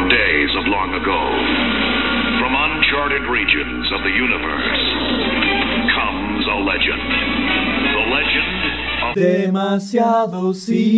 days of long ago, from uncharted regions of the universe, comes a legend. The legend of Demasiado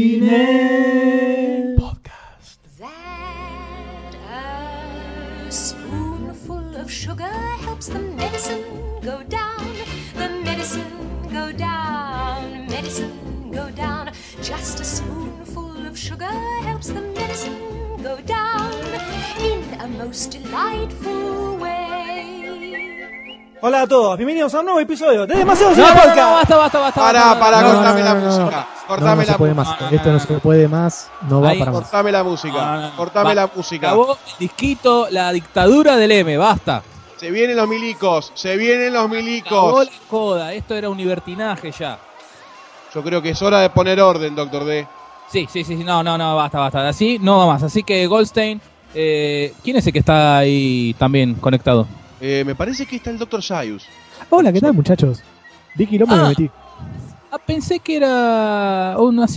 Cine Podcast. That a spoonful of sugar helps the medicine go down. The medicine go down. Medicine go down. Just a spoonful of sugar helps the medicine go down in a most delightful way. Hola a todos, bienvenidos a un nuevo episodio de Demasiado Cine Podcast. Basta. Cortame la música. No se puede más. Esto no se puede más. No va para más. Cortame la música. Cortame la música. Acabó el disquito, la dictadura del M, basta. Se vienen los milicos. Acabó la joda, esto era un libertinaje ya. Yo creo que es hora de poner orden, Doctor D. Sí, no, basta. Así no va más. Así que Goldstein, ¿quién es el que está ahí también conectado? Me parece que está el Dr. Sayus. Hola, ¿qué tal, muchachos? Vicky López me metí. Pensé que era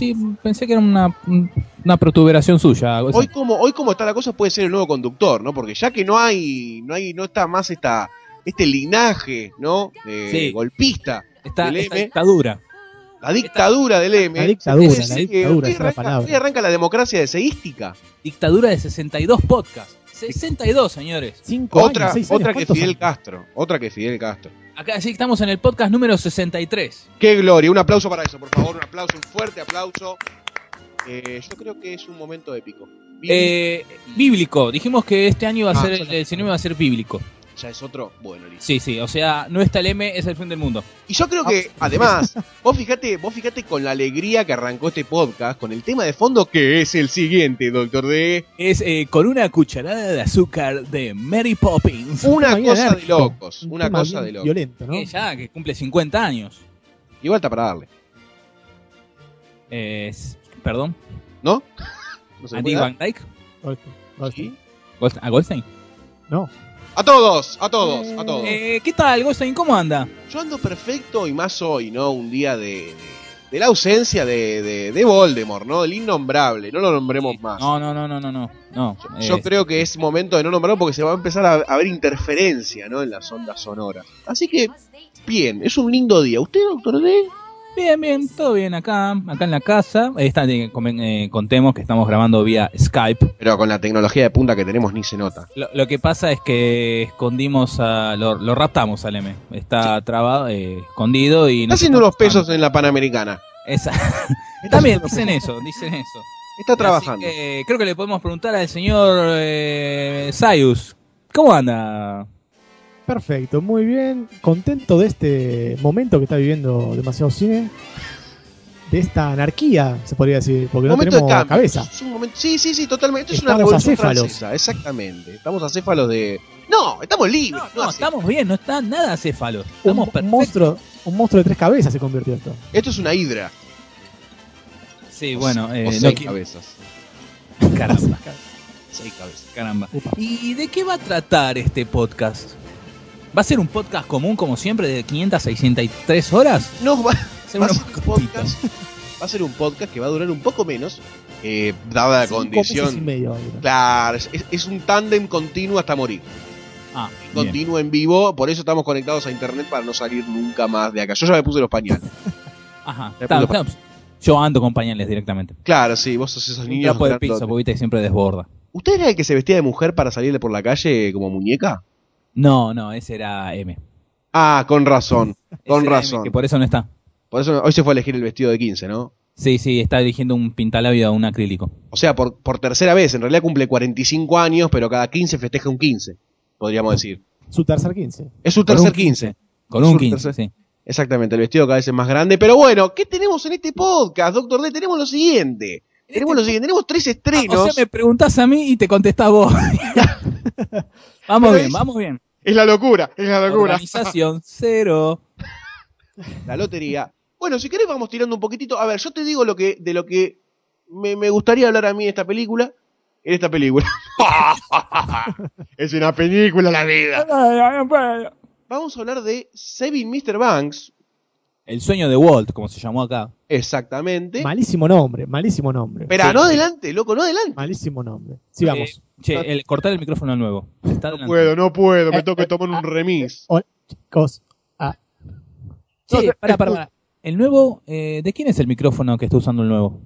una protuberación suya. Hoy como está la cosa puede ser el nuevo conductor, ¿no? Porque ya que no está más este linaje, ¿no? Sí. Golpista Esta del M. dictadura. La dictadura del M. La dictadura, esa es la palabra. Hoy arranca la democracia deseística. Dictadura de 62 podcasts. 62, señores. 5 Otra años, 6 años. que ¿Cuántos Fidel años? Castro. Otra que Fidel Castro. Acá sí estamos en el podcast número 63. ¡Qué gloria! Un aplauso para eso, por favor. Un aplauso, un fuerte aplauso. Yo creo que es un momento épico. Bíblico. Dijimos que este año ya el cine va a ser bíblico. Ya es otro. Bueno, listo. Sí. O sea, no está el M, es el fin del mundo. Y yo creo que, además, vos fijate con la alegría que arrancó este podcast, con el tema de fondo que es el siguiente, Doctor D. Es con una cucharada de azúcar de Mary Poppins. Una tema cosa de enérgico, locos. un Una tema cosa bien de locos. violento, ¿no? Que cumple 50 años. Igual está para darle. Perdón. ¿No? ¿No se le ¿Andy puede dar? Van Dyke? ¿Sí? ¿A Goldstein? No. A todos. ¿Qué tal, Goldstein? ¿Cómo anda? Yo ando perfecto y más hoy, ¿no? Un día de la ausencia de Voldemort, ¿no? Del innombrable. No lo nombremos más. No. Yo creo que es momento de no nombrarlo porque se va a empezar a ver interferencia, ¿no? En las ondas sonoras. Así que, bien, es un lindo día. ¿Usted, Doctor D? Bien, todo bien acá en la casa. Contemos que estamos grabando vía Skype. Pero con la tecnología de punta que tenemos ni se nota. Lo que pasa es que escondimos lo raptamos al M. Está trabado, escondido y... Está haciendo unos pesos en la Panamericana. También dicen eso. Está trabajando. Así que creo que le podemos preguntar al señor Sayus. ¿Cómo anda? Perfecto, muy bien. Contento de este momento que está viviendo Demasiado Cine. De esta anarquía, se podría decir. Porque no Momento de tenemos cambio. cabeza. Es un momento... Sí, totalmente. Esto es una Estamos revolución acéfalos. francesa, exactamente. Estamos acéfalos de... No, estamos libres. No, estamos bien, no está nada acéfalo. Un Estamos perfectos. monstruo de 3 cabezas se convirtió esto. Esto es una hidra. Sí, bueno, O no 6 qui- cabezas. Caramba. 6 cabezas. Caramba. Upa. ¿Y de qué va a tratar este podcast? ¿Va a ser un podcast común, como siempre, de 500 a 603 horas? No, va ser a uno ser más un cortito. podcast. Va a ser un podcast que va a durar un poco menos, dada la 5 meses y condición. medio. va a durar. Claro, es un tándem continuo hasta morir. Ah, bien. Continuo en vivo, por eso estamos conectados a internet para no salir nunca más de acá. Yo ya me puse los pañales. Ajá. Me Está, puso- yo ando con pañales directamente. Claro, sí, vos sos esos Un niños. trapo de grandotes. piso, porque viste que siempre desborda. ¿Usted era el que se vestía de mujer para salirle por la calle como muñeca? No, ese era M. Ah, con razón. Con Ese era razón. M, que por eso no está. Por eso hoy se fue a elegir el vestido de 15, ¿no? Sí, está eligiendo un pintalabio a un acrílico. O sea, por tercera vez. En realidad cumple 45 años, pero cada 15 festeja un 15, podríamos decir. Su tercer 15. Es su Con tercer un 15. Con Es un su 15, tercer- sí. Exactamente, el vestido cada vez es más grande. Pero bueno, ¿qué tenemos en este podcast, Doctor D? Tenemos lo siguiente. Tenemos 3 estrenos. O sea, me preguntás a mí y te contestás vos. Vamos Pero bien, es- vamos bien. Es la locura. Organización 0. La lotería. Bueno, si querés vamos tirando un poquitito. A ver, yo te digo de lo que me gustaría hablar a mí en esta película. Es una película la vida. Vamos a hablar de Saving Mr. Banks. El sueño de Walt, como se llamó acá. Exactamente. Malísimo nombre. Espera, Sí. no adelante, loco, no adelante. Malísimo nombre. Sí, vamos. Che, cortar el micrófono al nuevo. Se está No adelantando. no puedo, me tengo que tomar un remis. Hola, chicos. Che, para. El nuevo, ¿de quién es el micrófono que está usando el nuevo?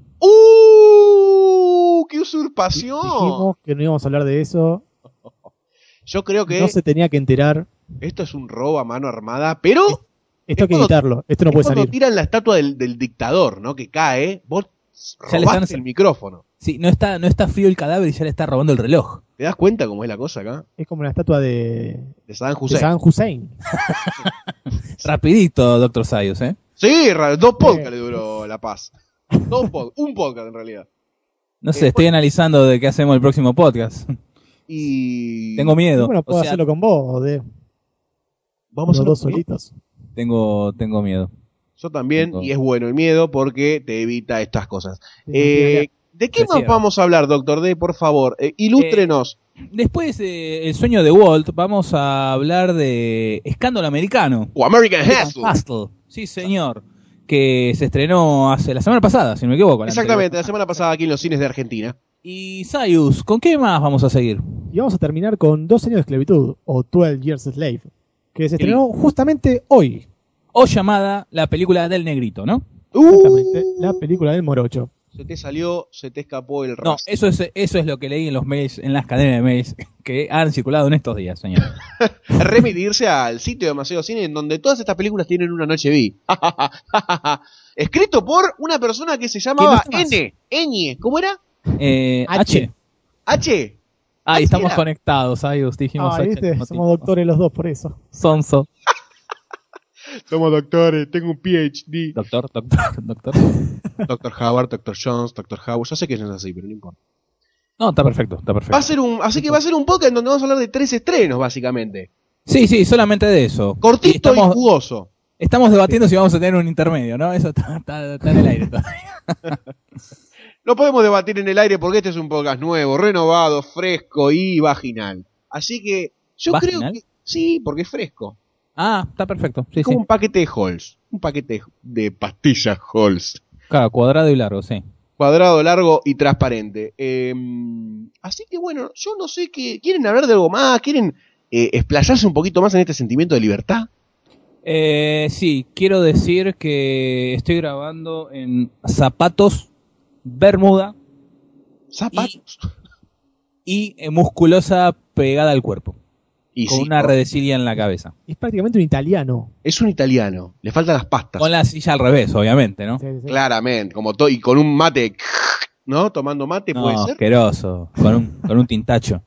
¡Qué usurpación! Dijimos que no íbamos a hablar de eso. Yo creo que No se tenía que enterar. esto es un robo a mano armada, pero Esto hay que cuando- editarlo. Esto no es puede cuando salir. tiran la estatua del dictador, ¿no? Que cae, vos Ya le robaste están- el micrófono. Sí, no está frío el cadáver y ya le está robando el reloj. ¿Te das cuenta cómo es la cosa acá? Es como la estatua de De Saddam de Hussein. Saddam Hussein. Rapidito, Dr. Sayus, ¿eh? Sí, 2 podcasts le duró la paz. Un podcast en realidad. No sé, estoy analizando de qué hacemos el próximo podcast. Y Tengo miedo. Bueno, puedo O sea, hacerlo con vos, de vamos a los dos hacerlo. solitos. tengo miedo. Yo también, Tengo- y es bueno el miedo porque te evita estas cosas. Mira, ¿De qué Me más cierro. vamos a hablar, Doctor D? Por favor, ilústrenos. Después de El sueño de Walt, vamos a hablar de Escándalo Americano. O American Hustle. Hustle. Sí, señor. Que se estrenó hace la semana pasada, si no me equivoco. Exactamente, la semana pasada aquí en los cines de Argentina. Y Sayus, ¿con qué más vamos a seguir? Y vamos a terminar con 2 años de esclavitud, o 12 Years a Slave, que se estrenó justamente hoy. O llamada la película del negrito, ¿no? Exactamente, la película del morocho. Se te escapó el No, rastro. eso es lo que leí en los mails, en las cadenas de mails que han circulado en estos días, señor. Remitirse al sitio de Demasiado Cine, en donde todas estas películas tienen una noche vi. Escrito por una persona que se llamaba ¿Quién está más? Ñ. ¿Cómo era? H. H. H. Ahí H estamos era. conectados, Sayus, dijimos Ah, H al ¿viste? mismo Somos tiempo. doctores los dos por eso. Sonso. Somos doctores, tengo un PhD. Doctor. Doctor Howard, Doctor Jones, Doctor Howard. Yo sé que no es así, pero no importa. No, está perfecto. Así que va a ser un podcast en donde vamos a hablar de 3 estrenos, básicamente. Sí, solamente de eso. Cortito y estamos, jugoso. estamos debatiendo si vamos a tener un intermedio, ¿no? Eso está en el aire todavía. Lo podemos debatir en el aire porque este es un podcast nuevo, renovado, fresco y vaginal. Así que yo ¿Vaginal? creo que sí, porque es fresco. Ah, está perfecto. Sí, Es como sí. un paquete de Halls. Un paquete de pastillas Halls. Claro, cuadrado y largo, sí. Cuadrado, largo y transparente. Así que bueno, yo no sé qué. ¿Quieren hablar de algo más? ¿Quieren explayarse un poquito más en este sentimiento de libertad? Sí, quiero decir que estoy grabando en zapatos, bermuda Zapatos. y musculosa pegada al cuerpo. Y Con sí, una ¿no? redecilla en la cabeza. Es prácticamente un italiano. Es un italiano. Le faltan las pastas. Con la silla al revés, obviamente, ¿no? Sí, sí. Claramente. Y con un mate. ¿No? Tomando mate, No, puede ser. asqueroso. Con un tintacho.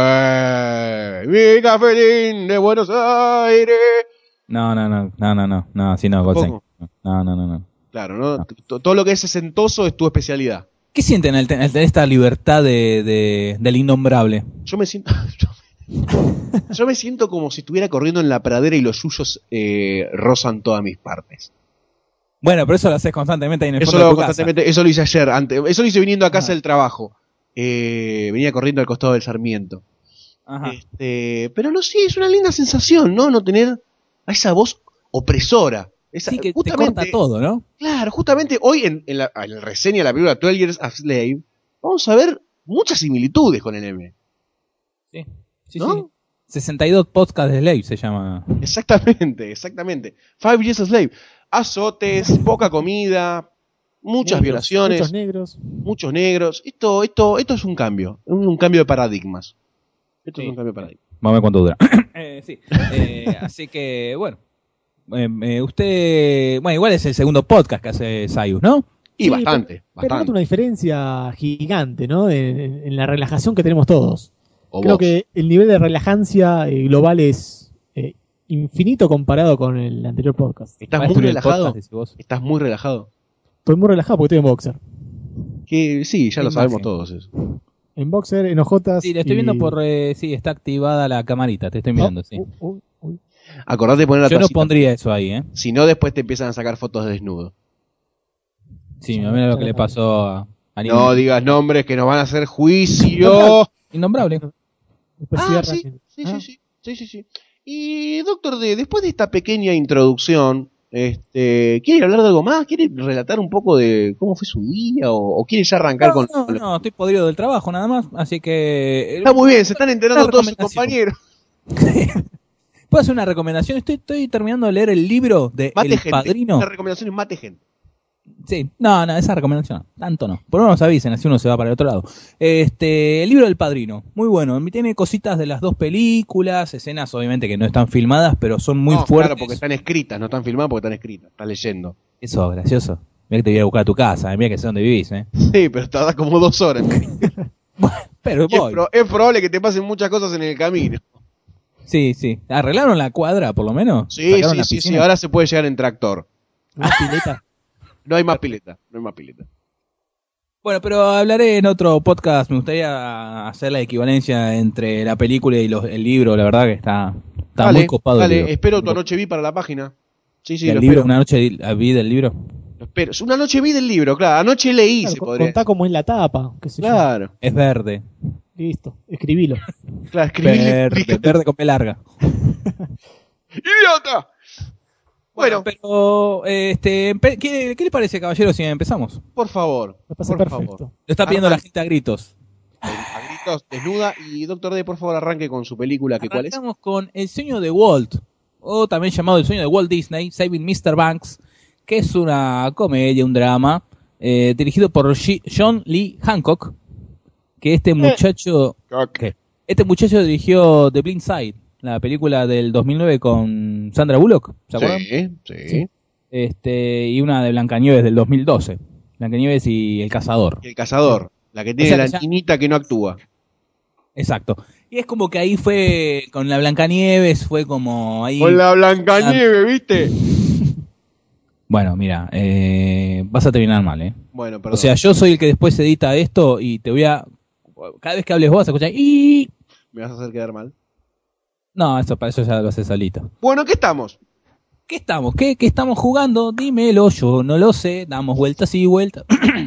Mi cafelín de Buenos Aires. No, así no, Goldstein. ¿Cómo? No. Claro, ¿no? Todo lo que es sesentoso es tu especialidad. ¿Qué sienten al tener esta libertad del innombrable? Yo me siento. Yo me siento como si estuviera corriendo en la pradera y los yuyos rozan todas mis partes. Bueno, pero eso lo haces constantemente ahí en el Eso fondo lo de hago tu casa. constantemente. Eso lo hice ayer. Eso lo hice viniendo a casa Ajá. del trabajo. Venía corriendo al costado del Sarmiento. Ajá. Pero no sé, es una linda sensación, ¿no? No tener a esa voz opresora. Esa, Sí, que te justamente, corta todo, ¿no? Claro, justamente hoy en la reseña de la película 12 Years a Slave vamos a ver muchas similitudes con el M. Sí, ¿No? sí. 62 podcasts de Slave se llama. Exactamente. 5 Years a Slave. Azotes, poca comida, muchas Negros, violaciones, Muchos negros. muchos negros. Esto es un cambio. Un cambio de paradigmas. Esto Sí. es un cambio de paradigmas. Vamos a ver cuánto dura. Sí. Así que, bueno. Usted. Bueno, igual es el segundo podcast que hace Sayus, ¿no? Y Sí, bastante. Pero noto una diferencia gigante, ¿no? En la relajación que tenemos todos. O Creo vos. que el nivel de relajancia global es infinito comparado con el anterior podcast. ¿Estás Va a muy destruir el relajado? podcast, decís vos. ¿Estás muy relajado? Estoy muy relajado porque estoy en boxer. Que sí, ya lo En sabemos máximo. todos eso. En boxer, en ojotas. Sí, le estoy viendo por. Sí, está activada la camarita, te estoy mirando, sí. Uy. Acordate de poner la Yo no tacita. pondría eso ahí, ¿eh? Si no, después te empiezan a sacar fotos de desnudo. Sí, mira lo que le pasó a No digas nombres que nos van a hacer juicio. Innombrable. Después Ah, cierra. sí. Y Doctor D, después de esta pequeña introducción, ¿Quiere hablar de algo más? ¿Quiere relatar un poco de cómo fue su día? ¿O quiere ya arrancar con...? No, estoy podrido del trabajo nada más, así que... Está muy bien, se están enterando todos sus compañeros. ¿Puedo hacer una recomendación? Estoy terminando de leer el libro de Mate El gente. Padrino. La recomendación es mate gente. Sí, no, esa recomendación no, tanto no. Por lo menos avisen, así uno se va para el otro lado. El libro del Padrino, muy bueno. Tiene cositas de las dos películas, escenas obviamente que no están filmadas, pero son muy fuertes. Claro, porque están escritas, no están filmadas porque están escritas. Estás leyendo. Eso, gracioso. Mira que te voy a buscar a tu casa, mira que sé dónde vivís, Sí, pero tarda como 2 horas. Bueno, pero voy. Es probable que te pasen muchas cosas en el camino. Sí. ¿Arreglaron la cuadra, por lo menos? Sí. Ahora se puede llegar en tractor. ¿Una pileta? No hay más pileta. Bueno, pero hablaré en otro podcast. Me gustaría hacer la equivalencia entre la película y el libro. La verdad que está muy copado. Dale, espero tu anoche vi para la página. Sí, ¿El lo libro? espero. ¿Una noche vi del libro? Lo espero. Una noche vi del libro, claro. Anoche leí, Claro, se podría. contá como es la tapa. Qué sé yo. Claro. Es verde. Listo, escribilo. Claro, escribí. Verde con P larga. ¡Idiota! Bueno, pero ¿qué le parece, caballero, si empezamos? por favor. Me parece por perfecto. favor. Lo está pidiendo la gente a gritos. A gritos, desnuda. Y Doctor D, por favor, arranque con su película. ¿Cuál es? Arrancamos con El sueño de Walt, o también llamado El sueño de Walt Disney, Saving Mr. Banks, que es una comedia, un drama, dirigido por John Lee Hancock, que este muchacho dirigió The Blind Side, la película del 2009 con Sandra Bullock, ¿se acuerdan? Sí. Y una de Blancanieves del 2012, Blancanieves y El Cazador. El cazador, la que tiene O sea, la niñita que no actúa. Exacto. Y es como que ahí fue, con la Blancanieves, fue como ahí... Con la Blancanieves, ¿viste? Bueno, mira, vas a terminar mal, ¿eh? Bueno, perdón. O sea, yo soy el que después edita esto y te voy a... Cada vez que hables vos vas a escuchar... ¡Y! ¿Me vas a hacer quedar mal? No, para eso ya lo haces solito. Bueno, ¿qué estamos? ¿Qué estamos? ¿Qué estamos jugando? Dímelo, yo no lo sé. Damos vueltas y vueltas.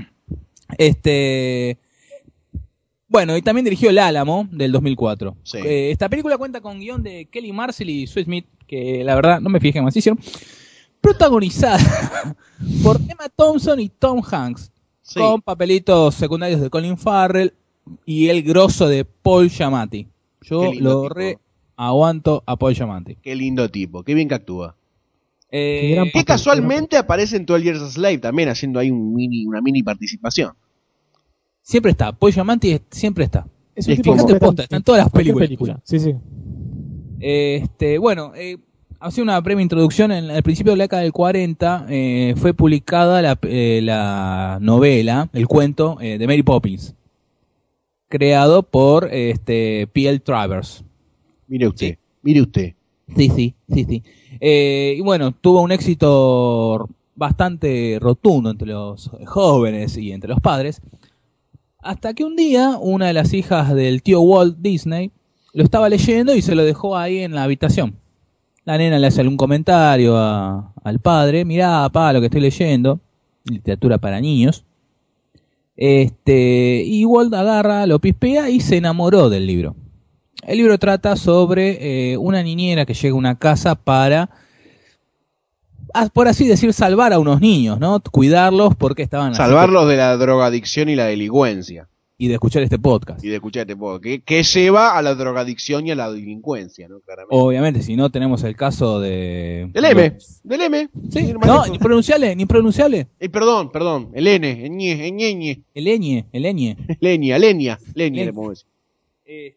Bueno, y también dirigió El Álamo, del 2004. Sí. Esta película cuenta con guión de Kelly Marcel y Sue Smith, que la verdad no me fijé más hicieron. Protagonizada por Emma Thompson y Tom Hanks, Sí. con papelitos secundarios de Colin Farrell y el grosso de Paul Giamatti. Yo Qué lindo lo tipo. aguanto a Paul Giamatti. Qué lindo tipo, qué bien que actúa. gran Que papel, casualmente aparece en 12 Years a Slave también, haciendo ahí una mini participación. Siempre está, Paul Giamatti siempre está. Es un Es tipo fíjate, completo posta, está en todas las cualquier películas. Sí. Bueno, hace una breve introducción. Al principio de la década del 40 fue publicada la novela, el cuento de Mary Poppins, creado por P.L. Travers. Mire usted, Sí. mire usted. Sí. Y bueno, tuvo un éxito bastante rotundo entre los jóvenes y entre los padres, hasta que un día una de las hijas del tío Walt Disney lo estaba leyendo y se lo dejó ahí en la habitación. La nena le hace algún comentario al padre: mirá, papá, lo que estoy leyendo, literatura para niños. Y Walt agarra, lo pispea y se enamoró del libro. El libro trata sobre una niñera que llega a una casa para, por así decir, salvar a unos niños, ¿no? Cuidarlos porque estaban... así Salvarlos de la drogadicción y la delincuencia. y de escuchar este podcast. Y de escuchar este podcast. Que lleva a la drogadicción y a la delincuencia, ¿no? Claramente. Obviamente, si no tenemos el caso de... Del M. Del M. Sí, Sin más no, lejos. ni pronunciable. Perdón. El N. Ñe. El ñ. Lenia Lenia. le podemos decir.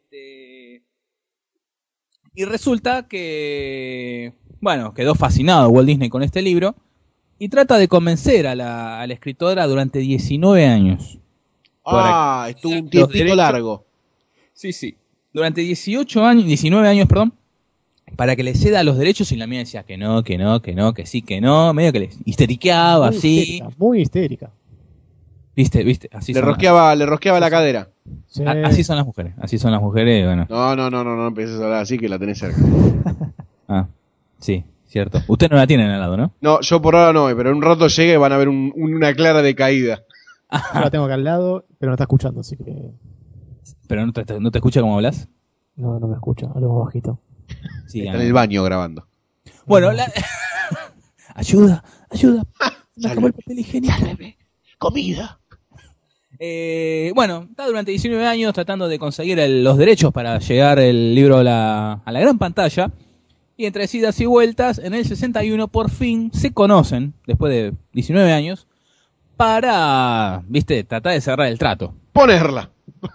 Y resulta que, bueno, quedó fascinado Walt Disney con este libro y trata de convencer a la escritora durante 19 años. Estuvo un los tiempito derechos- largo. Sí. Durante 19 años, para que le ceda los derechos, y la mía decía que no, que sí, que no, medio que le histeriqueaba así. Muy histérica. ¿Viste? Así Le son rosqueaba la cadera. Sí. así son las mujeres, bueno. No empieces a hablar así que la tenés cerca. Sí, cierto. Usted no la tiene al lado, ¿no? No, yo por ahora no, pero en un rato llegue y van a ver una clara decaída. Yo la tengo acá al lado, pero no está escuchando, así que Pero no te escucha cómo hablas. no me escucha, hablo más bajito. Sí, Está en el baño grabando. Bueno, ayuda, ayuda, me acabó el Salve. papel higiénico. Comida. Bueno, está durante 19 años tratando de conseguir los derechos para llegar el libro a la gran pantalla. Y entre idas y vueltas, en el 61 por fin se conocen, después de 19 años, para, viste, tratar de cerrar el trato. Ponerla.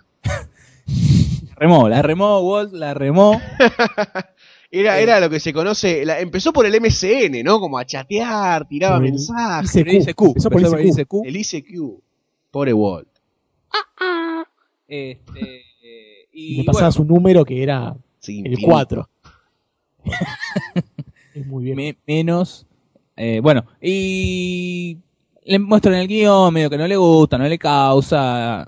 La remó, Walt, la remó. Era lo que se conoce. Empezó por el MSN, ¿no? Como a chatear, tiraba El mensajes. Por el ICQ, Empezó por empezó por el ICQ. ICQ. El ICQ. Pobre Walt. Y Y le pasaba su número que era Sí, el infinito. 4. Es muy bien. menos. Bueno, y le muestran el guión, medio que no le gusta, no le causa.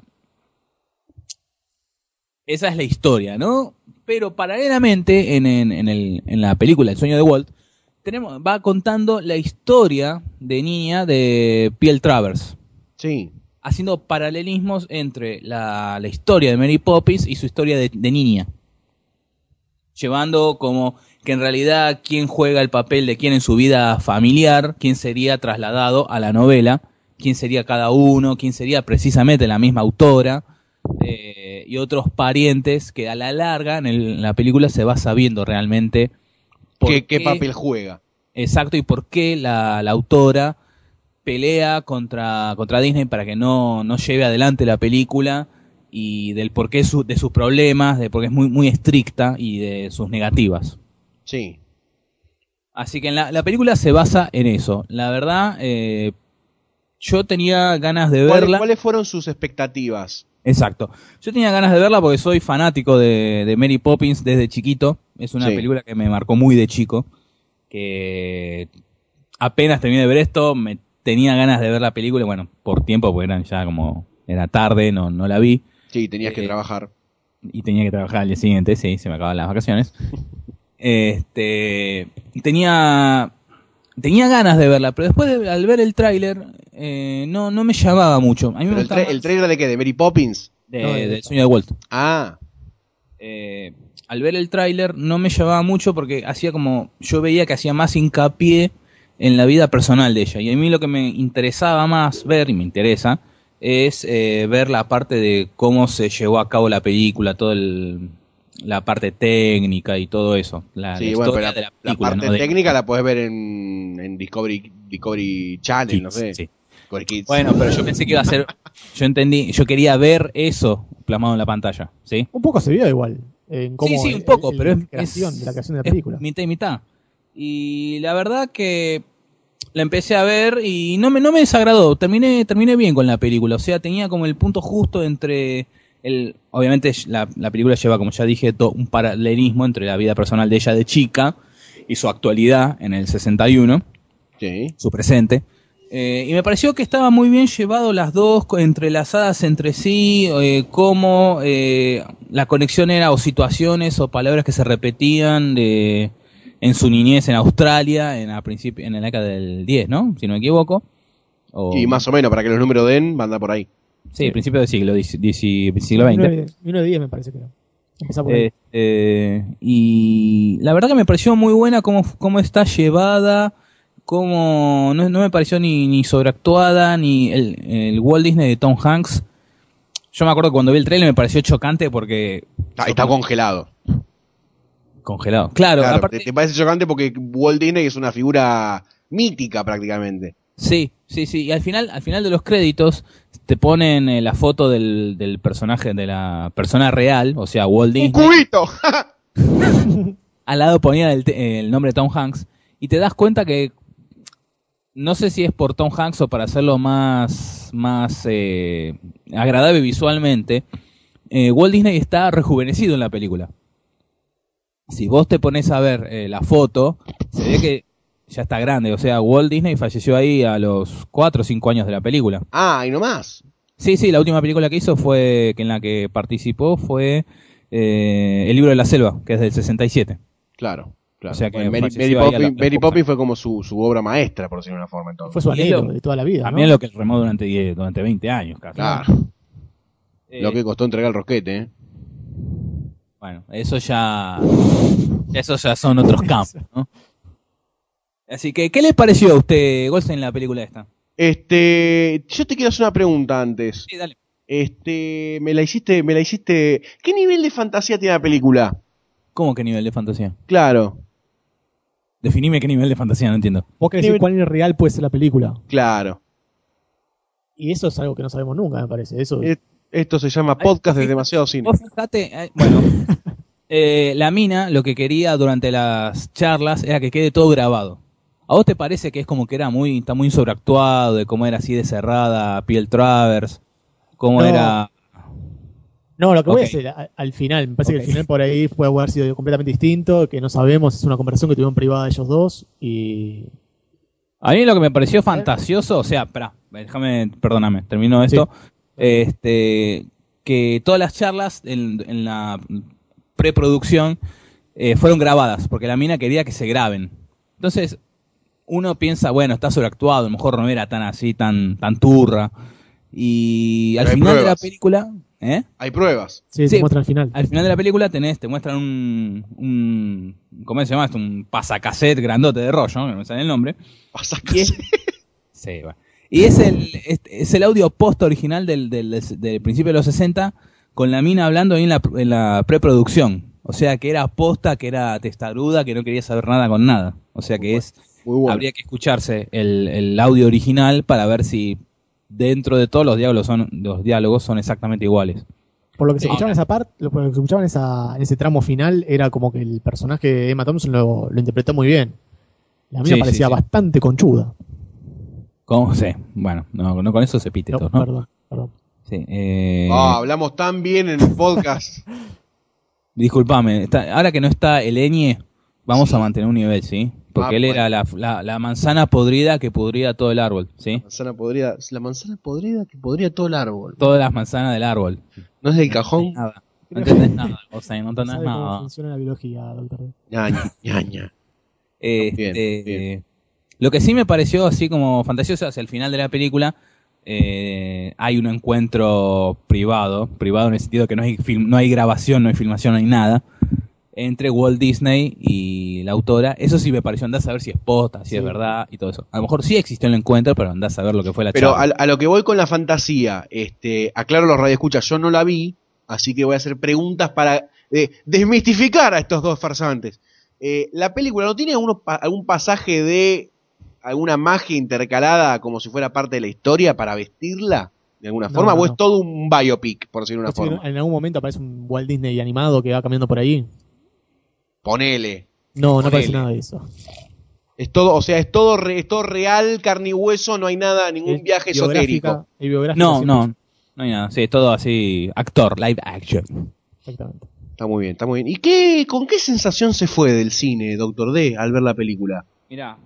Esa es la historia, ¿no? Pero paralelamente, en la película El sueño de Walt, va contando la historia de niña de Piel Travers, Sí. haciendo paralelismos entre la historia de Mary Poppins y su historia de niña. Llevando como que en realidad quién juega el papel de quién en su vida familiar, quién sería trasladado a la novela, quién sería cada uno, quién sería precisamente la misma autora, y otros parientes que a la larga en la película se va sabiendo realmente por ¿Qué papel juega? exacto y por qué la autora pelea contra Disney para que no lleve adelante la película y del porqué de sus problemas, de porque es muy, muy estricta y de sus negativas. Sí. Así que la película se basa en eso. La verdad, yo tenía ganas de verla. ¿Cuáles fueron sus expectativas? Exacto. Yo tenía ganas de verla porque soy fanático de Mary Poppins desde chiquito. Es una Sí. película que me marcó muy de chico. Que apenas terminé de ver esto, me tenía ganas de ver la película. Bueno, por tiempo, porque era tarde, no la vi. Sí, tenías que trabajar. Y tenía que trabajar al día siguiente, sí, se me acababan las vacaciones. Tenía ganas de verla, pero después al ver el tráiler no me llamaba mucho. A mí me ¿Pero gustaba el más trailer de qué? ¿De Mary Poppins? del sueño de Walt. Ah, Al ver el tráiler no me llamaba mucho porque yo veía que hacía más hincapié en la vida personal de ella. Y a mí lo que me interesaba más ver, y me interesa, es ver la parte de cómo se llevó a cabo la película, toda la parte técnica y todo eso. La sí, bueno, pero historia de la la película, parte ¿no? técnica la puedes ver en Discovery Channel, no sé. Sí. Discovery Kids. Bueno, pero yo pensé que iba a ser... yo quería ver eso plasmado en la pantalla, ¿sí? Un poco se vio igual. Sí, un poco, pero es la creación de la es película. mitad y mitad. Y la verdad que la empecé a ver y no me desagradó. Terminé bien con la película. O sea, tenía como el punto justo entre obviamente la película lleva, como ya dije, un paralelismo entre la vida personal de ella de chica y su actualidad en el 61, Sí. su presente. Y me pareció que estaba muy bien llevado las dos, entrelazadas entre sí, cómo la conexión era o situaciones o palabras que se repetían en su niñez en Australia, en la década del 10, ¿no? Si no me equivoco. Y más o menos, para que los números den, va a andar por ahí. Sí, principio del siglo XX. 1910 me parece que era. Empezá por ahí. Y la verdad que me pareció muy buena cómo está llevada, cómo no me pareció ni sobreactuada, ni el Walt Disney de Tom Hanks. Yo me acuerdo que cuando vi el trailer me pareció chocante porque... Está congelado. Congelado. Claro, Claro, aparte... te parece chocante porque Walt Disney es una figura mítica prácticamente. Sí. Y al final de los créditos te ponen la foto del personaje, de la persona real, o sea, Walt Disney. ¡Un cubito! Al lado ponía el nombre de Tom Hanks y te das cuenta que no sé si es por Tom Hanks o para hacerlo más agradable visualmente, Walt Disney está rejuvenecido en la película. Si vos te pones a ver la foto, se ve que ya está grande. O sea, Walt Disney falleció ahí a los 4 o 5 años de la película. Ah, y no más. Sí, la última película que hizo en la que participó fue El libro de la selva, que es del 67. Claro. O sea que Bueno, falleció ahí a la Mary poca. Poppins fue como su obra maestra, por decirlo de una forma. Entonces. Fue su Y anhelo lo- de toda la vida. También ¿no? lo que remó durante 20 años casi. Claro. Eh, Lo que costó entregar el rosquete, ¿eh? Bueno, esos ya son otros campos, ¿no? Así que, ¿qué les pareció a usted, Goldstein, la película esta? Yo te quiero hacer una pregunta antes. Sí, dale. Me la hiciste. ¿Qué nivel de fantasía tiene la película? ¿Cómo qué nivel de fantasía? Claro, Definime qué nivel de fantasía, no entiendo. Vos querés decir cuál real puede ser la película. claro. Y eso es algo que no sabemos nunca, me parece. Eso Esto se llama podcast de demasiado cine. Vos fijate, bueno, la mina lo que quería durante las charlas era que quede todo grabado. ¿A vos te parece que es como que está muy sobreactuado, de cómo era así de cerrada Piel Travers? ¿Cómo No. era? No, lo que voy a Ok. hacer al final, me parece Ok. que el final por ahí puede haber sido completamente distinto, que no sabemos, es una conversación que tuvieron privada ellos dos y... A mí lo que me pareció fantasioso, o sea, perdóname, termino esto. Que todas las charlas en la preproducción fueron grabadas, porque la mina quería que se graben. Entonces, uno piensa, bueno, está sobreactuado, a lo mejor no era tan así, tan turra. Y al Pero hay final de la pruebas. película, Hay pruebas. Sí, Sí. se muestra al final. al final de la película te muestran un ¿cómo se llama esto? Un pasacassette grandote de rollo, ¿no? Que no me sale el nombre. Pasa Y es, sí, bueno. Y es el audio post original del principio de los 60 con la mina hablando ahí en la preproducción. O sea que era posta, que era testaruda, que no quería saber nada con nada. O sea que Muy bueno. habría que escucharse el audio original para ver si dentro de todos los diálogos son exactamente iguales. Por lo que se escuchaba en esa parte, por lo que se escuchaba en ese tramo final, era como que el personaje de Emma Thompson lo interpretó muy bien. La mina Sí, parecía sí, sí. bastante conchuda. ¿Cómo? Sí, bueno, no con eso se pite No, todo, ¿no? perdón. Sí, Hablamos tan bien en el podcast. disculpame, ahora que no está el Eñe, vamos a mantener un nivel, ¿sí? Porque él bueno. era la manzana podrida que pudría todo el árbol, ¿sí? La manzana podrida que podría todo el árbol. Todas las manzanas del árbol. ¿No es del cajón? Nada. No entendés nada, o sea, no No entendés sabe cómo nada. funciona la biología, doctor. Ñaña, ñaña. Bien. Lo que sí me pareció así como fantasioso hacia el final de la película, hay un encuentro privado en el sentido que no hay grabación, no hay filmación, no hay nada, entre Walt Disney y la autora. Eso sí me pareció, andás a ver si es posta, si Sí. es verdad y todo eso. A lo mejor sí existió el encuentro, pero andás a ver lo que fue la Pero charla. a lo que voy con la fantasía, aclaro los radioescuchas, yo no la vi, así que voy a hacer preguntas para desmistificar a estos dos farsantes. ¿La película no tiene algún pasaje de alguna magia intercalada como si fuera parte de la historia para vestirla de alguna No, forma? no, ¿O no. es todo un biopic, por decirlo de una ¿Viste que forma? en algún momento aparece un Walt Disney animado que va caminando por ahí? Ponele. No, no aparece Ponele. nada de eso. Es todo, o sea, es todo real, carne y hueso, no hay nada, ningún viaje esotérico. Y biográfica No, siempre. no hay nada. Sí, todo así, actor, live action. Exactamente. Está muy bien, está muy bien. ¿Con qué sensación se fue del cine, Doctor D, al ver la película? Mirá,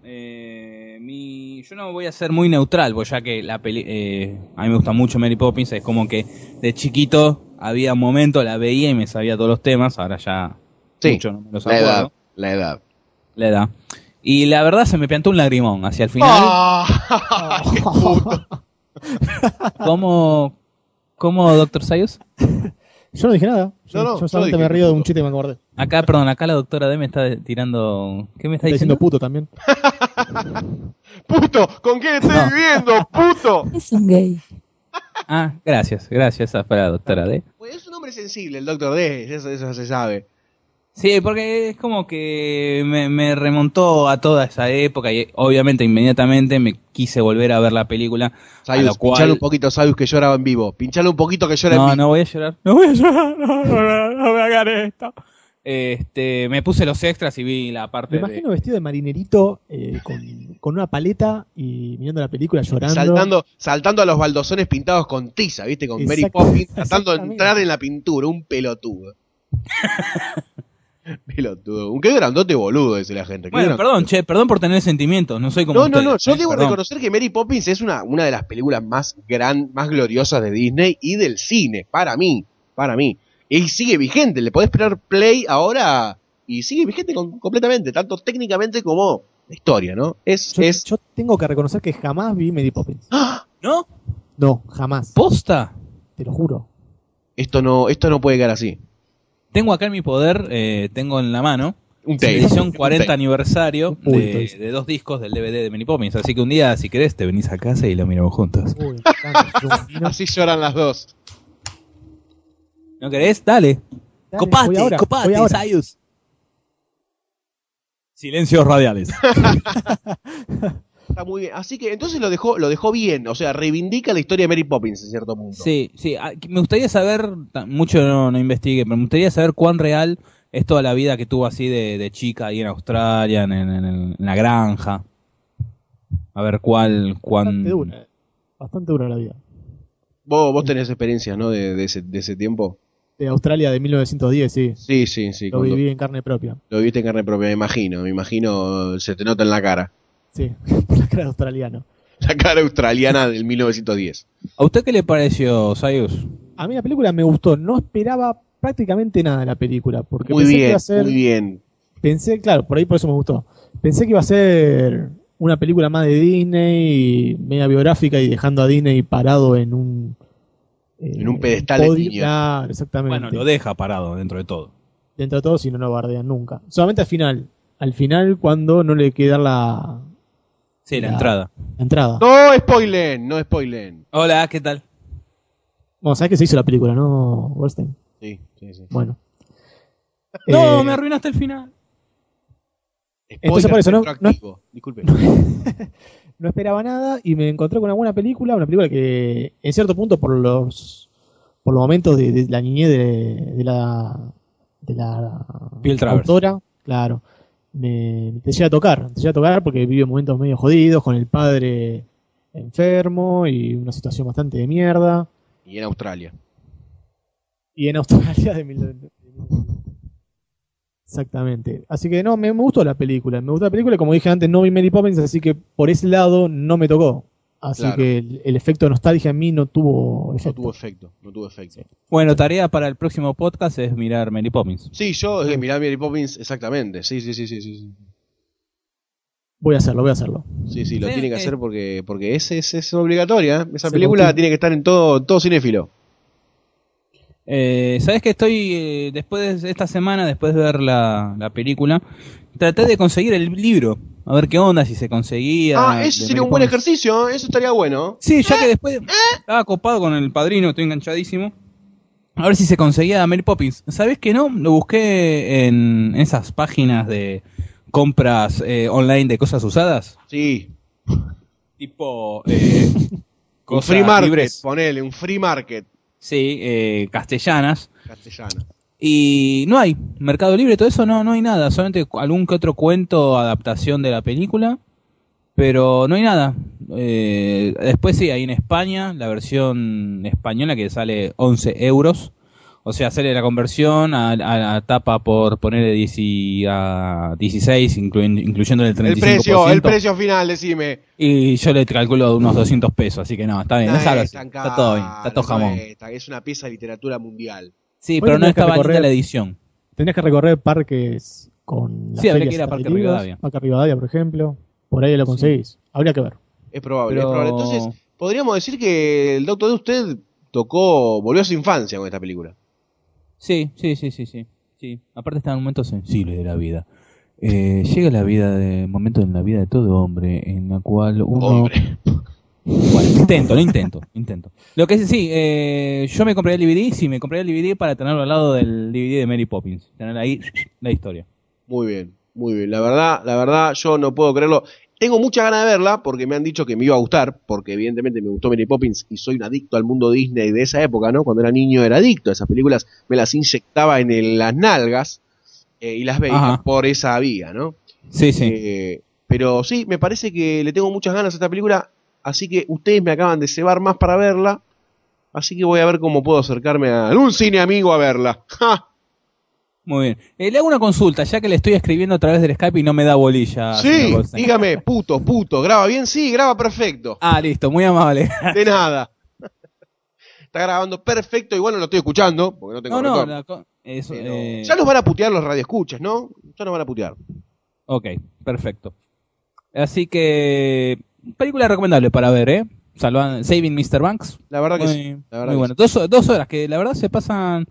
yo no voy a ser muy neutral, porque ya que a mí me gusta mucho Mary Poppins, es como que de chiquito había un momento, la veía y me sabía todos los temas, ahora ya Sí, mucho no me los la acuerdo. edad, la edad. La edad. Y la verdad se me piantó un lagrimón hacia el final. ¡Ah! ¡Qué puto! ¿Cómo, Dr. Sayus? Yo no dije nada. No, Yo solamente dije me río de un puto. chiste y me acordé. Acá la doctora D me está tirando... ¿Qué me está Está diciendo diciendo? puto también. ¡Puto! ¿Con quién estoy No. viviendo? ¡Puto! Es un gay. Ah, gracias. Esa fue la doctora D. Pues es un hombre sensible, el Doctor D, eso se sabe. Sí, porque es como que me remontó a toda esa época y obviamente inmediatamente me quise volver a ver la película. A Sayus, lo cual... pinchale un poquito, Sayus, que lloraba en vivo. Pinchale un poquito que llora en No, vivo. no voy a llorar. No voy a llorar. No voy a hacer esto. Me puse los extras y vi la parte Me imagino vestido de marinerito con una paleta y mirando la película llorando. Saltando a los baldosones pintados con tiza, ¿viste? Con Mary Exacto, Poppins, tratando de exactamente. entrar en la pintura, un pelotudo. Pelotudo. Un qué grandote boludo, dice la gente. Qué Bueno, grandote. perdón por tener sentimientos, no soy como No, ustedes, yo debo perdón. reconocer que Mary Poppins es una de las películas más gloriosas de Disney y del cine, para mí. Y sigue vigente, le podés esperar play ahora y sigue vigente completamente, tanto técnicamente como la historia, ¿no? Yo tengo que reconocer que jamás vi Mary Poppins. ¡Ah! ¿No? No, jamás. ¿Posta? Te lo juro. Esto no puede quedar así. Tengo acá en mi poder, tengo en la mano Un La tape. edición Un 40 tape. aniversario Uy, de 2 discos del DVD de Mary Poppins. Así que un día, si querés, te venís a casa y lo miramos juntos. Uy, me encanta, yo opino. Así lloran las dos. ¿No querés? Dale. Dale, voy ahora, voy Copate, ahora. Sayus. Silencios radiales. Está muy bien. Así que entonces lo dejó bien. O sea, reivindica la historia de Mary Poppins en cierto punto. Sí, sí. Me gustaría saber, mucho no investigué, pero me gustaría saber cuán real es toda la vida que tuvo así de chica ahí en Australia, en la granja. A ver Bastante dura la vida. Vos tenés experiencia, ¿no? De ese tiempo. De Australia de 1910, sí. Sí. Lo viví en carne propia. Lo viste en carne propia, me imagino, se te nota en la cara. Sí, por la cara de australiano. La cara australiana del 1910. ¿A usted qué le pareció, Sayus? A mí la película me gustó. No esperaba prácticamente nada de la película. Porque Muy pensé que bien, iba a ser. muy bien. Pensé, claro, por eso me gustó. Pensé que iba a ser una película más de Disney, media biográfica y dejando a Disney parado en un pedestal de podio. niño. Claro, exactamente. Bueno, lo deja parado dentro de todo. Dentro de todo, si no lo bardean nunca. Solamente al final. Al final, cuando no le queda la Sí, la entrada. entrada. No spoilen. Hola, ¿qué tal? Bueno, ¿sabes que se hizo la película, no, Goldstein? Sí. Bueno. No, Eh, me arruinaste el final. Entonces, por eso, retroactivo. Disculpe. no esperaba nada y me encontré con una buena película, una película que en cierto punto por los momentos de la niñez de la Bill Travers. autora, claro, te llega a tocar porque vive momentos medio jodidos con el padre enfermo y una situación bastante de mierda. Y en Australia. Y en Australia de 1900. Exactamente. Así que no, me gustó la película. Me gustó la película. Como dije antes, no vi Mary Poppins, así que por ese lado no me tocó. Así Claro. que el efecto de nostalgia en mí no tuvo efecto. No tuvo efecto. Bueno, tarea para el próximo podcast es mirar Mary Poppins. Sí, yo mirá Mary Poppins, exactamente. Sí. Voy a hacerlo. Sí, lo Sí, tiene que hacer porque es obligatoria. Esa película motiva. tiene que estar en todo cinéfilo. ¿Sabes que estoy, después de esta semana, después de ver la película, traté de conseguir el libro? A ver qué onda, si se conseguía. Ese de sería Mary un buen Poppins. ejercicio, eso estaría bueno. Sí, ya que después estaba copado con el Padrino, estoy enganchadísimo. A ver si se conseguía Mary Poppins. ¿Sabés que no? Lo busqué en esas páginas de compras online de cosas usadas. Sí, Tipo... un cosas free market, libres. ponele, un free market Sí, castellanas. castellano. Y no hay Mercado Libre, todo eso no hay nada. Solamente algún que otro cuento, adaptación de la película. Pero no hay nada. Después sí, hay en España la versión española que sale 11 euros. O sea, hacerle la conversión a tapa por ponerle 16, incluyendo el 35%. El precio final, decime. Y yo le calculo unos 200 pesos, así que no, está bien. No déjalo es así, tan está todo bien, está todo caro, jamón. es una pieza de literatura mundial. Sí, Bueno, pero no tenés que estaba linda recorrer- la edición. Tendrías que recorrer parques con las Sí, habría ferias que ir a estas Parque de libros. Rivadavia. Parque Rivadavia, por ejemplo. Por ahí lo conseguís. Habría que ver. Es probable, Pero- es probable. Entonces, podríamos decir que el Doctor de usted volvió a su infancia con esta película. Sí. Aparte está en un momento sensible de la vida. Llega momento en la vida de todo hombre en la cual uno... Hombre. Bueno, intento. Lo que es, sí, yo me compré el DVD, me compré el DVD para tenerlo al lado del DVD de Mary Poppins. Tener ahí la historia. Muy bien. La verdad, yo no puedo creerlo. Tengo mucha ganas de verla porque me han dicho que me iba a gustar, porque evidentemente me gustó Mary Poppins y soy un adicto al mundo Disney de esa época, ¿no? Cuando era niño era adicto a esas películas, me las inyectaba en las nalgas y las veía Ajá. por esa vía, ¿no? Sí. Pero sí, me parece que le tengo muchas ganas a esta película, así que ustedes me acaban de cebar más para verla, así que voy a ver cómo puedo acercarme a algún cine amigo a verla. ¡Ja! Muy bien. Le hago una consulta, ya que le estoy escribiendo a través del Skype y no me da bolilla. Sí, señor Goldstein. dígame, puto, ¿graba bien? Sí, graba perfecto. Ah, listo, muy amable. De nada. Está grabando perfecto, igual no lo estoy escuchando, porque no tengo No, retorno. eso, Pero ya nos van a putear los radioescuchas, ¿no? Ya nos van a putear. Ok, perfecto. Así que, película recomendable para ver, ¿eh? Saving Mr. Banks. La verdad que Muy, sí. La verdad muy que bueno. 2 horas que la verdad se pasan... Yo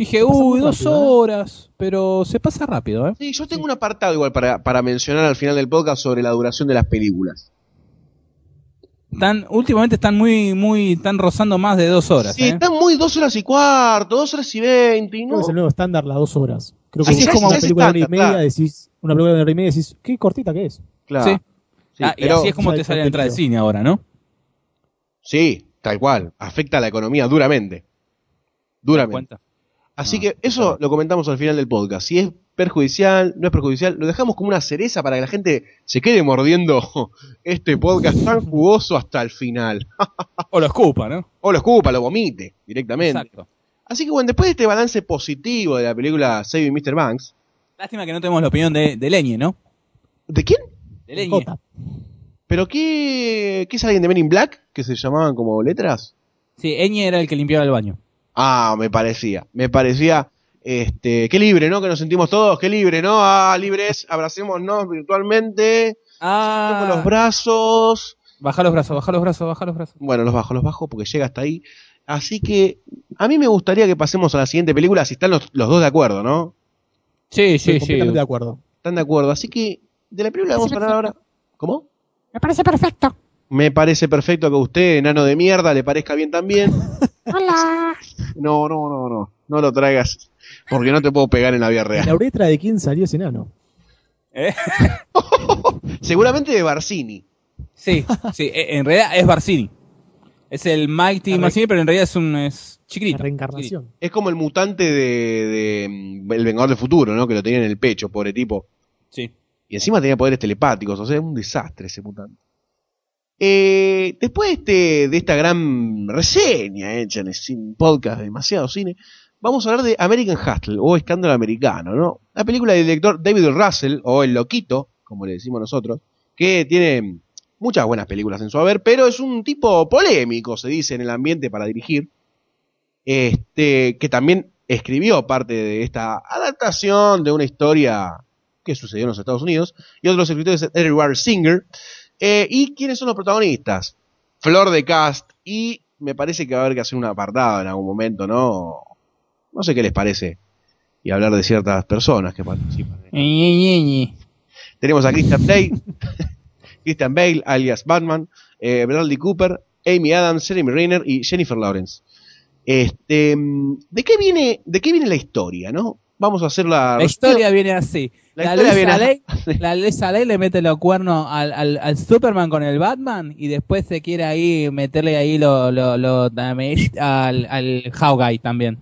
Dije, Pasa muy 2 rápido, horas, pero se pasa rápido, ¿eh? Sí, yo tengo un apartado igual para mencionar al final del podcast sobre la duración de las películas. Últimamente están rozando más de 2 horas, Sí, ¿eh? están muy 2 horas y cuarto, 2 horas y 20, y Creo no. que es el nuevo estándar, las 2 horas. Creo que Así es es como una ese película de hora y estándar, media, claro. decís, una película de hora y media decís, qué cortita que es. Claro. Sí. Sí, Y pero- así es como ya te el sale la entrada del contenido. cine ahora, ¿no? Sí, tal cual. Afecta a la economía duramente. ¿Te das Duramente. cuenta? Así Ah, que eso claro. lo comentamos al final del podcast. Si es perjudicial, no es perjudicial, lo dejamos como una cereza para que la gente se quede mordiendo este podcast tan jugoso hasta el final. O lo escupa, ¿no? O lo escupa, lo vomite directamente. Exacto. Así que bueno, después de este balance positivo de la película Saving Mr. Banks. Lástima que no tenemos la opinión de Leñe, ¿no? ¿De quién? De Leñe. Jota. ¿Pero qué es alguien de Men in Black? ¿Que se llamaban como letras? Sí, Eñe era el que limpiaba el baño. Ah, me parecía, qué libre, ¿no? Que nos sentimos todos, qué libre, ¿no? Ah, libres, abracémonos virtualmente, tenemos los brazos, Baja los brazos, baja los brazos, baja los brazos. bueno, los bajo porque llega hasta ahí, así que a mí me gustaría que pasemos a la siguiente película, si están los dos de acuerdo, ¿no? Sí, Estoy sí, sí. completamente de acuerdo. Están de acuerdo, así que de la película vamos a hablar ahora. ¿Cómo? Me parece perfecto. Me parece perfecto que a usted, enano de mierda, le parezca bien también. Hola. No lo traigas, porque no te puedo pegar en la vida ¿En real. la uretra de quién salió ese enano? Seguramente de Barcini. Sí, sí, en realidad es Barcini. Es el Mighty Barcini, pero en realidad es La chiquitito. reencarnación. Es como el mutante de El Vengador del Futuro, ¿no? Que lo tenía en el pecho, pobre tipo. Sí. Y encima tenía poderes telepáticos, o sea, es un desastre ese mutante. Después de esta gran reseña hecha en el podcast de Demasiado Cine, vamos a hablar de American Hustle, o Escándalo Americano, ¿no? La película del director David Russell, o El Loquito, como le decimos nosotros, que tiene muchas buenas películas en su haber, pero es un tipo polémico, se dice, en el ambiente para dirigir. Que también escribió parte de esta adaptación de una historia que sucedió en los Estados Unidos, y otro de los escritores es Edward Singer. ¿Y quiénes son los protagonistas? Flor de cast, y me parece que va a haber que hacer un apartado en algún momento, ¿no? No sé qué les parece, y hablar de ciertas personas que participan. Tenemos a Christian Bale, alias Batman, Bradley Cooper, Amy Adams, Jeremy Renner y Jennifer Lawrence. ¿De qué viene la historia, no? Vamos a hacer La historia viene así. La historia viene La Lisa Ley le mete los cuernos al Superman con el Batman y después se quiere ahí meterle ahí al Hawkeye también.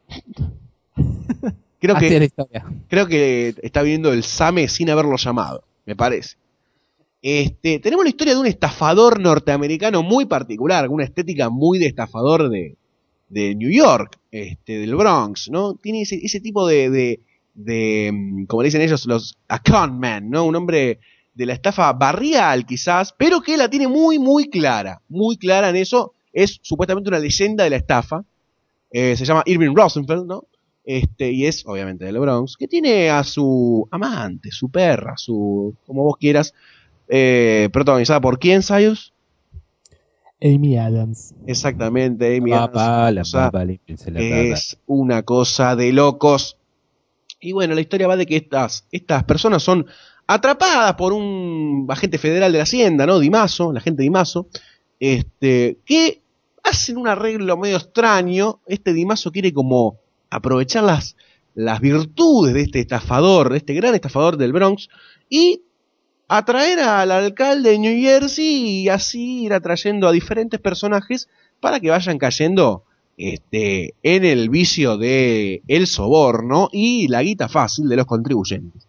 creo Así es la que historia. creo que está viniendo el Same sin haberlo llamado, me parece. Tenemos la historia de un estafador norteamericano muy particular, con una estética muy de estafador de New York, del Bronx, ¿no? Tiene ese tipo de como le dicen ellos, los a con man, ¿no? Un hombre de la estafa barrial quizás, pero que la tiene muy clara en eso. Es supuestamente una leyenda de la estafa. Se llama Irving Rosenfeld, ¿no? Y es obviamente del Bronx, que tiene a su amante, su perra, como vos quieras, protagonizada por ¿quién, Sayus? Amy Adams. Exactamente, Amy Papá, la Adams, o sea, papa, límpiense la papa. es una cosa de locos. Y bueno, la historia va de que estas personas son atrapadas por un agente federal de la Hacienda, ¿no? Dimaso, el agente Dimaso, que hacen un arreglo medio extraño. Dimaso quiere como aprovechar las virtudes de este estafador, de este gran estafador del Bronx, y atraer al alcalde de New Jersey y así ir atrayendo a diferentes personajes para que vayan cayendo en el vicio de el soborno y la guita fácil de los contribuyentes.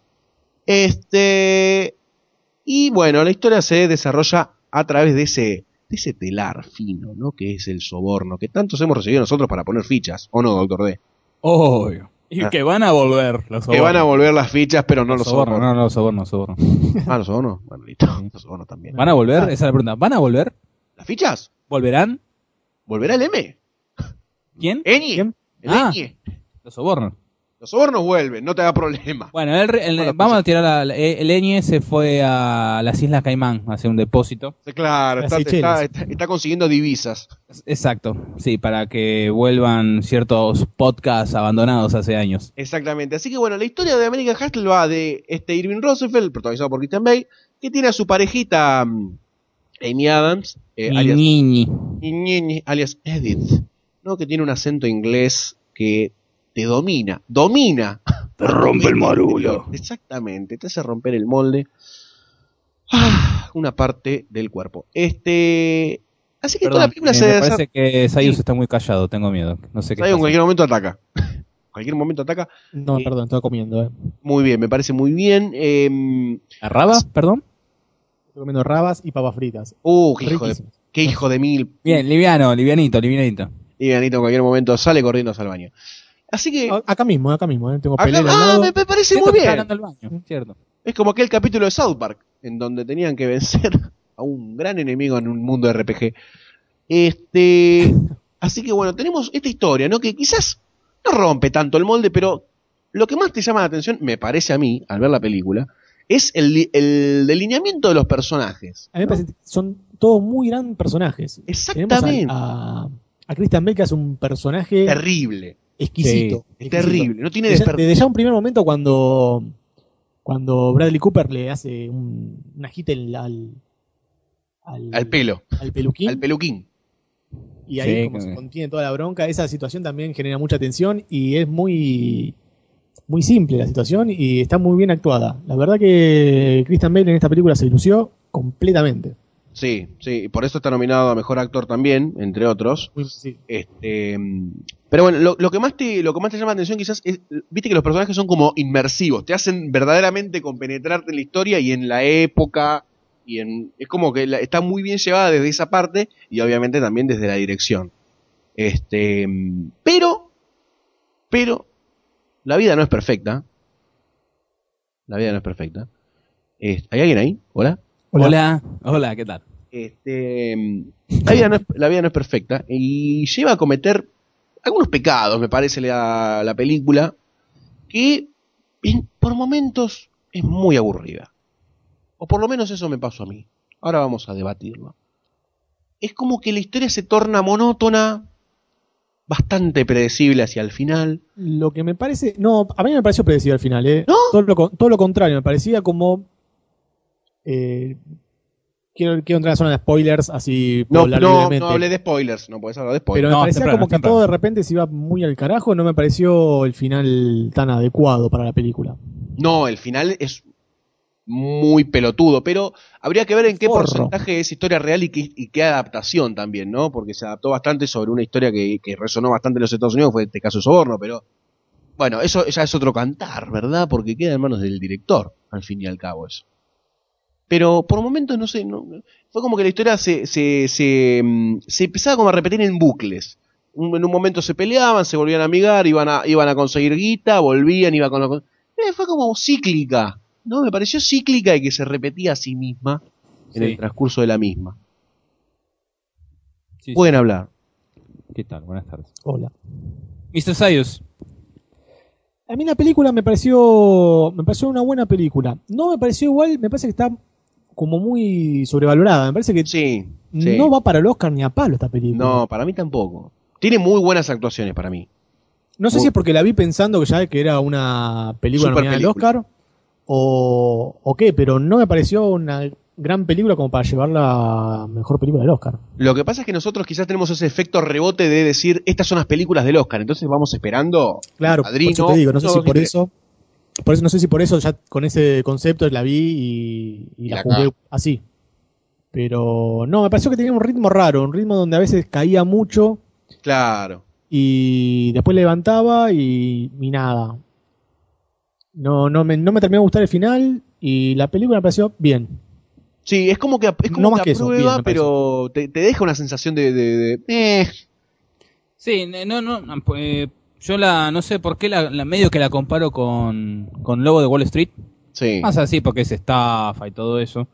Y bueno, la historia se desarrolla a través de ese telar fino, ¿no? Que es el soborno, que tantos hemos recibido nosotros para poner fichas, ¿o no, doctor D? Obvio. Y que van a volver los sobornos. Que van a volver las fichas, pero no los sobornos. No, los sobornos. Ah, los sobornos. Bueno, listo. Los sobornos también. ¿Van a volver? Esa es la pregunta. ¿Van a volver? ¿Las fichas? ¿Volverán? ¿Volverá el M? ¿Quién? ¿Eñi? ¿Quién? ¿El Ah. Eñi? Los sobornos. Los sobornos vuelven, no te da problema. Bueno, vamos a tirar el Eñe se fue a las Islas Caimán a hacer un depósito. Claro, Las Seychelles. está consiguiendo divisas. Exacto, sí, para que vuelvan ciertos podcasts abandonados hace años. Exactamente. Así que bueno, la historia de American Hustle va de Irving Roosevelt, protagonizado por Christian Bale, que tiene a su parejita Amy Adams, Ñiñi. alias Edith, ¿no? Que tiene un acento inglés que te domina. Te rompe el marullo. Exactamente, te hace romper el molde. Una parte del cuerpo. Así que toda la película me parece que Sayus está muy callado, tengo miedo. No sé qué Sayus en pasa. cualquier momento ataca. Cualquier momento ataca. No, perdón, estaba comiendo. Muy bien, me parece muy bien. ¿A Rabas, perdón? Estoy comiendo rabas y papas fritas. Qué hijo de mil. Bien, livianito. Y Anito en cualquier momento sale corriendo al baño. Así que Acá mismo, Tengo pelea al acá, lado. me parece Siento muy que está bien. hablando el baño, cierto. Es como aquel capítulo de South Park, en donde tenían que vencer a un gran enemigo en un mundo de RPG. Así que bueno, tenemos esta historia, ¿no? Que quizás no rompe tanto el molde, pero lo que más te llama la atención, me parece a mí, al ver la película, es el delineamiento de los personajes. A mí me parece que son todos muy grandes personajes. Exactamente. Tenemos a Christian Bale, que hace un personaje Terrible. exquisito. Es terrible. No tiene Desde ya un primer momento cuando Bradley Cooper le hace un agite al pelo. al peluquín. Al peluquín. Y ahí Sí, como se que- contiene toda la bronca, esa situación también genera mucha tensión y es muy simple la situación y está muy bien actuada. La verdad que Christian Bale en esta película se lució completamente. Sí, por eso está nominado a Mejor Actor también, entre otros. Sí. Pero bueno, lo que más te llama la atención quizás es, viste que los personajes son como inmersivos, te hacen verdaderamente compenetrarte en la historia y en la época, es como que está muy bien llevada desde esa parte y obviamente también desde la dirección. Pero, la vida no es perfecta. La vida no es perfecta. ¿Hay alguien ahí? ¿Hola? Hola, ¿qué tal? La vida no es perfecta y lleva a cometer algunos pecados, me parece, la película, que por momentos es muy aburrida. O por lo menos eso me pasó a mí. Ahora vamos a debatirlo. Es como que la historia se torna monótona, bastante predecible hacia el final. Lo que me parece... No, a mí me pareció predecible al final, ¿eh? ¿No? Todo lo contrario, me parecía como... quiero entrar en la zona de spoilers, así puedo hablar libremente. No hablé de spoilers, no puedes hablar de Pero spoilers. me No, parecía temprano, como que temprano. todo de repente se iba muy al carajo, no me pareció el final tan adecuado para la película. No, el final es muy pelotudo, pero habría que ver en qué Forro. porcentaje es historia real y qué adaptación también, ¿no? Porque se adaptó bastante sobre una historia que resonó bastante en los Estados Unidos, fue este caso de Soborno, pero bueno, eso ya es otro cantar, ¿verdad? Porque queda en manos del director, al fin y al cabo eso. Pero por momentos, no sé, fue como que la historia se empezaba como a repetir en bucles. En un momento se peleaban, se volvían a amigar, iban a conseguir guita, volvían, iban con los... fue como cíclica, ¿no? Me pareció cíclica y que se repetía a sí misma en Sí. el transcurso de la misma. Sí, Pueden hablar. ¿Qué tal? Buenas tardes. Hola. Mr. Sayus. A mí la película me pareció una buena película. No me pareció igual, me parece que está como muy sobrevalorada. Me parece que Sí. no va para el Oscar ni a palo esta película. No, para mí tampoco. Tiene muy buenas actuaciones para mí. No sé si es porque la vi pensando que era una película Super nominada al película. Oscar o qué, pero no me pareció una gran película como para llevarla a mejor película del Oscar. Lo que pasa es que nosotros quizás tenemos ese efecto rebote de decir, estas son las películas del Oscar, entonces vamos esperando Claro, Padrino, por eso te digo, no sé si no, por ¿viste? eso. Por eso no sé si por eso ya con ese concepto la vi y la la jugué cago. así. Pero no, me pareció que tenía un ritmo raro, un ritmo donde a veces caía mucho Claro. y después levantaba y nada. No me terminó de gustar el final y la película me pareció bien. Sí, es como que No más que eso, aprueba, bien, me pero te deja una sensación de Sí, yo no sé por qué la medio que la comparo con Lobo de Wall Street. Sí. Más así porque es estafa y todo eso.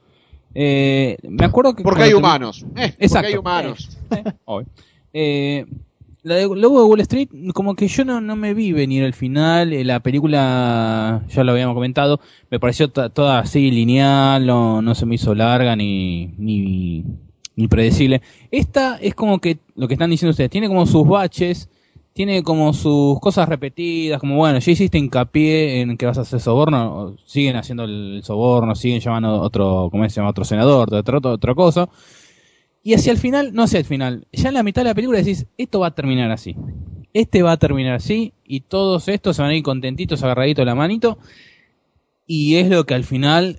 Me acuerdo que Porque cuando hay tuvi- humanos. Exacto. Porque hay humanos. Obvio. La de Lobo de Wall Street, como que yo no me vi venir el final. La película, ya lo habíamos comentado, me pareció toda así lineal, no se me hizo larga ni predecible. Esta es como que, lo que están diciendo ustedes, tiene como sus baches, tiene como sus cosas repetidas, como bueno, ya hiciste hincapié en que vas a hacer soborno, siguen haciendo el soborno, siguen llamando otro, ¿cómo se llama? Otro senador, otra cosa. Y hacia el final, no hacia el final, ya en la mitad de la película decís, esto va a terminar así. Este va a terminar así, y todos estos se van a ir contentitos, agarraditos de la manito, y es lo que al final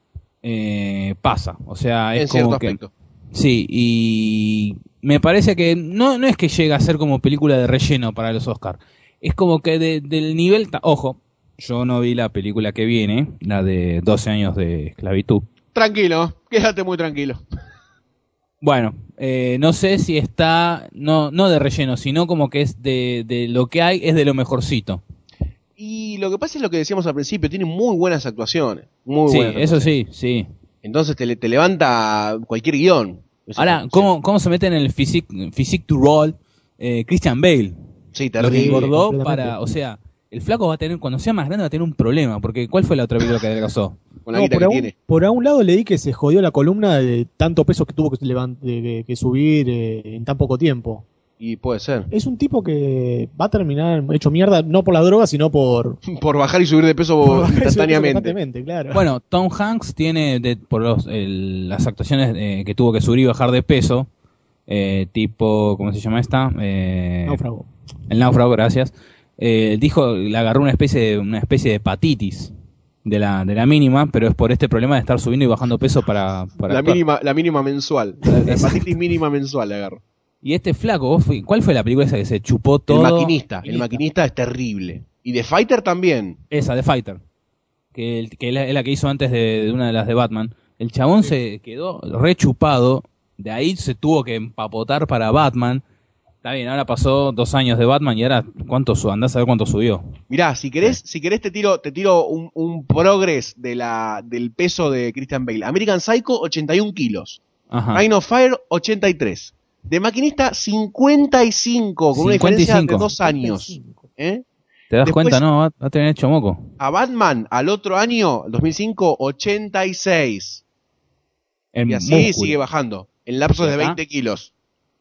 pasa. O sea, es En como cierto que... aspecto. Sí, y me parece que no es que llega a ser como película de relleno para los Oscars. Es como que del nivel... Ojo, yo no vi la película que viene, la de 12 años de esclavitud. Tranquilo, quédate muy tranquilo. Bueno, no sé si está, no de relleno, sino como que es de lo que hay, es de lo mejorcito. Y lo que pasa es lo que decíamos al principio, tiene muy buenas actuaciones. Muy Sí, buenas eso actuaciones. sí, sí. Entonces te levanta cualquier guión. Ahora, ¿cómo se mete en el physique to roll Christian Bale? Sí, Lo que terrible. engordó completamente. o sea, el flaco va a tener, cuando sea más grande va a tener un problema, porque ¿cuál fue la otra película que adelgazó? Con la No, guita que tiene. por a un lado leí que se jodió la columna de tanto peso que tuvo que subir en tan poco tiempo. Y puede ser. Es un tipo que va a terminar hecho mierda, no por la droga, sino por Por bajar y subir de peso por bajar instantáneamente. constantemente, claro. Bueno, Tom Hanks tiene, por las actuaciones que tuvo que subir y bajar de peso, tipo, ¿cómo se llama esta? Náufrago. El náufrago, gracias. Dijo, le agarró una especie de hepatitis de la mínima, pero es por este problema de estar subiendo y bajando peso para La actuar. mínima mensual. La hepatitis mínima mensual le agarro. Y este flaco, ¿cuál fue la película esa que se chupó todo? El maquinista es terrible. Y The Fighter también. Esa, The Fighter. Que es la que hizo antes de una de las de Batman. El chabón se quedó rechupado. De ahí se tuvo que empapotar para Batman. Está bien, ahora pasó 2 años de Batman y ahora andás a ver cuánto subió. Mirá, si querés te tiro un progress del peso de Christian Bale. American Psycho, 81 kilos. Ajá. Reign of Fire, 83. De maquinista, 55, con una diferencia de 55. 2 años. ¿Eh? ¿Te das Después- cuenta? No, va a tener hecho moco. A Batman, al otro año, 2005, 86. En Y así músculo. sigue bajando, en lapsos ¿Y de acá? 20 kilos.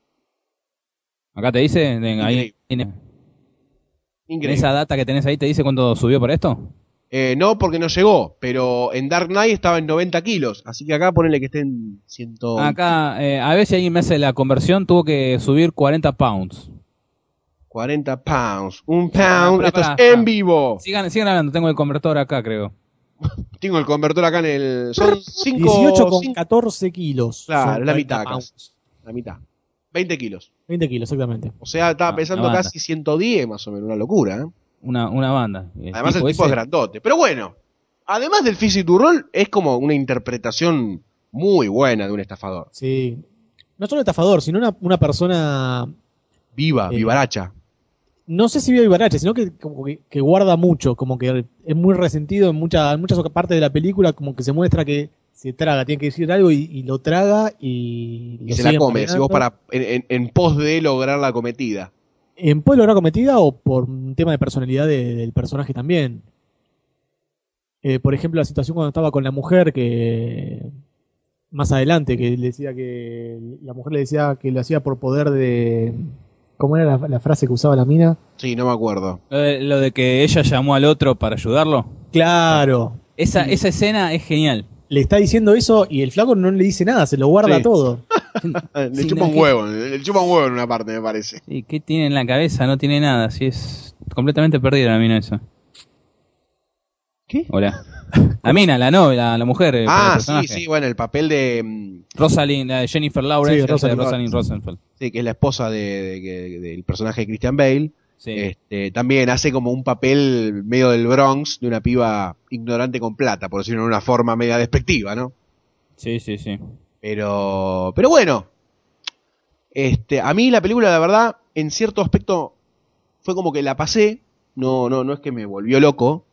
Acá te dice, ahí, en Increíble. esa data que tenés ahí, ¿te dice cuánto subió por esto? No, porque no llegó, pero en Dark Knight estaba en 90 kilos, así que acá ponele que esté en 100... Acá, a ver si alguien me hace la conversión, tuvo que subir 40 pounds. 40 pounds. Un pound, Pará, esto pará, es en pará. vivo. Sigan hablando, tengo el convertor acá, creo. Tengo el convertor acá en el... Son 5... 18 con 14 kilos. Claro, Son la 40 mitad acá. pounds. La mitad. 20 kilos. 20 kilos, exactamente. O sea, estaba Ah, pesando una banda. casi 110 más o menos, una locura, ¿eh? Una banda. Además el tipo es grandote. Pero bueno, además del physique du rol, es como una interpretación muy buena de un estafador. Sí. No solo estafador, sino una persona, Viva, vivaracha. no sé si vive vivarache, sino que, como que guarda mucho, como que es muy resentido en muchas partes de la película, como que se muestra que se traga, tiene que decir algo y lo traga y Y lo se la sigue come, si vos empleando. en pos de lograr la cometida. ¿Puede lograr cometida o por un tema de personalidad del personaje también? Por ejemplo, la situación cuando estaba con la mujer, que más adelante, que le decía que la mujer le decía que lo hacía por poder de... ¿Cómo era la frase que usaba la mina? Sí, no me acuerdo. Lo de que ella llamó al otro para ayudarlo. Claro. Esa escena es genial. Le está diciendo eso y el flaco no le dice nada, se lo guarda Sí. todo. Le Sí, chupa no, un huevo, le chupa un huevo en una parte, me parece. Sí, ¿qué tiene en la cabeza? No tiene nada. Sí, es completamente perdida la mina esa. ¿Qué? Hola. La mina, la novia, la mujer. el Ah, personaje. sí, bueno, el papel de... Rosalind, la de Jennifer Lawrence, Sí, que hace de Rosalind. Rosalind Rosenfeld. Sí, que es la esposa del personaje de Christian Bale. Sí. También hace como un papel medio del Bronx, de una piba ignorante con plata, por decirlo de una forma media despectiva, ¿no? Sí, sí, sí. Pero bueno, a mí la película, la verdad, en cierto aspecto, fue como que la pasé, no es que me volvió loco,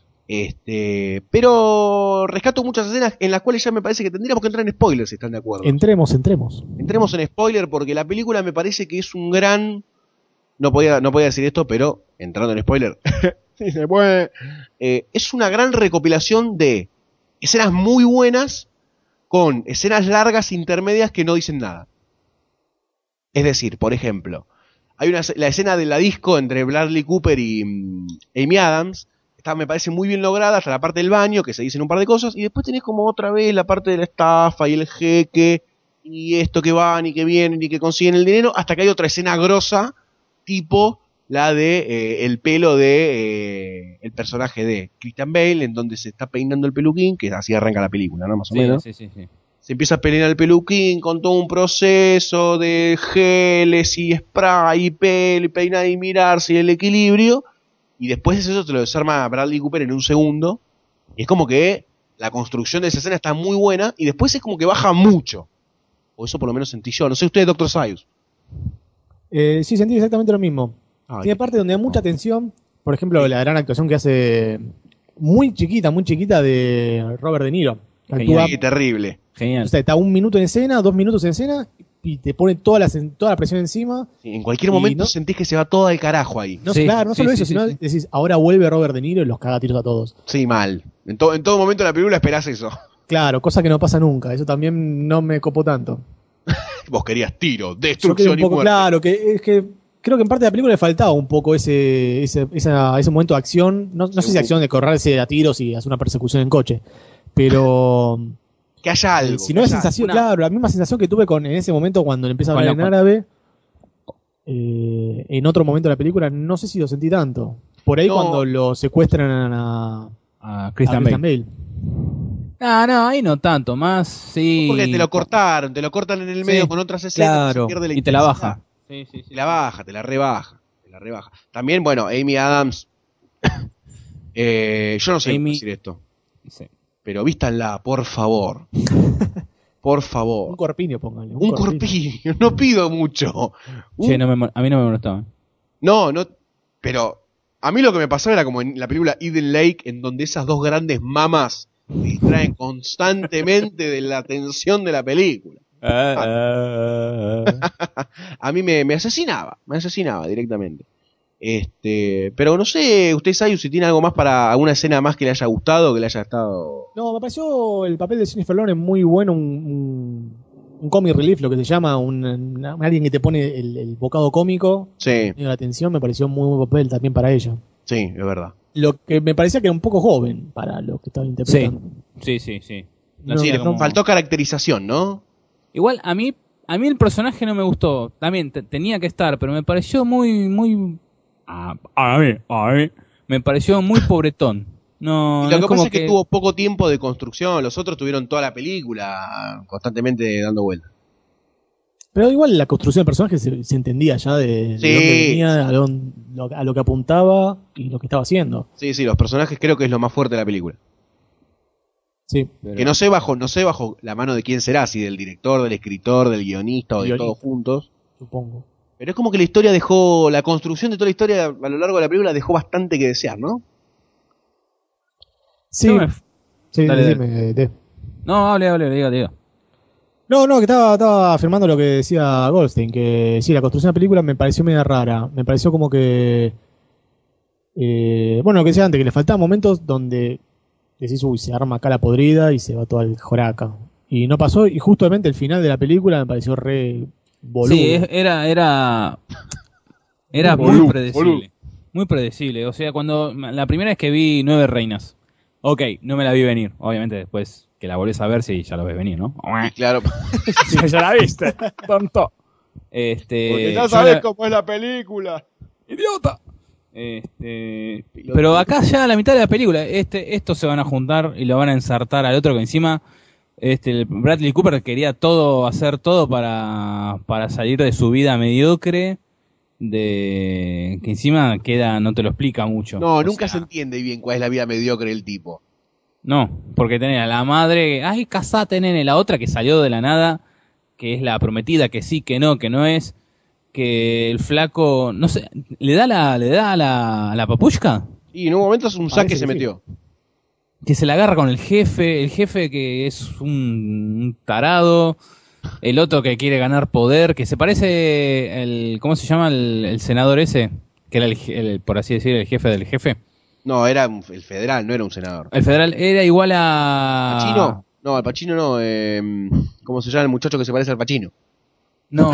pero rescato muchas escenas en las cuales ya me parece que tendríamos que entrar en spoilers, si están de acuerdo. Entremos. Entremos en spoiler porque la película me parece que es un gran no podía decir esto, pero entrando en spoiler, sí se puede. Es una gran recopilación de escenas muy buenas con escenas largas intermedias que no dicen nada. Es decir, por ejemplo, hay la escena de la disco entre Bradley Cooper y Amy Adams. Me parece muy bien lograda hasta la parte del baño, que se dicen un par de cosas, y después tenés como otra vez la parte de la estafa y el jeque, y esto que van y que vienen y que consiguen el dinero, hasta que hay otra escena grosa, tipo la de el pelo de el personaje de Christian Bale, en donde se está peinando el peluquín, que así arranca la película, ¿no? Más o menos. Sí. Se empieza a peinar el peluquín con todo un proceso de geles y spray y pelo y peinar y mirarse y el equilibrio. Y después eso te lo desarma Bradley Cooper en un segundo. Y es como que la construcción de esa escena está muy buena. Y después es como que baja mucho. O eso por lo menos sentí yo. No sé usted, Dr. Sayus. Sí, sentí exactamente lo mismo. Tiene parte donde hay mucha tensión. Por ejemplo, la gran actuación que hace muy chiquita de Robert De Niro. Actúa, Sí, terrible. Genial. o sea, está 1 minuto en escena, 2 minutos en escena y te pone toda la presión encima. Sí, en cualquier Y momento no- sentís que se va todo al carajo ahí. No, Sí, claro, no sí, solo sí, eso, sí, sino sí. decís, ahora vuelve Robert De Niro y los caga a tiros a todos. Sí, mal. En todo momento de la película esperás eso. Claro, cosa que no pasa nunca. Eso también no me copó tanto. Vos querías tiro, Yo quedé destrucción un y poco muerte. claro, que es que creo que en parte de la película le faltaba un poco ese momento de acción. No sé si acción de correrse a tiros y hacer una persecución en coche. Pero Que haya algo. si no que es haya- sensación, claro, la misma sensación que tuve en ese momento cuando le empieza a hablar en árabe. En otro momento de la película, no sé si lo sentí tanto. Por ahí No. cuando lo secuestran A Christian a Bale. No, ahí no tanto, más sí. Porque te lo cortan en el medio con otras escenas. Claro, se pierde la y te la intensidad. baja. Sí. Te la baja, te la rebaja. También, bueno, Amy Adams. Yo no sé cómo Amy- decir esto. Sí. Pero vístanla, por favor. Por Un favor. corpiño, póngale. Un corpiño. No pido mucho. Che, a mí no me molestaba. No, pero a mí lo que me pasaba era como en la película Eden Lake, en donde esas dos grandes mamas te distraen constantemente de la tensión de la película. A mí me asesinaba directamente. Pero no sé, usted sabe si tiene algo más para alguna escena más que le haya gustado, que le haya estado... No, me pareció el papel de Jennifer Lawrence muy bueno, un comic relief, lo que se llama, alguien que te pone el bocado cómico, Sí, la atención, me pareció muy buen papel también para ella. sí, es verdad. Lo que me parecía que era un poco joven para lo que estaba interpretando. Sí. No, Sí, no, le no. faltó caracterización, ¿no? Igual a mí el personaje no me gustó. También tenía que estar, pero me pareció muy a mí me pareció muy pobretón. No, Y lo es que como pasa es que tuvo poco tiempo de construcción, los otros tuvieron toda la película constantemente dando vueltas. Pero igual la construcción del personaje se entendía ya de Sí. dónde venía, a lo que apuntaba y lo que estaba haciendo. Sí, los personajes creo que es lo más fuerte de la película. Sí. Que no sé bajo la mano de quién será, si del director, del escritor, del guionista o de Guionista. todos juntos. Supongo. Pero es como que la construcción de toda la historia a lo largo de la película dejó bastante que desear, ¿no? Sí, No me- sí, Dale, decime, No, hable, diga. No, que estaba afirmando lo que decía Goldstein, que sí, la construcción de la película me pareció media rara. Me pareció como que... bueno, lo que decía antes, que le faltaban momentos donde decís, uy, se arma acá la podrida y se va todo al joraca. Y no pasó, y justamente el final de la película me pareció re boludo. Sí, era muy predecible. Muy predecible. O sea, cuando la primera vez que vi 9 reinas. Ok, no me la vi venir. Obviamente después que la volvés a ver, sí, ya la ves venir, ¿no? Y claro, ya la viste, tonto. porque ya yo sabes la- cómo es la película. ¡Idiota! Pero acá ya a la mitad de la película, estos se van a juntar y lo van a ensartar al otro que encima, el Bradley Cooper quería hacer todo para salir de su vida mediocre, que encima no te lo explica mucho. No, O nunca sea, se entiende bien cuál es la vida mediocre del tipo. No, porque tenés a la madre, ay, casate, nene, la otra que salió de la nada, que es la prometida, que sí, que no es, que el flaco, no sé, le da a la papushka, Y en un momento un Parece saque que se sí. metió. que se la agarra con el jefe que es un tarado, El otro que quiere ganar poder, que se parece ¿cómo se llama el senador ese? Que era por así decir, el jefe del jefe. No, era el federal, no era un senador. El federal era igual a... ¿Pacino? No, al Pacino no. ¿Cómo se llama el muchacho que se parece al Pacino? No,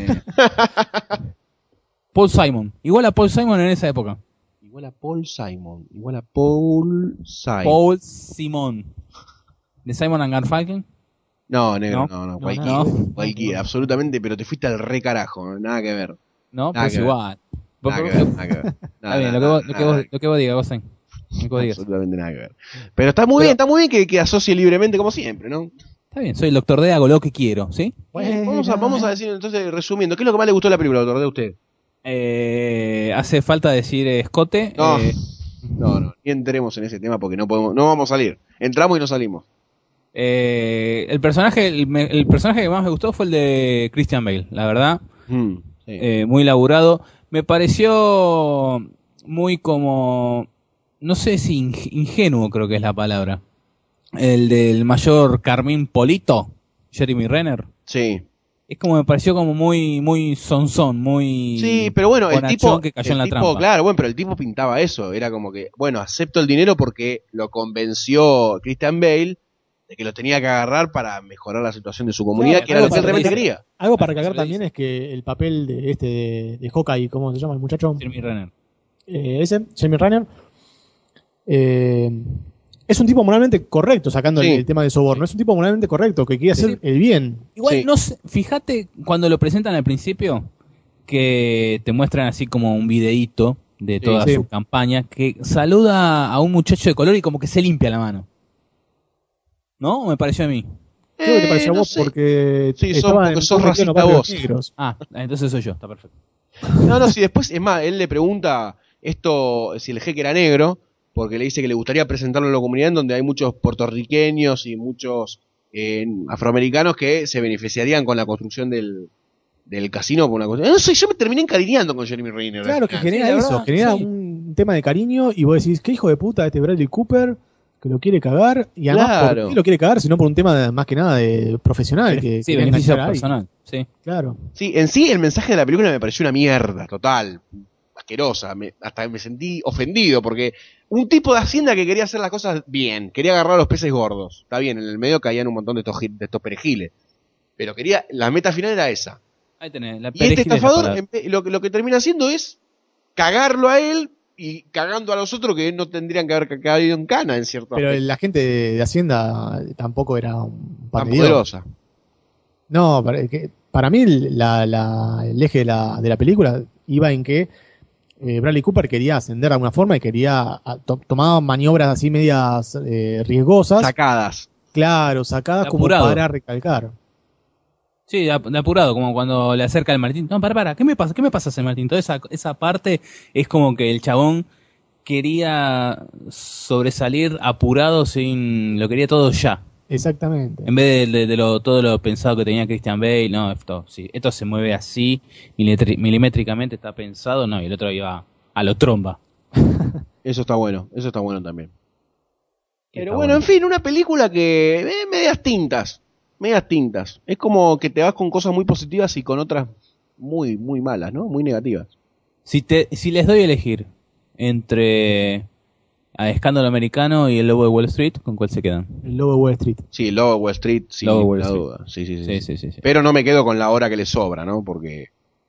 Paul Simon. Igual a Paul Simon en esa época. Igual a Paul Simon. Igual a Paul Simon. Paul Simon. ¿De Simon and Garfunkel? No, negro, No. no. No, Cualquiera, no. cualquiera, absolutamente, pero te fuiste al re carajo. Nada que ver. No, Nada pues que ver. igual. Nada que ver, nada que ver. Está bien, lo que vos digas, Gosen. Lo que vos digas. Absolutamente nada que ver. Pero está muy bien que asocie libremente como siempre, ¿no? Está bien, soy el Doctor D, hago lo que quiero, ¿sí? Vamos a decir entonces, resumiendo, ¿qué es lo que más le gustó de la película, doctor, de usted? Hace falta decir escote. No, ni entremos en ese tema porque no vamos a salir. Entramos y no salimos. El personaje que más me gustó fue el de Christian Bale, la verdad. Sí. Muy laburado. Me pareció muy como, no sé si ingenuo, creo que es la palabra. El del mayor Carmín Polito, Jeremy Renner. Sí. Es como me pareció como muy sonzón, muy... Sí, pero bueno, el bonachón tipo, que cayó en la trampa. claro, bueno, pero el tipo pintaba eso. Era como que, bueno, acepto el dinero porque lo convenció Christian Bale de que lo tenía que agarrar para mejorar la situación de su comunidad, Claro, que era lo que él algo realmente para quería. Algo para Claro, recalcar se lo también dice. es que el papel de Hawkeye, ¿cómo se llama el muchacho? Jeremy Renner. Jeremy Renner, es un tipo moralmente correcto, sacando Sí. el tema del soborno. Es un tipo moralmente correcto, que quiere hacer el bien. Igual, Sí. no sé, fíjate cuando lo presentan al principio, que te muestran así como un videíto de toda Sí. su campaña, que saluda a un muchacho de color y como que se limpia la mano. ¿No? Me pareció a mí. Creo que te pareció a no vos sé. porque Sí, estaba porque en sos un región racista aparte de vos. los negros. Ah, entonces soy yo, está perfecto. No, si después, es más, él le pregunta si el jeque era negro, porque le dice que le gustaría presentarlo en la comunidad en donde hay muchos puertorriqueños y muchos afroamericanos que se beneficiarían con la construcción del casino por una cosa. No sé, yo me terminé encariñando con Jeremy Renner. Claro que genera Sí, la eso, verdad, genera sí. un tema de cariño y vos decís, qué hijo de puta este Bradley Cooper que lo quiere cagar y además Claro. ¿por qué lo quiere cagar? Sino por un tema más que nada de profesional. Que Sí, quería beneficio enganchar a alguien. personal. Sí. Claro. Sí, en sí el mensaje de la película me pareció una mierda, total, asquerosa, hasta me sentí ofendido, porque un tipo de hacienda que quería hacer las cosas bien, quería agarrar a los peces gordos, está bien, en el medio caían un montón de estos perejiles, pero la meta final era esa. Ahí tenés, la Y este perejil es la estafador palabra. lo que termina haciendo es cagarlo a él y cagando a los otros que no tendrían que haber caído en cana en cierto Pero aspecto. la gente de Hacienda tampoco era un pan Tan de Dios. poderosa. No, para mí el eje de la película iba en que Bradley Cooper quería ascender de alguna forma y quería tomaba maniobras así medias riesgosas, Sacadas. claro, sacadas De como apurado. para recalcar. Sí, de apurado, como cuando le acerca el Martín. No, para, ¿qué me pasa ese Martín? Toda esa parte es como que el chabón quería sobresalir apurado lo quería todo ya. Exactamente. En vez de todo lo pensado que tenía Christian Bale, no, esto se mueve así, milimétricamente está pensado, no, y el otro iba a lo tromba. Eso está bueno también. Pero Está bueno, en fin, una película que medias tintas. Es como que te vas con cosas muy positivas y con otras muy, muy malas, ¿no? Muy negativas. Si les doy a elegir entre a Escándalo Americano y El Lobo de Wall Street, ¿con cuál se quedan? El Lobo de Wall Street. Sí, el Lobo de Wall Street, sin Lobo de Wall ninguna Street. duda. Sí. Sí. Pero no me quedo con la hora que le sobra, ¿no? Porque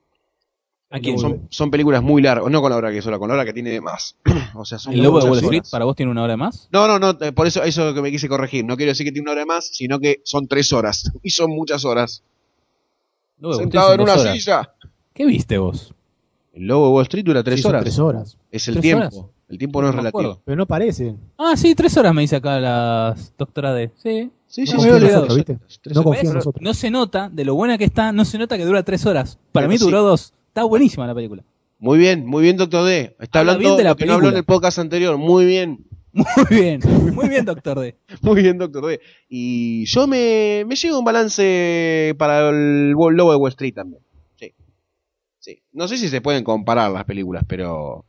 ¿A quién? son películas muy largas. No con la hora que sobra, con la hora que tiene de más. O sea, son ¿El Lobo de muchas Wall Street horas. para vos tiene una hora más? No, por eso es lo que me quise corregir. No quiero decir que tiene una hora de más, sino que son 3 horas. Y son muchas horas. El Lobo de Wall Street Sentado son en una 2 horas. silla. ¿Qué viste vos? El Lobo de Wall Street dura 3 Sí, son horas. 3 horas. Es el 3 tiempo. horas. El tiempo no es me relativo. acuerdo. Pero no parece. Ah, sí, 3 horas me dice acá la doctora D. Sí. Sí, No sí, me sí, había sí, olvidado. sí, ¿Viste? sí, No sí. confío en Pero nosotros. no se nota, de lo buena que está, no se nota que dura 3 horas. Para Pero mí duró sí. 2. Está buenísima la película. Muy bien, Doctor D. Está Habla hablando bien de la lo que no habló en película. el podcast anterior. Muy bien, Muy bien, doctor D. muy bien, Doctor D. Y yo me llevo un balance para el Lobo de Wall Street también. Sí. No sé si se pueden comparar las películas, pero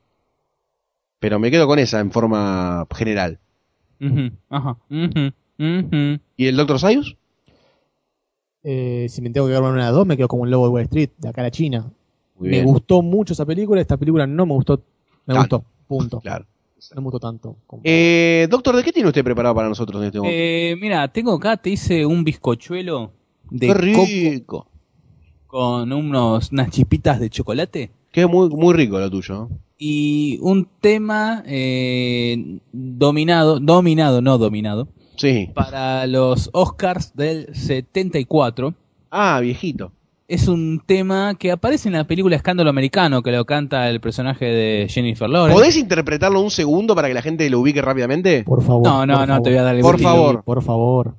me quedo con esa en forma general. Ajá. ¿Y el Doctor Sayus? Si me tengo que quedar con una de las dos, me quedo como un lobo de Wall Street, de acá a la China. Muy Me bien. gustó mucho esa película, esta película no me gustó. Me Tanto. gustó, punto. Claro. No me gustó tanto. Doctor, ¿de qué tiene usted preparado para nosotros en este momento? Mira, tengo acá, te hice un bizcochuelo de ¡Qué coco rico! con unas chispitas de chocolate Qué muy, muy rico lo tuyo. y un tema dominado, no dominado, Sí. para los Oscars del 74. Ah, viejito. Es un tema que aparece en la película Escándalo Americano, que lo canta el personaje de Jennifer Lawrence. ¿Podés interpretarlo un segundo para que la gente lo ubique rápidamente? Por favor. No, por favor. te voy a dar el Por brillo. favor. Por favor.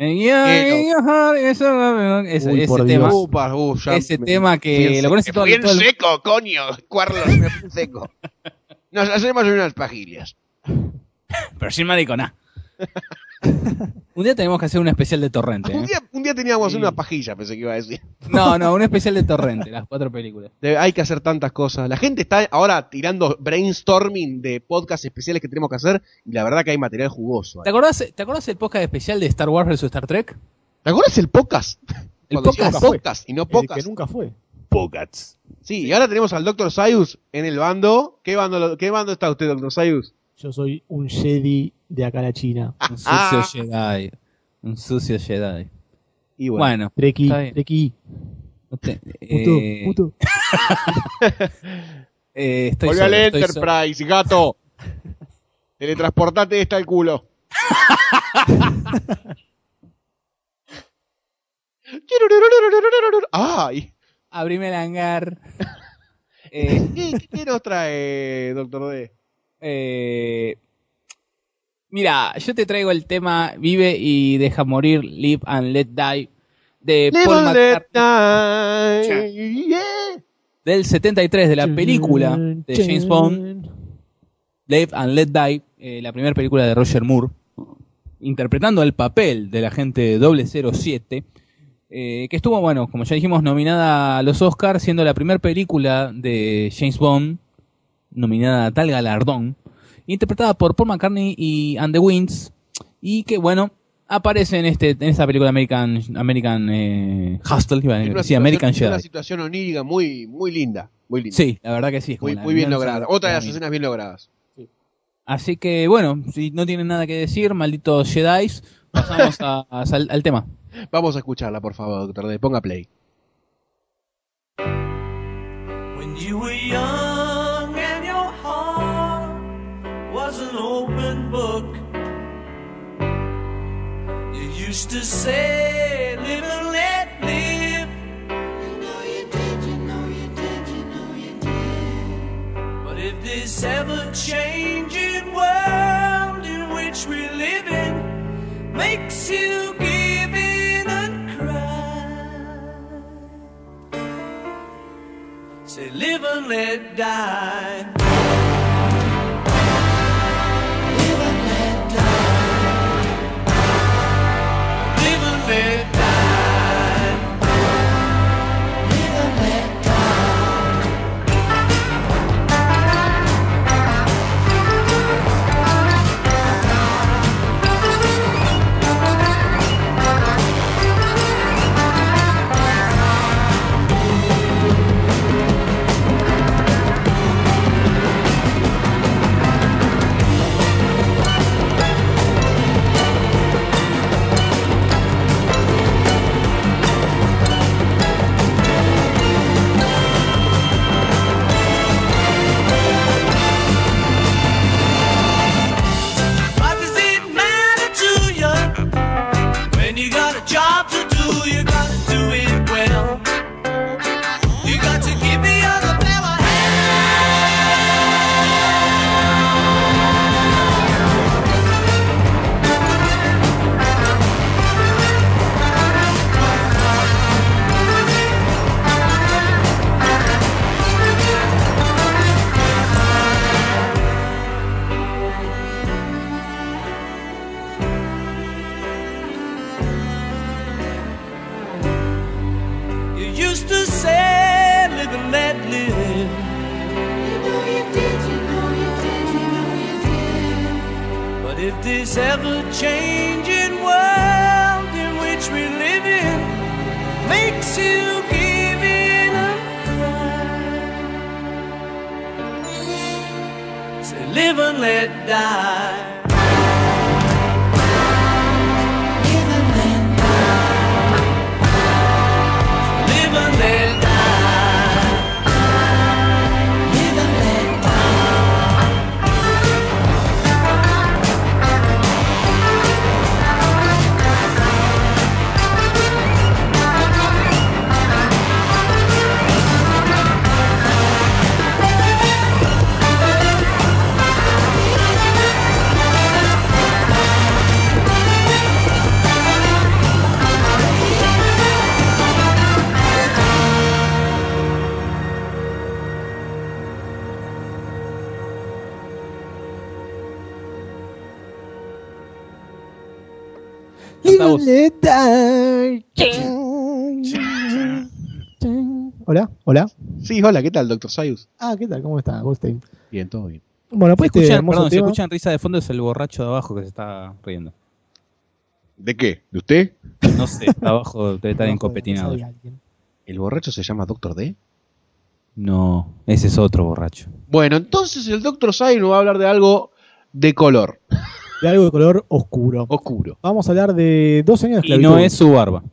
Ese Uy, por tema, Dios. Upa, ya ese me- tema que lo conoce todo, Fui en todo el- seco, coño. Carlos, me fui en seco. Nos hacemos unas pajillas. pero sin maricona. Un día tenemos que hacer un especial de Torrente. ¿eh? Un día teníamos una pajilla, pensé que iba a decir. No, un especial de Torrente, las 4 películas. Hay que hacer tantas cosas. La gente está ahora tirando brainstorming de podcasts especiales que tenemos que hacer y la verdad que hay material jugoso. ¿Te acordás el podcast especial de Star Wars vs Star Trek? ¿Te acuerdas el podcast? El Cuando podcast. decíamos podcast y no El podcast. que nunca fue. Podcasts. Sí, y ahora tenemos al Dr. Sayus en el bando. ¿Qué bando está usted, Dr. Sayus? Yo soy un Jedi de acá a la China. Un sucio Jedi. Un sucio Jedi. Y bueno. Bueno, Treki, está bien. Treki. no te- Puto. estoy Volvé solo, al estoy Enterprise, gato. Teletransportate está el culo. ¡Ay! Abrime el hangar. ¿Qué nos trae, Doctor D? Mira, yo te traigo el tema Vive y deja morir, Live and Let Die, de Live Paul and let McCartney, die. Yeah. del 73, de la película de James Bond, Live and Let Die, la primera película de Roger Moore, interpretando el papel del agente 007, que estuvo, bueno, como ya dijimos, nominada a los Oscars, siendo la primera película de James Bond nominada a tal galardón, interpretada por Paul McCartney y And the Winds, y que, bueno, aparece en esta película American Hustle, iba a Es decir, American una Jedi. situación onírica muy, muy linda. Muy linda. Sí, la verdad que sí. Es como Muy, la muy bien alianza lograda. Otra de las mí. escenas bien logradas. Así que, bueno, si no tienen nada que decir, malditos Jedis, pasamos al tema. Vamos a escucharla, por favor, Doctor D. Ponga play. When you were young and your heart was an open book, you used to say, live and let live. You know you did, you know you did, you know you did. But if this ever-changing world in which we live in makes you give in and cry, say live and let die. Live and let die. Live and let die. Live and let What does it matter to you when you got a job to do? You gotta do it well. You got to give the other fella You used to say, live and let live. You know you did, you know you did, you know you did. But if this ever-changing world in which we live in makes you give it a cry. Say, live and let die. Live and let die. Live and let die. Live and let die. Canta vos. Hola, hola. Sí, hola, ¿qué tal, Dr. Sayus? Ah, ¿qué tal? ¿Cómo está, Goldstein? Bien, todo bien. Bueno, Se pues este escuchan, hermoso perdón, se tema. escuchan risa de fondo, es el borracho de abajo que se está riendo. ¿De qué? ¿De usted? No sé, está abajo debe estar Abajo de la encopetinado. mesa hay alguien. ¿El borracho se llama Dr. D? No, ese es otro borracho. Bueno, entonces el Dr. Sayus nos va a hablar de algo de color De algo de color oscuro. oscuro. Vamos a hablar de 2 años de Y esclavitud. no es su barba.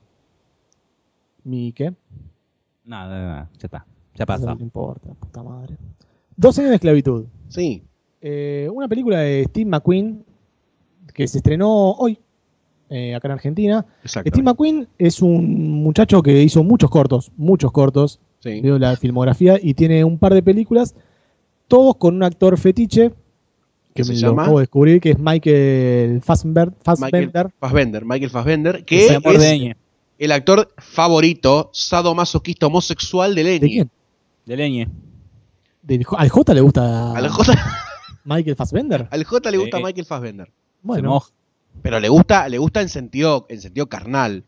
¿Mi qué? Nada, ya está. Ya pasó. No importa, puta madre. 2 años de esclavitud. Sí, Una película de Steve McQueen que se estrenó hoy, acá en Argentina. exacto. Steve McQueen es un muchacho que hizo muchos cortos. Sí. Veo la filmografía y tiene un par de películas, todos con un actor fetiche, que se me llama? lo acabo de descubrir, que es Michael Fassbender. Michael Fassbender, que El amor de es Ñ. el actor favorito sadomasoquista homosexual de Lenny. ¿De quién? De leñe. ¿Al J le gusta Al J, Michael Fassbender? al J le gusta Sí. Michael Fassbender. Se Bueno. moja. Pero le gusta en sentido carnal.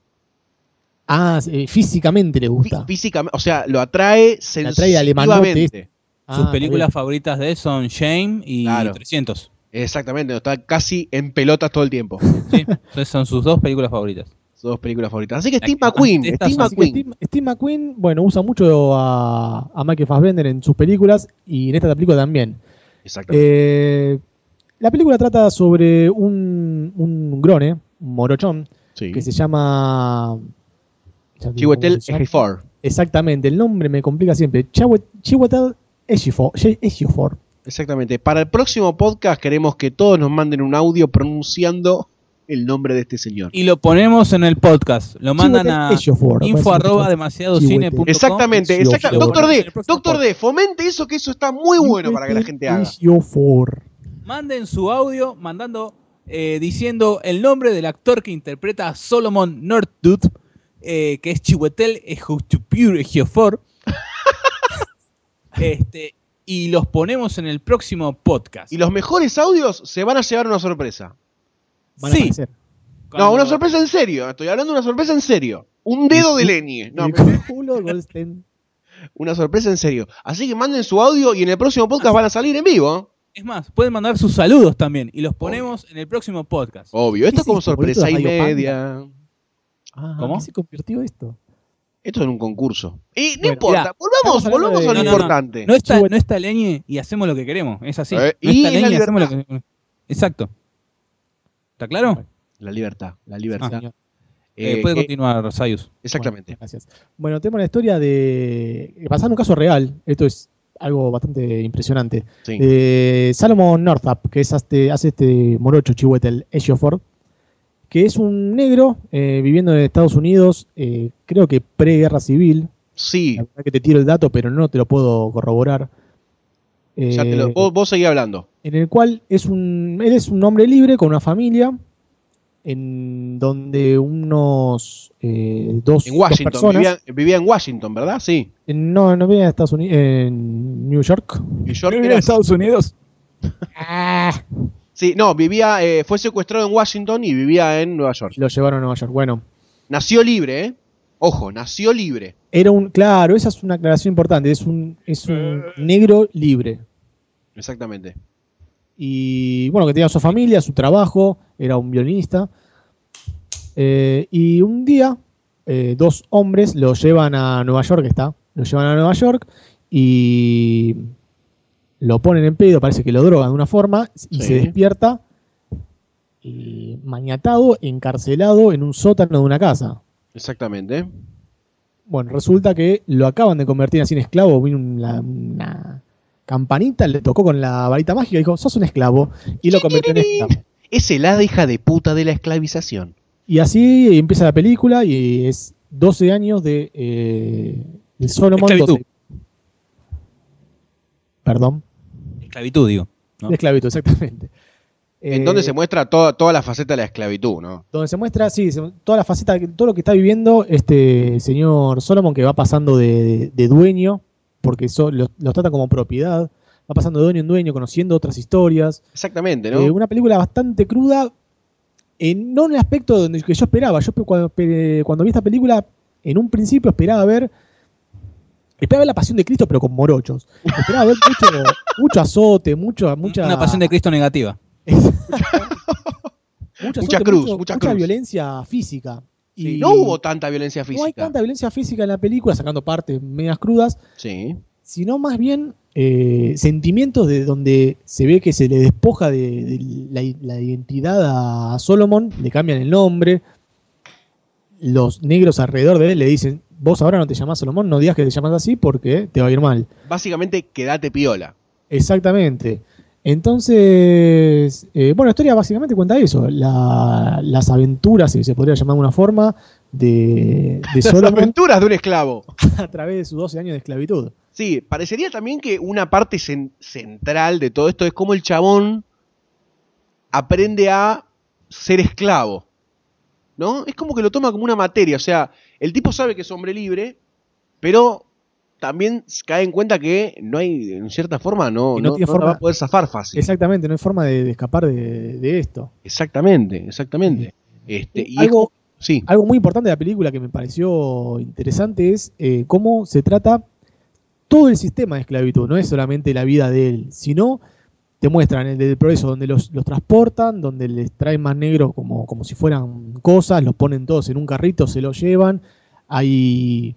Físicamente le gusta. Físicamente, o sea, lo atrae atrae alemanote. sensitivamente. Sus Ah, películas está favoritas de él son Shame y Claro. 300. Exactamente, está casi en pelotas todo el tiempo. Sí, esas son sus dos películas favoritas. Sus dos películas favoritas. Así que La Steve que más McQueen, detestas Steve son- Así que McQueen. Steve McQueen, bueno, usa mucho a Michael Fassbender en sus películas y en esta película también. Exactamente. La película trata sobre un grone, un morochón, Sí. que se llama... ya te digo Chiwetel cómo se llama. Ejiofor. Exactamente, el nombre me complica siempre. Chiwetel Ejiofor. Exactamente. Para el próximo podcast queremos que todos nos manden un audio pronunciando el nombre de este señor. Y lo ponemos en el podcast. Lo mandan a Chiwetel Ejiofor. info@demasiadocine.com. Exactamente, Ejiofor. exactamente. Lo Doctor ponemos en D, el próximo Doctor D, fomente eso, que eso está muy bueno para que la gente haga. Ejiofor. Manden su audio diciendo el nombre del actor que interpreta a Solomon Northup, que es Chiwetel Ejiofor. Y los ponemos en el próximo podcast. Y los mejores audios se van a llevar una sorpresa. Van a Sí. aparecer. No, una sorpresa en serio. Estoy hablando de una sorpresa en serio. Un dedo de Lenny. No, El culo de Goldstein. una sorpresa en serio. Así que manden su audio y en el próximo podcast van a salir en vivo. Es más, pueden mandar sus saludos también y los ponemos en el próximo podcast. Obvio. Esto es como ¿Qué es esto, sorpresa y boludo? Radio media. ¿Cómo? ¿Qué se convirtió esto? Esto es un concurso. Y no Bueno, importa. mirá, volvamos estamos hablando a lo de- importante. No está Leñe y hacemos lo que queremos. Es así. Y No está la Leñe y hacemos lo libertad. que... Exacto. ¿Está claro? La libertad. La libertad. Señor. Puede continuar, Sayus. Exactamente. Bueno, gracias. Bueno, tenemos la historia de... Basada en un caso real. Esto es algo bastante impresionante. Sí. Salomon Northup, que hace este morocho Chiwetel Ejiofor, que es un negro viviendo en Estados Unidos, creo que pre-guerra civil. Sí. La verdad que te tiro el dato, pero no te lo puedo corroborar. Ya vos seguí hablando. En el cual él es un hombre libre con una familia, en donde dos En Washington. personas, Vivía en Washington, ¿verdad? Sí. no vivía en Estados Unidos, en New York. New York ¿Vive era en así. Estados Unidos? Sí, no, fue secuestrado en Washington y vivía en Nueva York. Lo llevaron a Nueva York. Bueno, Nació libre, ¿eh? Ojo, nació libre. claro, esa es una aclaración importante, es un negro libre. Exactamente. Y bueno, que tenía su familia, su trabajo, era un violinista. Y un día dos hombres lo llevan a Nueva York, lo llevan a Nueva York y lo ponen en pedo, parece que lo drogan de una forma y Sí. se despierta maniatado, encarcelado en un sótano de una casa. Exactamente. Bueno, resulta que lo acaban de convertir así en esclavo, vino una campanita, le tocó con la varita mágica y dijo, sos un esclavo, y lo convirtió en esclavo. Es el hada hija de puta de la esclavización. Y así empieza la película y es 12 años de Solomon. Esclavitud. Perdón. Esclavitud, digo. ¿no? De esclavitud, exactamente. En donde se muestra toda la faceta de la esclavitud, ¿no? Donde se muestra, sí, toda la faceta, todo lo que está viviendo este señor Solomon, que va pasando de dueño, porque los trata como propiedad, va pasando de dueño en dueño, conociendo otras historias. Exactamente, ¿no? Una película bastante cruda, no en el aspecto donde, que yo esperaba. Yo cuando vi esta película, en un principio esperaba ver la Pasión de Cristo, pero con morochos. Esperaba ver mucho azote, mucha... Una pasión de Cristo negativa. Mucha cruz, mucha cruz. Violencia física. Sí, Y no hubo tanta violencia física. no hay tanta violencia física en la película, sacando partes medias crudas, Sí. sino más bien sentimientos de donde se ve que se le despoja de la identidad a Solomon, le cambian el nombre, los negros alrededor de él le dicen, vos ahora no te llamás Solomon, no digas que te llamas así porque te va a ir mal. Básicamente, quédate piola. Exactamente. Entonces, la historia básicamente cuenta eso, las aventuras, si se podría llamar de una forma, de Las Solomon aventuras de un esclavo. a través de sus 12 años de esclavitud. Sí, parecería también que una parte central de todo esto es cómo el chabón aprende a ser esclavo, ¿no? Es como que lo toma como una materia, o sea, el tipo sabe que es hombre libre, pero también cae en cuenta que no hay, en cierta forma, no tiene la forma- va a poder zafar fácil. Exactamente, no hay forma de escapar de esto. Exactamente. Y Algo sí, Algo muy importante de la película que me pareció interesante es cómo se trata todo el sistema de esclavitud. No es solamente la vida de él, sino te muestran el progreso donde los transportan, donde les traen más negros como si fueran cosas, los ponen todos en un carrito, se los llevan. Hay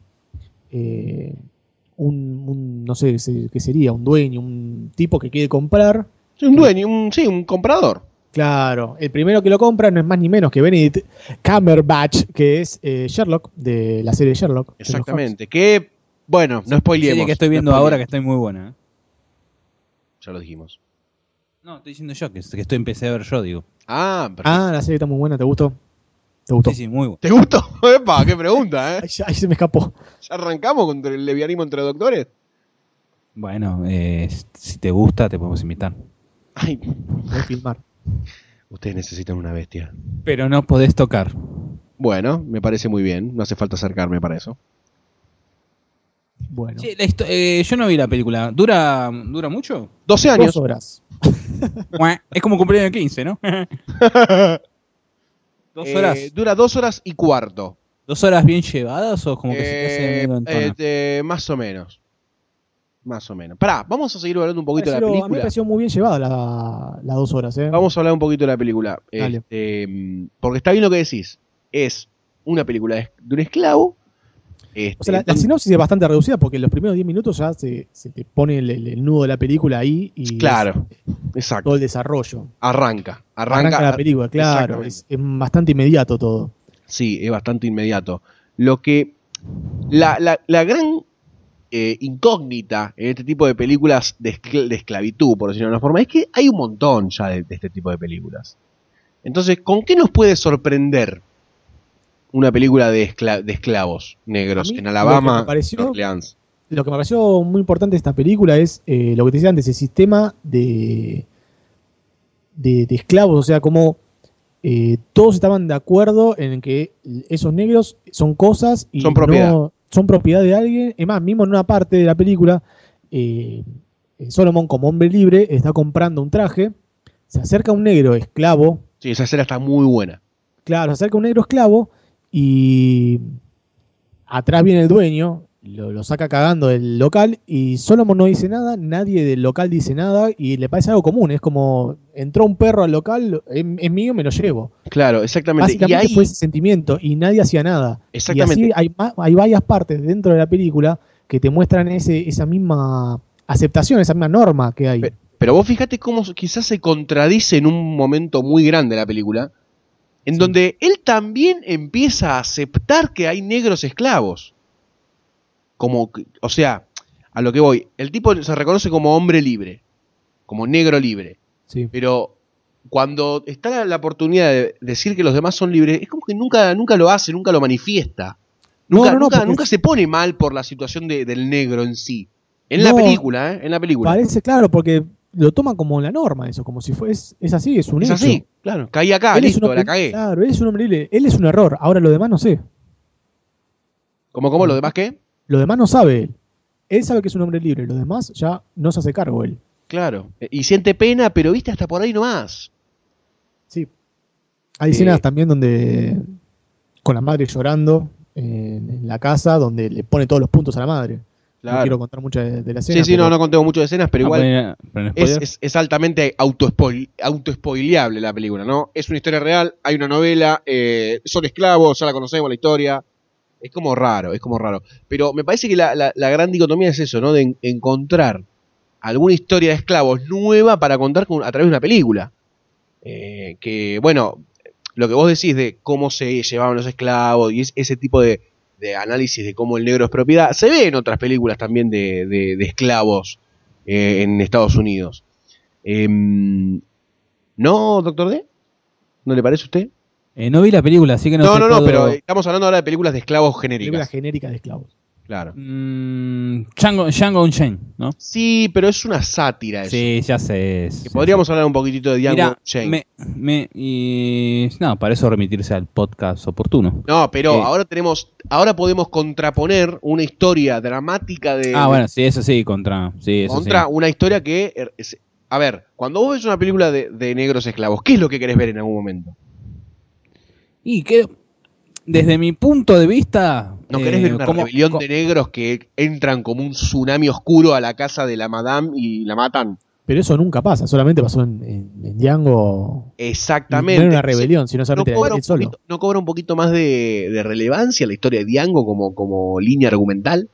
no sé qué sería, un dueño, un tipo que quiere comprar. sí, un dueño, un comprador. Claro, el primero que lo compra no es más ni menos que Benedict Cumberbatch, que es Sherlock, de la serie Sherlock. Exactamente. Que, bueno, no spoileemos. Serie que estoy viendo no ahora que spoileemos. está muy buena. Ya lo dijimos. No, estoy diciendo yo, que empecé a ver yo, digo. Ah, perfecto. Ah, la serie está muy buena, ¿te gustó? ¿Te gustó? Sí, muy buena. ¿Te gustó? ¡Epa! ¡Qué pregunta, Ahí se me escapó. ¿Ya arrancamos con el levianismo entre doctores? Bueno, si te gusta, te podemos invitar. Ay, Voy a filmar. ustedes necesitan una bestia. Pero no podés tocar. Bueno, me parece muy bien. No hace falta acercarme para eso. Bueno, Sí, yo no vi la película. ¿Dura mucho? 12 años. 2 horas. Es como cumpleaños 15, ¿no? 2 horas. Dura 2 horas y cuarto. ¿2 horas bien llevadas o como que se te hace medio entona? Más o menos. Más o menos. Pará, vamos a seguir hablando un poquito de la A mí me película. pareció muy bien llevada las 2 horas. Vamos a hablar un poquito de la película. Dale. Porque está bien lo que decís. Es una película de un esclavo. O sea, la sinopsis es bastante reducida porque en los primeros 10 minutos ya se te pone el nudo de la película ahí y Claro, es exacto. todo el desarrollo. Arranca La película, claro. Exactamente. Es bastante inmediato todo. Sí, es bastante inmediato. Lo que. La gran incógnita en este tipo de películas de esclavitud, por decirlo de una forma, es que hay un montón ya de este tipo de películas. Entonces, ¿con qué nos puede sorprender una película de esclavos negros A mí, en Alabama, lo que me pareció- en Orleans? Lo que me pareció muy importante de esta película es lo que te decía antes, el sistema de esclavos, o sea, como todos estaban de acuerdo en que esos negros son cosas y Son propiedad. no son propiedad de alguien. Es más, mismo en una parte de la película, Solomon, como hombre libre, está comprando un traje, se acerca un negro esclavo, Sí, esa escena está muy buena. claro, se acerca un negro esclavo y atrás viene el dueño, lo saca cagando del local y Solomon no dice nada, nadie del local dice nada y le parece algo común. Es como, entró un perro al local, es mío, me lo llevo. Claro, exactamente. Básicamente y ahí, fue ese sentimiento y nadie hacía nada. Exactamente. Y así hay varias partes dentro de la película que te muestran esa misma aceptación, esa misma norma que hay. pero vos fíjate cómo quizás se contradice en un momento muy grande de la película, en donde él también empieza a aceptar que hay negros esclavos. O sea, a lo que voy, el tipo se reconoce como hombre libre, como negro libre. Sí. Pero cuando está la oportunidad de decir que los demás son libres, es como que nunca lo hace, nunca lo manifiesta. Nunca se pone mal por la situación del negro en sí. En la película, ¿eh? En la película. Parece claro, porque lo toman como la norma eso, como si es así, es un hecho. Es así, claro. Caí acá, listo, la cagué. Claro, él es un hombre libre, él es un error, ahora lo demás no sé. ¿Cómo? ¿Lo demás qué? Lo demás no sabe él. Él sabe que es un hombre libre, los demás ya no se hace cargo él. Claro. Y siente pena, pero viste hasta por ahí nomás. Sí. Hay escenas también donde con la madre llorando en la casa, donde le pone todos los puntos a la madre. Claro. No quiero contar mucho de la escena. Sí, no contemos mucho de escenas, pero igual pero es altamente autoespoileable la película, ¿no? Es una historia real, hay una novela, son esclavos, ya la conocemos la historia. Es como raro. Pero me parece que la gran dicotomía es eso, ¿no? De encontrar alguna historia de esclavos nueva para contar a través de una película. Que, bueno, lo que vos decís de cómo se llevaban los esclavos y ese tipo de análisis de cómo el negro es propiedad, se ve en otras películas también de esclavos en Estados Unidos. ¿No, Doctor D? ¿No le parece a usted? No vi la película, así que no sé. No, pero estamos hablando ahora de películas de esclavos genéricas. Películas genéricas de esclavos. Claro. Django Unchained, ¿no? Sí, pero es una sátira eso. Sí, ya sé. Que podríamos hablar un poquitito de Django Unchained. No, para eso remitirse al podcast oportuno. No, pero ahora podemos contraponer una historia dramática de... bueno, sí, eso sí, contra una historia que... A ver, cuando vos ves una película de negros esclavos, ¿qué es lo que querés ver en algún momento? Y que, desde mi punto de vista... ¿No querés ver una rebelión de negros que entran como un tsunami oscuro a la casa de la madame y la matan? Pero eso nunca pasa, solamente pasó en Django. Exactamente. No era una rebelión, sino solamente él solo. ¿No cobra un poquito más de relevancia la historia de Django como línea argumental?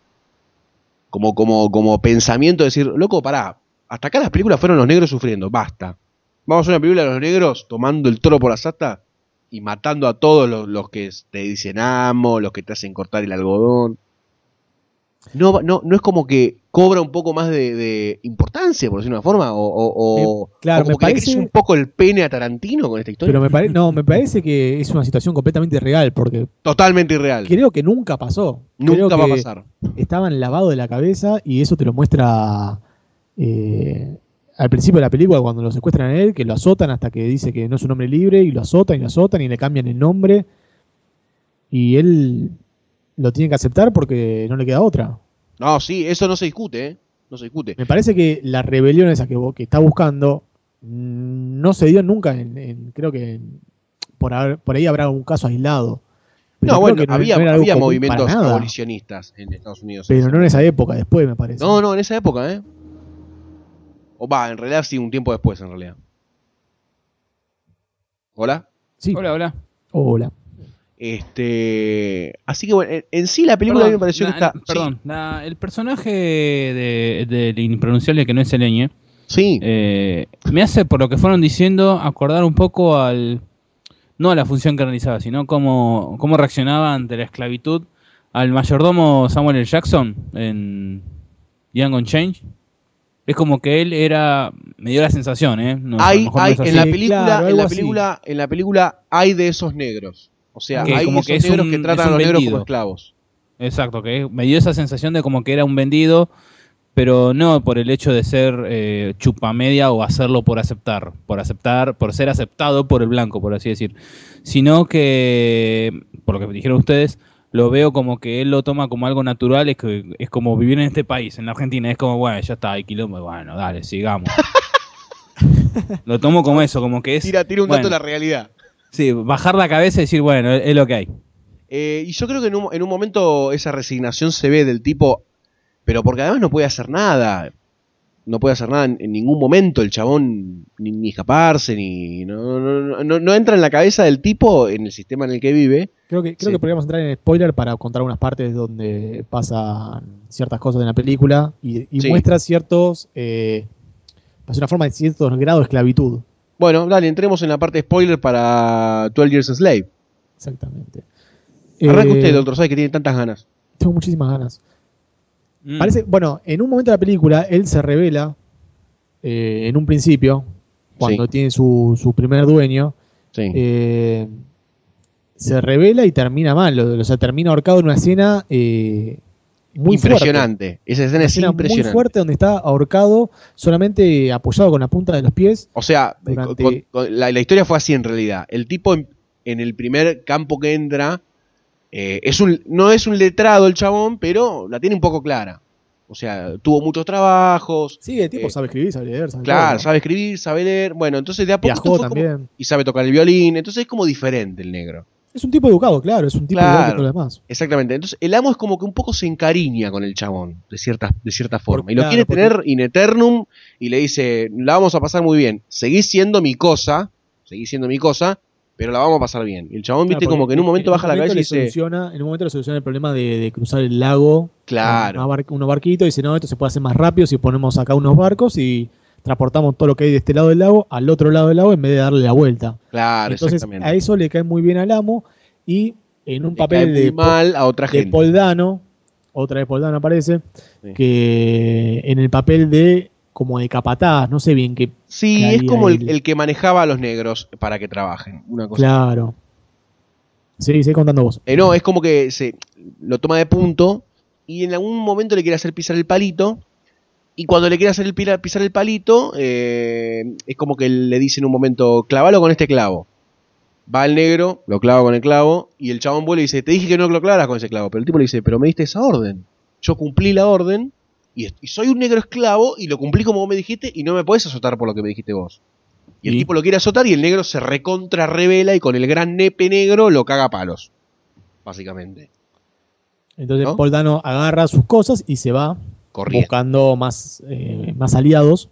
Como pensamiento de decir, loco, pará, hasta acá las películas fueron los negros sufriendo, basta. Vamos a hacer una película de los negros tomando el toro por la sata y matando a todos los que te dicen amo, los que te hacen cortar el algodón. No es como que cobra un poco más de importancia, por decirlo de una forma, claro, o como que le crece un poco el pene a Tarantino con esta historia. Pero me parece que es una situación completamente irreal, porque totalmente irreal. Creo que nunca pasó. Nunca va a pasar. Estaban lavados de la cabeza y eso te lo muestra al principio de la película cuando lo secuestran a él, que lo azotan hasta que dice que no es un hombre libre y lo azotan y le cambian el nombre y él lo tiene que aceptar porque no le queda otra. No, sí, eso no se discute, ¿eh? No se discute. Me parece que la rebelión esa que está buscando no se dio nunca creo que por ahí habrá un caso aislado. Pero no, bueno, no había movimientos abolicionistas en Estados Unidos. Pero no en esa época, después me parece. No, en esa época, ¿eh? En realidad sí, un tiempo después, en realidad. ¿Hola? Sí. Hola. Así que bueno, en sí la película a mí me pareció que está... Perdón, el personaje del impronunciable que no es Eleñe, sí. Me hace, por lo que fueron diciendo, acordar un poco no a la función que realizaba, sino cómo reaccionaba ante la esclavitud al mayordomo Samuel L. Jackson en Django Unchained. Es como que él me dio la sensación, en la película hay de esos negros. O sea, que hay como esos que negros que tratan a los negros como esclavos. Exacto, que me dio esa sensación de como que era un vendido, pero no por el hecho de ser chupamedia o hacerlo por ser aceptado por el blanco, por así decir, sino que, por lo que dijeron ustedes, lo veo como que él lo toma como algo natural, es como vivir en este país, en la Argentina, es como, bueno, ya está, hay quilombo, bueno, dale, sigamos. Lo tomo como eso, como que es... Tira un dato de la realidad. Sí, bajar la cabeza y decir, bueno, es lo que hay. Y yo creo que en un momento esa resignación se ve del tipo, pero porque además no puede hacer nada. No puede hacer nada en ningún momento el chabón, ni escaparse, ni no entra en la cabeza del tipo en el sistema en el que vive. Creo que podríamos entrar en spoiler para contar unas partes donde pasan ciertas cosas en la película y Sí. muestra ciertos, pues una forma de ciertos grados de esclavitud. Bueno, dale, entremos en la parte de spoiler para 12 Years a Slave. Exactamente. Arranca usted, doctor, sabe que tiene tantas ganas. Tengo muchísimas ganas. Mm. Parece, bueno, en un momento de la película él se revela en un principio, cuando Sí. tiene su primer dueño, Sí. se revela y termina mal, o sea, termina ahorcado en una escena muy Impresionante. fuerte. Esa escena Una es escena impresionante. muy fuerte donde está ahorcado solamente apoyado con la punta de los pies. O sea, Durante- la historia fue así en realidad. El tipo en el primer campo que entra, no es un letrado el chabón, pero la tiene un poco clara. O sea, tuvo muchos trabajos. Sí, el tipo sabe escribir, sabe leer, sabe Claro, todo. sabe escribir, sabe leer. Bueno, entonces de a poco Viajó también. y sabe tocar el violín. Entonces es como diferente el negro. Es un tipo educado, claro, es un tipo Claro. igual que todos los demás. Exactamente. Entonces el amo es como que un poco se encariña con el chabón, de cierta forma. Y lo claro, quiere porque- tener in eternum y le dice, la vamos a pasar muy bien. Seguís siendo mi cosa, pero la vamos a pasar bien. Y el chabón, viste, Claro, como que en un momento baja la cabeza y dice, en un momento le soluciona el problema de cruzar el lago. Claro. Con unos barquitos y dice, no, esto se puede hacer más rápido si ponemos acá unos barcos y transportamos todo lo que hay de este lado del lago al otro lado del lago en vez de darle la vuelta. claro, Entonces exactamente. a eso le cae muy bien al amo y en un Le cae papel muy de, mal a otra de gente. Paul Dano, otra vez Paul Dano aparece, Sí. que en el papel de como de capataz, no sé bien qué. Sí, que es haría como él. el que manejaba a los negros para que trabajen. Una cosa. Claro. Sí, sigue contando vos. No, es como que se lo toma de punto y en algún momento le quiere hacer pisar el palito. Y cuando le quiere hacer pisar el palito, es como que le dice en un momento, clavalo con este clavo. Va el negro, lo clava con el clavo, y el chabón vuelve y dice, te dije que no lo clavaras con ese clavo. Pero el tipo le dice, pero me diste esa orden. Yo cumplí la orden, y soy un negro esclavo, y lo cumplí como vos me dijiste, y no me podés azotar por lo que me dijiste vos. Y el ¿Y? tipo lo quiere azotar, y el negro se recontra revela, y con el gran nepe negro lo caga a palos. Básicamente. Entonces ¿No? Paul Dano agarra sus cosas y se va Corriendo. buscando más aliados.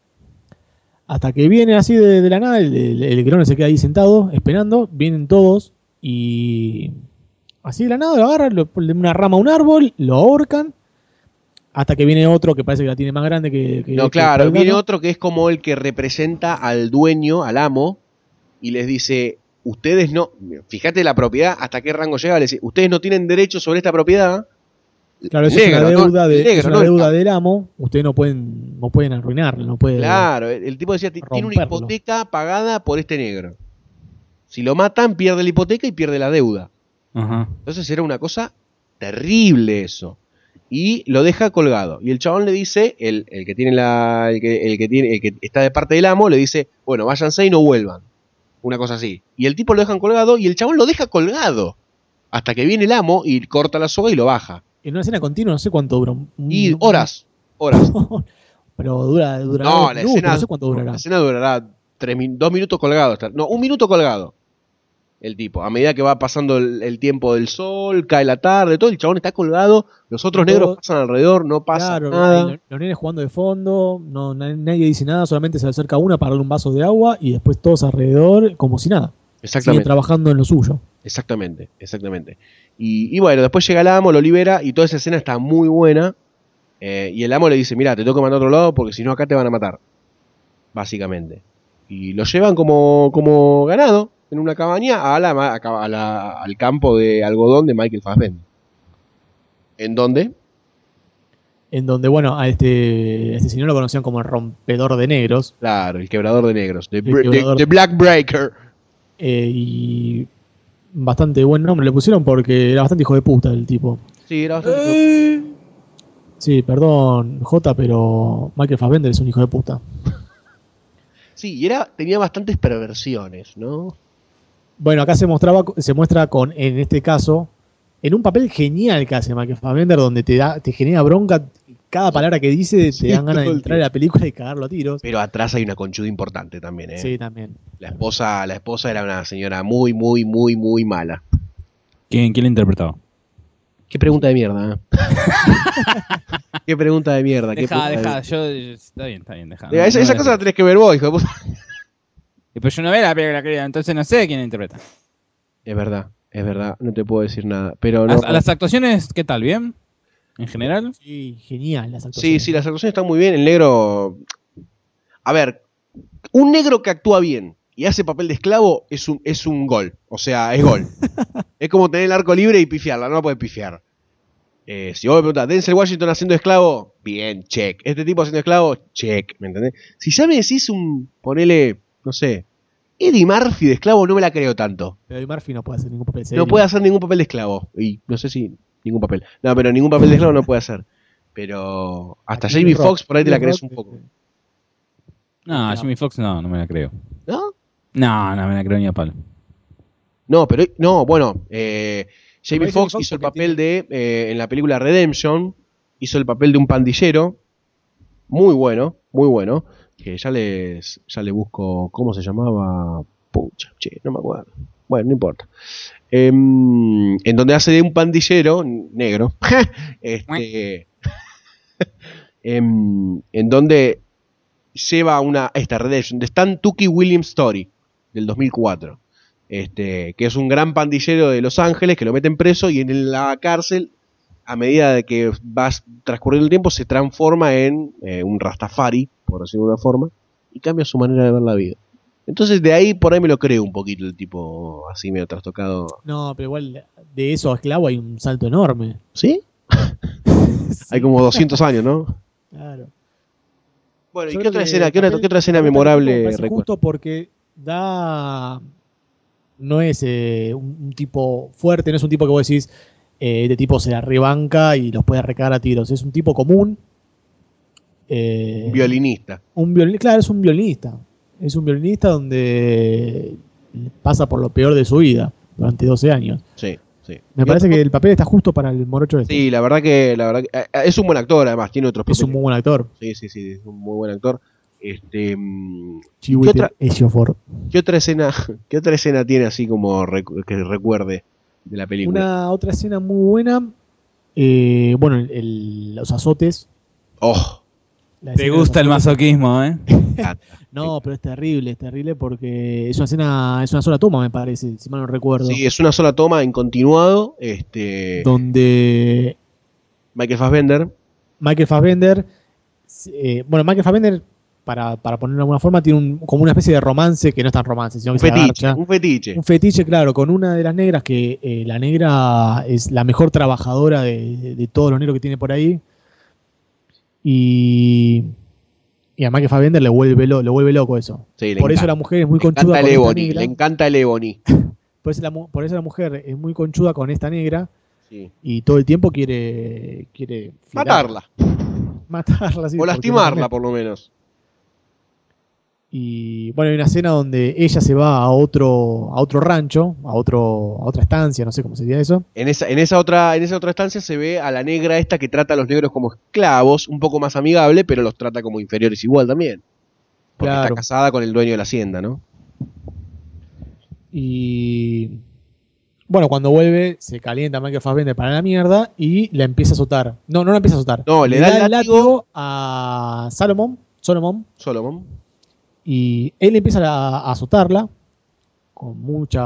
Hasta que viene así de la nada, el Grone se queda ahí sentado, esperando, vienen todos y así de la nada lo agarran, le ponen una rama a un árbol, lo ahorcan, hasta que viene otro que parece que la tiene más grande que No, que claro, Paul viene Dano. otro que es como el que representa al dueño, al amo, y les dice, ustedes no, fíjate la propiedad, hasta qué rango llega, les dice, ustedes no tienen derecho sobre esta propiedad. Claro, eso Negro, es una ¿no? deuda, El negro, es una no el deuda campo. del amo, ustedes no pueden arruinarla, no pueden. Claro, el tipo decía, tiene una romperlo. hipoteca pagada por este negro. Si lo matan, pierde la hipoteca y pierde la deuda. Ajá. Entonces era una cosa terrible eso. Y lo deja colgado. Y el chabón le dice, el que tiene el que está de parte del amo, le dice, bueno, váyanse y no vuelvan. Una cosa así. Y el tipo lo dejan colgado y el chabón lo deja colgado. Hasta que viene el amo y corta la soga y lo baja. En una escena continua, no sé cuánto dura. Y horas. Pero dura No, dos la minutos, escena, no sé cuánto durará. la escena durará 2 minutos colgado. No, 1 minuto colgado. El tipo. A medida que va pasando el tiempo del sol, cae la tarde, todo, el chabón está colgado. Los otros Todo- negros pasan alrededor, no pasa Claro, nada. los nenes jugando de fondo, nadie dice nada, solamente se acerca una para darle un vaso de agua y después todos alrededor como si nada. Siguen Exactamente. trabajando en lo suyo. Exactamente. Y bueno, después llega el amo, lo libera y toda esa escena está muy buena. Y el amo le dice, mira, te tengo que mandar a otro lado porque si no acá te van a matar. Básicamente. Y lo llevan como ganado en una cabaña al campo de algodón de Michael Fassbender. ¿En dónde? En donde, bueno, a este señor lo conocían como el rompedor de negros. Claro, el quebrador de negros. Quebrador. The Black Breaker. Y bastante buen nombre le pusieron porque era bastante hijo de puta el tipo. Sí, era bastante... Sí, perdón, J, pero Michael Fassbender es un hijo de puta. Sí, y tenía bastantes perversiones, ¿no? Bueno, acá se muestra con, en este caso, en un papel genial que hace Michael Fassbender, donde te genera bronca, cada palabra que dice te dan ganas de todo el entrar a la película y cagarlo a tiros. Pero atrás hay una conchuda importante también, ¿eh? Sí, también. La esposa era una señora muy, muy, muy, muy mala. ¿Quién le interpretaba? Qué pregunta de mierda, ¿eh? Qué pregunta de mierda. Deja, está bien, deja. Esa cosa la tenés que ver vos, hijo de puta. Pero yo no veo la película, querida, entonces no sé quién la interpreta. Es verdad, no te puedo decir nada. Pero no. ¿Las actuaciones qué tal? ¿Bien? ¿En general? Sí, genial las actuaciones. Sí, las actuaciones están muy bien. El negro... A ver, un negro que actúa bien y hace papel de esclavo es un gol. O sea, es gol. Es como tener el arco libre y pifiarla, no puedes pifiar. Si vos me preguntás, Denzel Washington haciendo esclavo, bien, check. Este tipo haciendo esclavo, check, ¿me entendés? Si ya me decís ponele, no sé, Eddie Murphy de esclavo, no me la creo tanto. Pero Eddie Murphy no puede hacer ningún papel serio. No puede hacer ningún papel de esclavo. Y no sé si ningún papel. No, pero ningún papel de esclavo no puede hacer. Pero hasta Jamie Foxx por ahí te la crees un poco. No, Jamie Foxx no me la creo. ¿No? No me la creo ni a palo. No, pero no, bueno, Jamie Foxx hizo el papel de, en la película Redemption, hizo el papel de un pandillero, muy bueno, que ya le busco, ¿cómo se llamaba? Pucha, no me acuerdo. Bueno, no importa. En donde hace de un pandillero negro, en donde lleva esta Redemption, de Stan Tucky Williams Story, del 2004. Que es un gran pandillero de Los Ángeles que lo meten preso y en la cárcel, a medida de que va transcurriendo el tiempo, se transforma en un Rastafari, por decirlo de una forma, y cambia su manera de ver la vida. Entonces de ahí, por ahí me lo creo un poquito el tipo así medio trastocado. No, pero igual de eso a esclavo hay un salto enorme. ¿Sí? Hay como 200 años, ¿no? Claro. Bueno, ¿y qué otra escena memorable recuerdas? Justo porque no es un tipo fuerte, no es un tipo que vos decís, este tipo se la rebanca y los puede recagar a tiros. Es un tipo común. Un violinista. Claro, es un violinista. Es un violinista donde pasa por lo peor de su vida durante 12 años. Sí. Me parece que el papel está justo para el morocho este. Sí, la verdad que es un buen actor, además, tiene otros papeles. Es un muy buen actor. Sí, es un muy buen actor. ¿Qué otra escena tiene así como que recuerde de la película? Una otra escena muy buena. Bueno, los azotes. Oh. Te gusta el masoquismo, ¿eh? No, pero es terrible porque es una sola toma, me parece, si mal no recuerdo. Sí, es una sola toma en continuado, donde Michael Fassbender, Michael Fassbender, para ponerlo de alguna forma, tiene como una especie de romance, que no es tan romance, sino que un fetiche, claro, con una de las negras, que la negra es la mejor trabajadora de todos los negros que tiene por ahí. Y a Michael Fassbender le vuelve loco eso. Sí, por eso la mujer es muy conchuda con esta negra. Le encanta el Ebony. Por eso la mujer es muy conchuda con esta negra. Sí. Y todo el tiempo quiere matarla. Sí, o lastimarla, por lo menos. Y bueno, hay una escena donde ella se va a otro rancho, a otra estancia, no sé cómo sería eso. En esa otra estancia se ve a la negra esta que trata a los negros como esclavos, un poco más amigable, pero los trata como inferiores igual también. Porque está casada con el dueño de la hacienda, ¿no? Y bueno, cuando vuelve, se calienta Michael Fassbender para la mierda y la empieza a azotar. No la empieza a azotar. No, le da el látigo a Solomon. Y él empieza a azotarla con mucha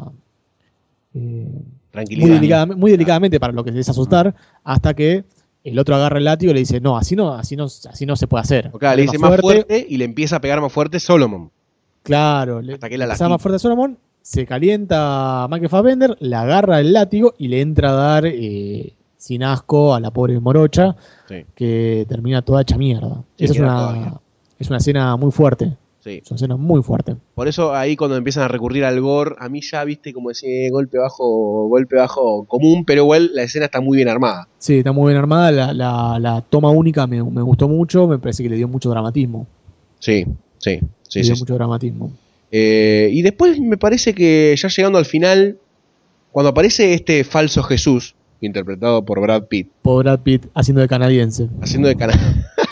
tranquilidad, muy delicadamente para lo que es azotar, hasta que el otro agarra el látigo y le dice, no, así no se puede hacer. Okay, le dice más fuerte y le empieza a pegar más fuerte Solomon. Claro, hasta que le pega más fuerte a Solomon, se calienta Michael Fassbender, le agarra el látigo y le entra a dar sin asco a la pobre morocha, que termina toda hecha mierda. Esa es una escena muy fuerte. Sí. Es una escena muy fuerte. Por eso ahí cuando empiezan a recurrir al gore, a mí ya, viste, como decía, golpe bajo común, pero igual la escena está muy bien armada. Sí, está muy bien armada. La toma única me gustó mucho, me parece que le dio mucho dramatismo. Sí. Le dio mucho dramatismo. Y después me parece que ya llegando al final, cuando aparece este falso Jesús, interpretado por Brad Pitt. Haciendo de canadiense.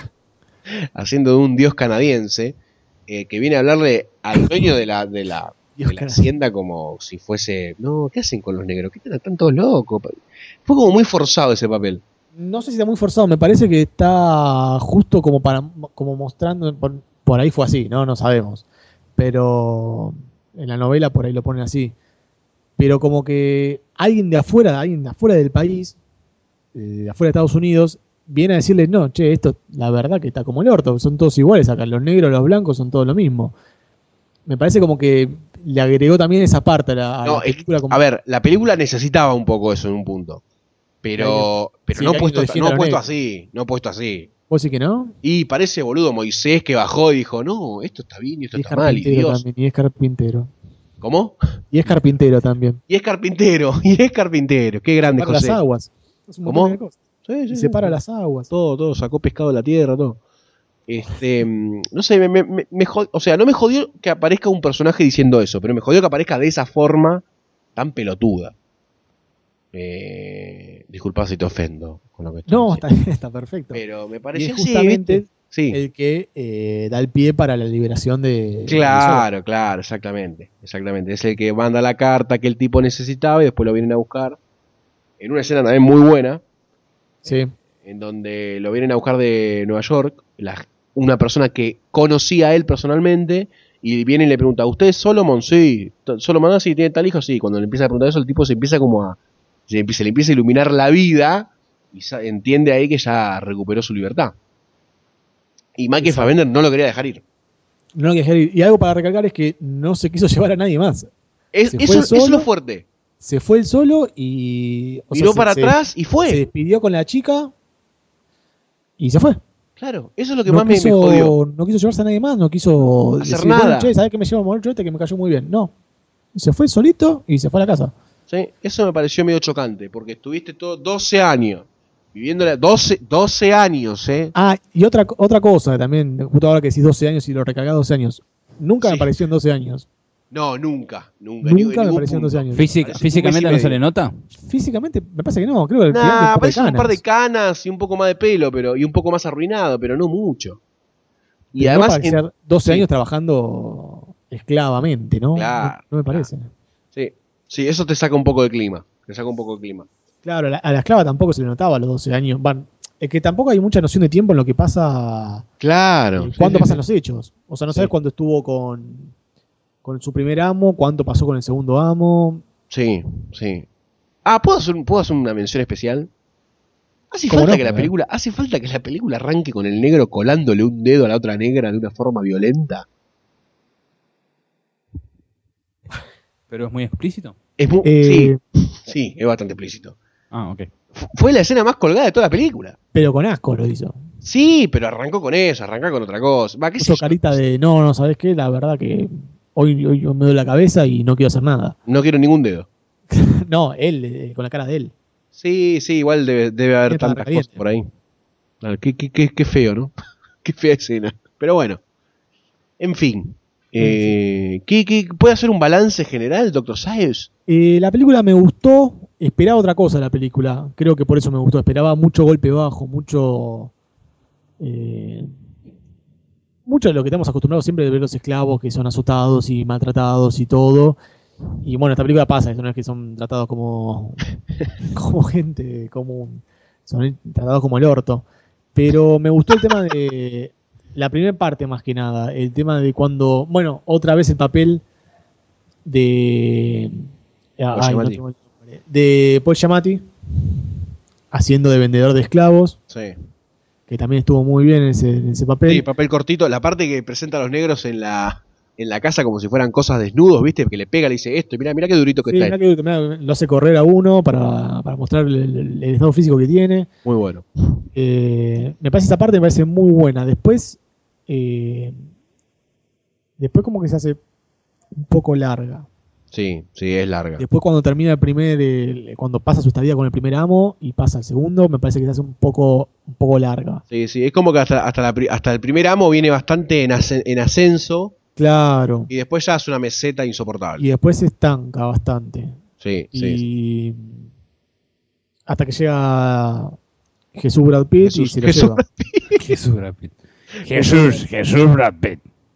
Haciendo de un dios canadiense, que viene a hablarle al dueño de la Dios, de la carajo. hacienda como si fuese, no, ¿qué hacen con los negros? ¿Qué están todos locos? Fue como muy forzado ese papel. No sé si está muy forzado, me parece que está justo como mostrando, por ahí fue así, ¿no? No sabemos. Pero en la novela por ahí lo ponen así. Pero como que alguien de afuera del país, de afuera de Estados Unidos, viene a decirles, no, che, esto la verdad que está como el orto, son todos iguales acá, los negros, los blancos son todos lo mismo. Me parece como que le agregó también esa parte a No, la película. Como, a ver, la película necesitaba un poco eso en un punto. Pero Sí, no que puesto, alguien lo defienda no a los puesto negros. así, no puesto así. ¿Vos sí que no? Y parece boludo Moisés que bajó y dijo, no, esto está bien y esto Y es está mal, y carpintero Dios. también, y es carpintero. ¿Cómo? Y es carpintero también. Y es carpintero, y es carpintero. Qué grande, Separa José. las aguas. Es un ¿Cómo? montón de cosas. Sí, Y sí, separa sí. las aguas. Todo, sacó pescado de la tierra, todo. No sé, o sea, no me jodió que aparezca un personaje diciendo eso, pero me jodió que aparezca de esa forma tan pelotuda. Disculpa si te ofendo con lo que estoy No, diciendo. está bien, está perfecto. Pero me Y pareció es justamente ¿viste? Sí. el que da el pie para la liberación de... Claro, claro, exactamente. Es el que manda la carta que el tipo necesitaba y después lo vienen a buscar. En una escena también muy buena, Sí. en donde lo vienen a buscar de Nueva York, una persona que conocía a él personalmente, y viene y le pregunta, ¿usted es Solomon? Sí. ¿Solomon sí tiene tal hijo? Sí. Cuando le empieza a preguntar eso, el tipo se empieza se le empieza a iluminar la vida y entiende ahí que ya recuperó su libertad. Y Michael Exacto. Fassbender no lo quería dejar ir. No, y algo para recalcar es que no se quiso llevar a nadie más. Se fue Eso es solo. lo fuerte. Se fue él solo y... Miró para atrás y fue. Se despidió con la chica y se fue. Claro, eso es lo que No más me quiso, jodió. no quiso llevarse a nadie más, no quiso Hacer decir, nada. bueno, che, ¿sabés que me lleva a morir yo que me cayó muy bien? No. Se fue solito y se fue a la casa. ¿Sí? Eso me pareció medio chocante, porque estuviste todo 12 años, viviéndola 12 años, ¿eh? Ah, y otra cosa que también, justo ahora que decís 12 años y lo recargás 12 años. Nunca Sí. me pareció en 12 años. No, nunca. Nunca me pareció en 12 años. Parece Físicamente un mes y no se le medio. nota. Físicamente, me parece que no, creo que el final Nah, un parece un par de canas. canas y un poco más de pelo, y un poco más arruinado, pero no mucho. Y Pero además, no para ser 12 sí. años trabajando esclavamente, ¿no? Claro, No me parece. sí, eso te saca un poco de clima. Claro, a la esclava tampoco se le notaba a los 12 años. Es que tampoco hay mucha noción de tiempo en lo que pasa. Claro. ¿Cuándo sí, pasan sí. los hechos? O sea, no sabes Sí. cuándo estuvo con su primer amo, cuánto pasó con el segundo amo. Sí, sí. Ah, ¿puedo hacer una mención especial? Hace ¿Cómo falta no? que la película arranque con el negro colándole un dedo a la otra negra de una forma violenta. Pero es muy explícito. Es muy, Eh, sí, es bastante explícito. Ah, ok. Fue la escena más colgada de toda la película. Pero con asco lo hizo. Sí, pero arrancó con eso, arrancó con otra cosa. Va, qué sé Puso yo. carita de, no, ¿sabes qué? La verdad que hoy me duele la cabeza y no quiero hacer nada. No quiero ningún dedo. No, él, con la cara de él. Sí, igual debe haber Estaba tantas caliente. cosas por ahí. Claro, qué feo, ¿no? Qué fea escena. Pero bueno. En fin. ¿Puede hacer un balance general, Dr. Sayers? La película me gustó, esperaba otra cosa la película, creo que por eso me gustó, esperaba mucho golpe bajo, mucho de lo que estamos acostumbrados siempre de ver los esclavos que son azotados y maltratados y todo. Y bueno, esta película pasa, eso no es que son tratados como gente común, son tratados como el orto. Pero me gustó el tema de la primera parte más que nada, el tema de cuando, bueno, otra vez el papel de Giamatti. tengo el nombre. De Paul Giamatti haciendo de vendedor de esclavos, Sí. que también estuvo muy bien en ese papel. Sí, papel cortito. La parte que presenta a los negros en la casa como si fueran cosas desnudos, ¿viste? Que le pega, le dice esto, y mirá qué durito que Sí, está. mirá, lo hace correr a uno para mostrar el estado físico que tiene. Muy bueno. Me parece esa parte me parece muy buena. Después como que se hace un poco larga. Sí, es larga. Después cuando termina cuando pasa su estadía con el primer amo y pasa al segundo, me parece que se hace un poco larga. Sí, es como que hasta el primer amo viene bastante en ascenso Claro. y después ya es una meseta insoportable. Y después se estanca bastante. Sí. Y hasta que llega Jesús Brad Pitt y Jesús- se lo Jesús lleva. Jesús Brad Pitt. Jesús Brad Pitt.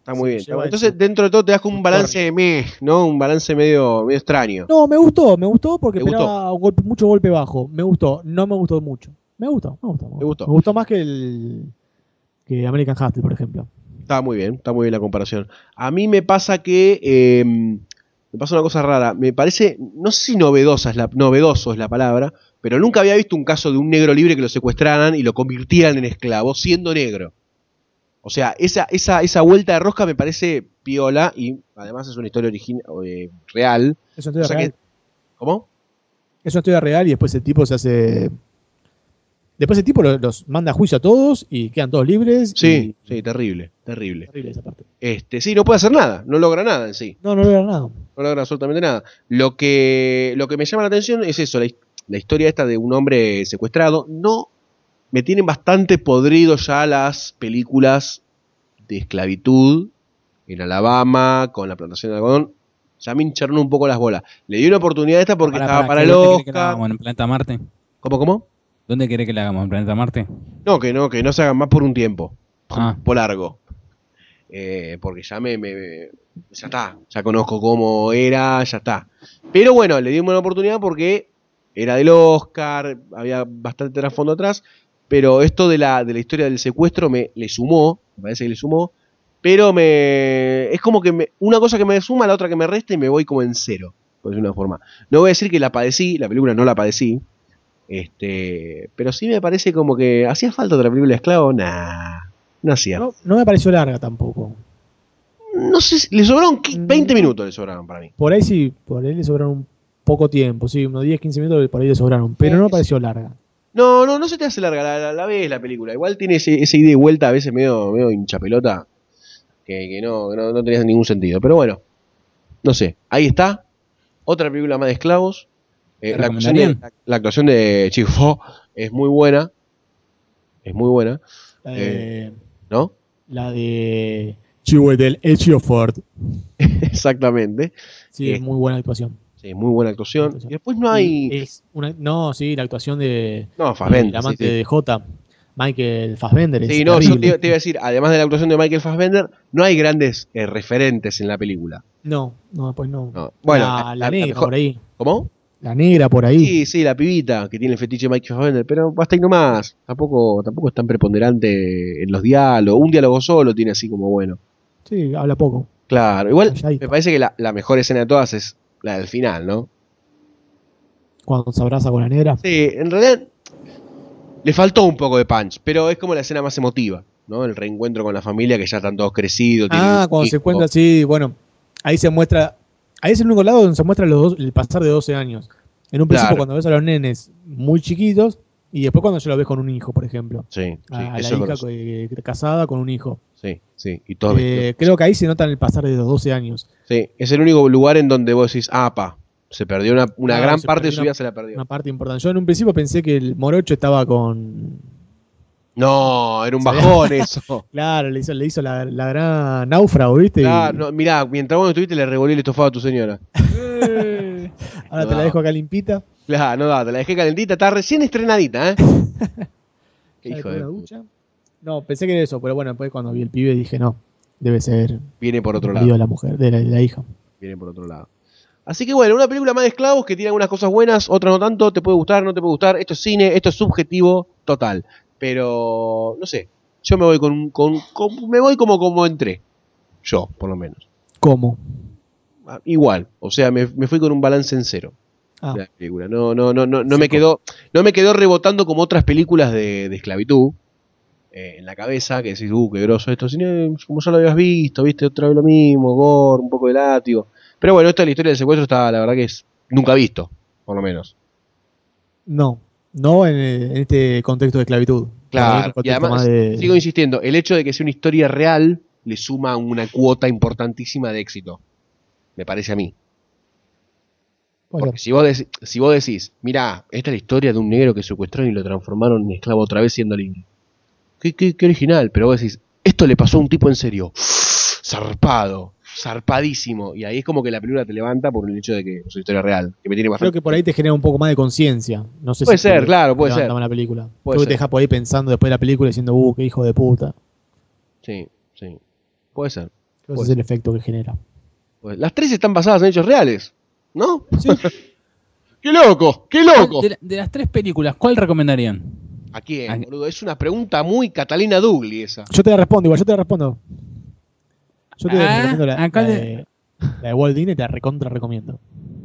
Está muy bien. lleva Entonces, eso. dentro de todo te das como un balance ¿no? Un balance medio extraño. No, me gustó porque ¿Te gustó? esperaba mucho golpe bajo. Me gustó, no me gustó mucho. Me gustó. ¿Te gustó? Me gustó más que American Hustle, por ejemplo. Está muy bien la comparación. A mí me pasa que me pasa una cosa rara. Me parece, no sé si novedoso es la palabra, pero nunca había visto un caso de un negro libre que lo secuestraran y lo convirtieran en esclavo siendo negro. O sea, esa vuelta de rosca me parece piola y además es una historia real. Es una historia O sea real. que- ¿Cómo? Es una historia real y después el tipo se hace... Después el tipo los manda a juicio a todos y quedan todos libres. Sí, y... sí, terrible. Terrible esa parte. Sí, no puede hacer nada, no logra nada en sí. No era nada. No logra absolutamente nada. Lo que me llama la atención es eso, la historia esta de un hombre secuestrado. No, me tienen bastante podrido ya las películas de esclavitud en Alabama, con la plantación de algodón. Ya me hincharon un poco las bolas. Le di una oportunidad a esta porque estaba para el ¿dónde querés que la Oscar. hagamos? ¿En Planeta Marte? ¿Cómo? ¿Dónde querés que la hagamos? ¿En Planeta Marte? No, que no se hagan más por un tiempo. Ah. Por largo. Porque ya ya está. Ya conozco cómo era, ya está. Pero bueno, le dimos una oportunidad porque era del Oscar, había bastante trasfondo atrás. Pero esto de la historia del secuestro me parece que le sumó. Pero es como que una cosa que me suma, la otra que me resta y me voy como en cero, por decirlo de una forma. No voy a decir que la padecí, la película no la padecí. Pero sí me parece como que hacía falta otra película de esclavo. Nah, no hacía. No me pareció larga tampoco. No sé, le sobraron 20 minutos, le sobraron para mí. Por ahí sí, por ahí le sobraron un poco tiempo, sí, unos 10, 15 minutos por ahí le sobraron, pero no me pareció larga. No se te hace larga, la ves la película. Igual tiene ese ida y vuelta a veces medio hinchapelota que no tenía ningún sentido. Pero bueno, no sé, ahí está. Otra película más de esclavos. La actuación de Chifo es muy buena. Es muy buena. ¿No? La de Chiwetel Ejiofor. Exactamente. Sí, es muy buena actuación. Sí, muy buena actuación. Y después no hay... Sí, la actuación de... No, Fassbender. El amante sí. de J, Michael Fassbender. Sí, no, yo te iba a decir, además de la actuación de Michael Fassbender, no hay grandes referentes en la película. No, pues no. No. Bueno, la negra mejor... por ahí. ¿Cómo? La negra por ahí. Sí, la pibita que tiene el fetiche de Michael Fassbender, pero hasta ahí nomás. Tampoco es tan preponderante en los diálogos. Un diálogo solo tiene así como bueno. Sí, habla poco. Claro, igual Calladito. me parece que la mejor escena de todas es la del final, ¿no? Cuando se abraza con la negra. Sí, en realidad le faltó un poco de punch, pero es como la escena más emotiva, ¿no? El reencuentro con la familia que ya están todos crecidos. Cuando se encuentra, sí, bueno, ahí se muestra, ahí es el único lado donde se muestra el pasar de 12 años. En un principio cuando ves a los nenes muy chiquitos y después cuando ya lo ves con un hijo, por ejemplo. Sí, a la eso hija casada con un hijo. Sí, y todo. Creo que ahí se nota el pasar de los 12 años. Sí, es el único lugar en donde vos decís, se perdió una gran parte de su vida, se la perdió. Una parte importante. Yo en un principio pensé que el morocho estaba con... No, era un bajón eso. Claro, le hizo la gran náufrago, ¿viste? Claro, no, mirá, mientras vos no estuviste le revolví el estofado a tu señora. Ahora te la dejo acá limpita. Claro, te la dejé calentita, está recién estrenadita, ¿eh? Qué hijo de ducha. No, pensé que era eso, pero bueno, después cuando vi el pibe dije, no, debe ser... Viene por otro el lado. marido de la mujer, de la hija. Viene por otro lado. Así que bueno, una película más de esclavos que tiene algunas cosas buenas, otras no tanto, te puede gustar, no te puede gustar, esto es cine, esto es subjetivo, total. Pero, no sé, yo me voy me voy como entré, yo, por lo menos. ¿Cómo? Igual, o sea, me fui con un balance en cero. Ah. De la película. No me quedó rebotando como otras películas de esclavitud en la cabeza, que decís, qué groso esto, sino como ya lo habías visto, viste, otra vez lo mismo, gore, un poco de látigo. Pero bueno, esta de la historia del secuestro está, la verdad que es nunca visto, por lo menos. No en este contexto de esclavitud. Claro, y además, sigo insistiendo, el hecho de que sea una historia real le suma una cuota importantísima de éxito, me parece a mí. Porque si vos decís, mirá, esta es la historia de un negro que secuestraron y lo transformaron en esclavo otra vez siendo libre. Qué original, pero vos decís, esto le pasó a un tipo en serio, zarpadísimo, y ahí es como que la película te levanta por el hecho de que es una historia real, que me tiene bastante... Creo que por ahí te genera un poco más de conciencia. No sé puede si ser, claro, puede ser. La película. Puede Creo que ser. te deja por ahí pensando después de la película diciendo, qué hijo de puta. Sí, puede ser. Ese es el efecto que genera. Pues las 3 están basadas en hechos reales, ¿no? Sí. ¡Qué loco! ¡Qué loco! De las 3 películas, ¿cuál recomendarían? ¿A quién, boludo? Es una pregunta muy Catalina Dougli esa. Yo te la respondo, igual, yo te la respondo. Yo te recomiendo acá la de Walt Disney, te la recontra recomiendo.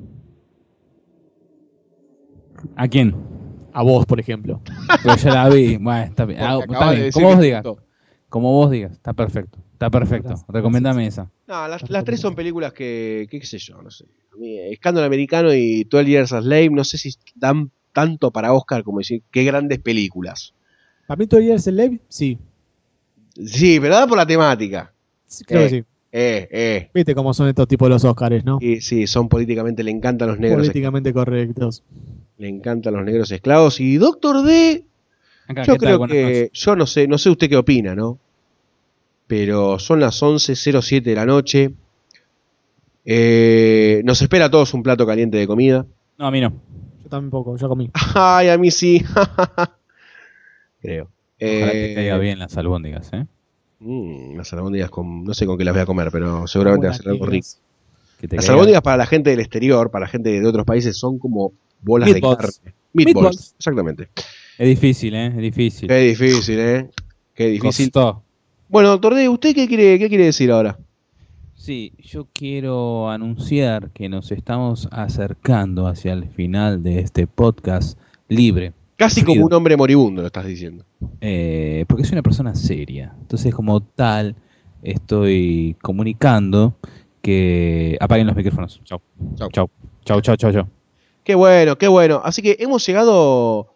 ¿A quién? A vos, por ejemplo. Pero ya la vi. Bueno, está bien. Porque Está acabas de bien. decir Como vos que digas. gustó. Como vos digas. Está perfecto. Está perfecto. Gracias. Recomendame esa. No, las 3 son películas que qué sé yo, no sé. A mí, Escándalo Americano y 12 Years a Slave, no sé si dan tanto para Oscar como decir qué grandes películas. ¿Para mí todavía es el Live? Sí. Sí, pero da por la temática. Creo que sí. Viste cómo son estos tipos de los Oscars, ¿no? Sí, son políticamente, le encantan los negros. Políticamente correctos. Le encantan los negros esclavos. Y Doctor D, Acá, yo ¿qué tal? creo Buenas que, noches. yo no sé usted qué opina, ¿no? Pero son las 11:07 de la noche. Nos espera a todos un plato caliente de comida. No, a mí no. Yo tampoco, ya comí. Ay, a mí sí. Creo. Ojalá te caiga bien las albóndigas, ¿eh? Las albóndigas no sé con qué las voy a comer, pero seguramente va a ser algo rico. Que te Las caiga- albóndigas para la gente del exterior, para la gente de otros países, son como bolas Meatballs. de carne. Meatballs. Exactamente. Es difícil, ¿eh? Es difícil. Qué difícil, ¿eh? Qué difícil. Costó. Bueno, doctor D, ¿usted qué quiere decir ahora? Sí, yo quiero anunciar que nos estamos acercando hacia el final de este podcast libre. Casi Fluido. como un hombre moribundo lo estás diciendo. Porque soy una persona seria. Entonces, como tal, estoy comunicando que apaguen los micrófonos. Chau. Chau. Chau. Chau, chau, chau, chau. Qué bueno, qué bueno. Así que hemos llegado.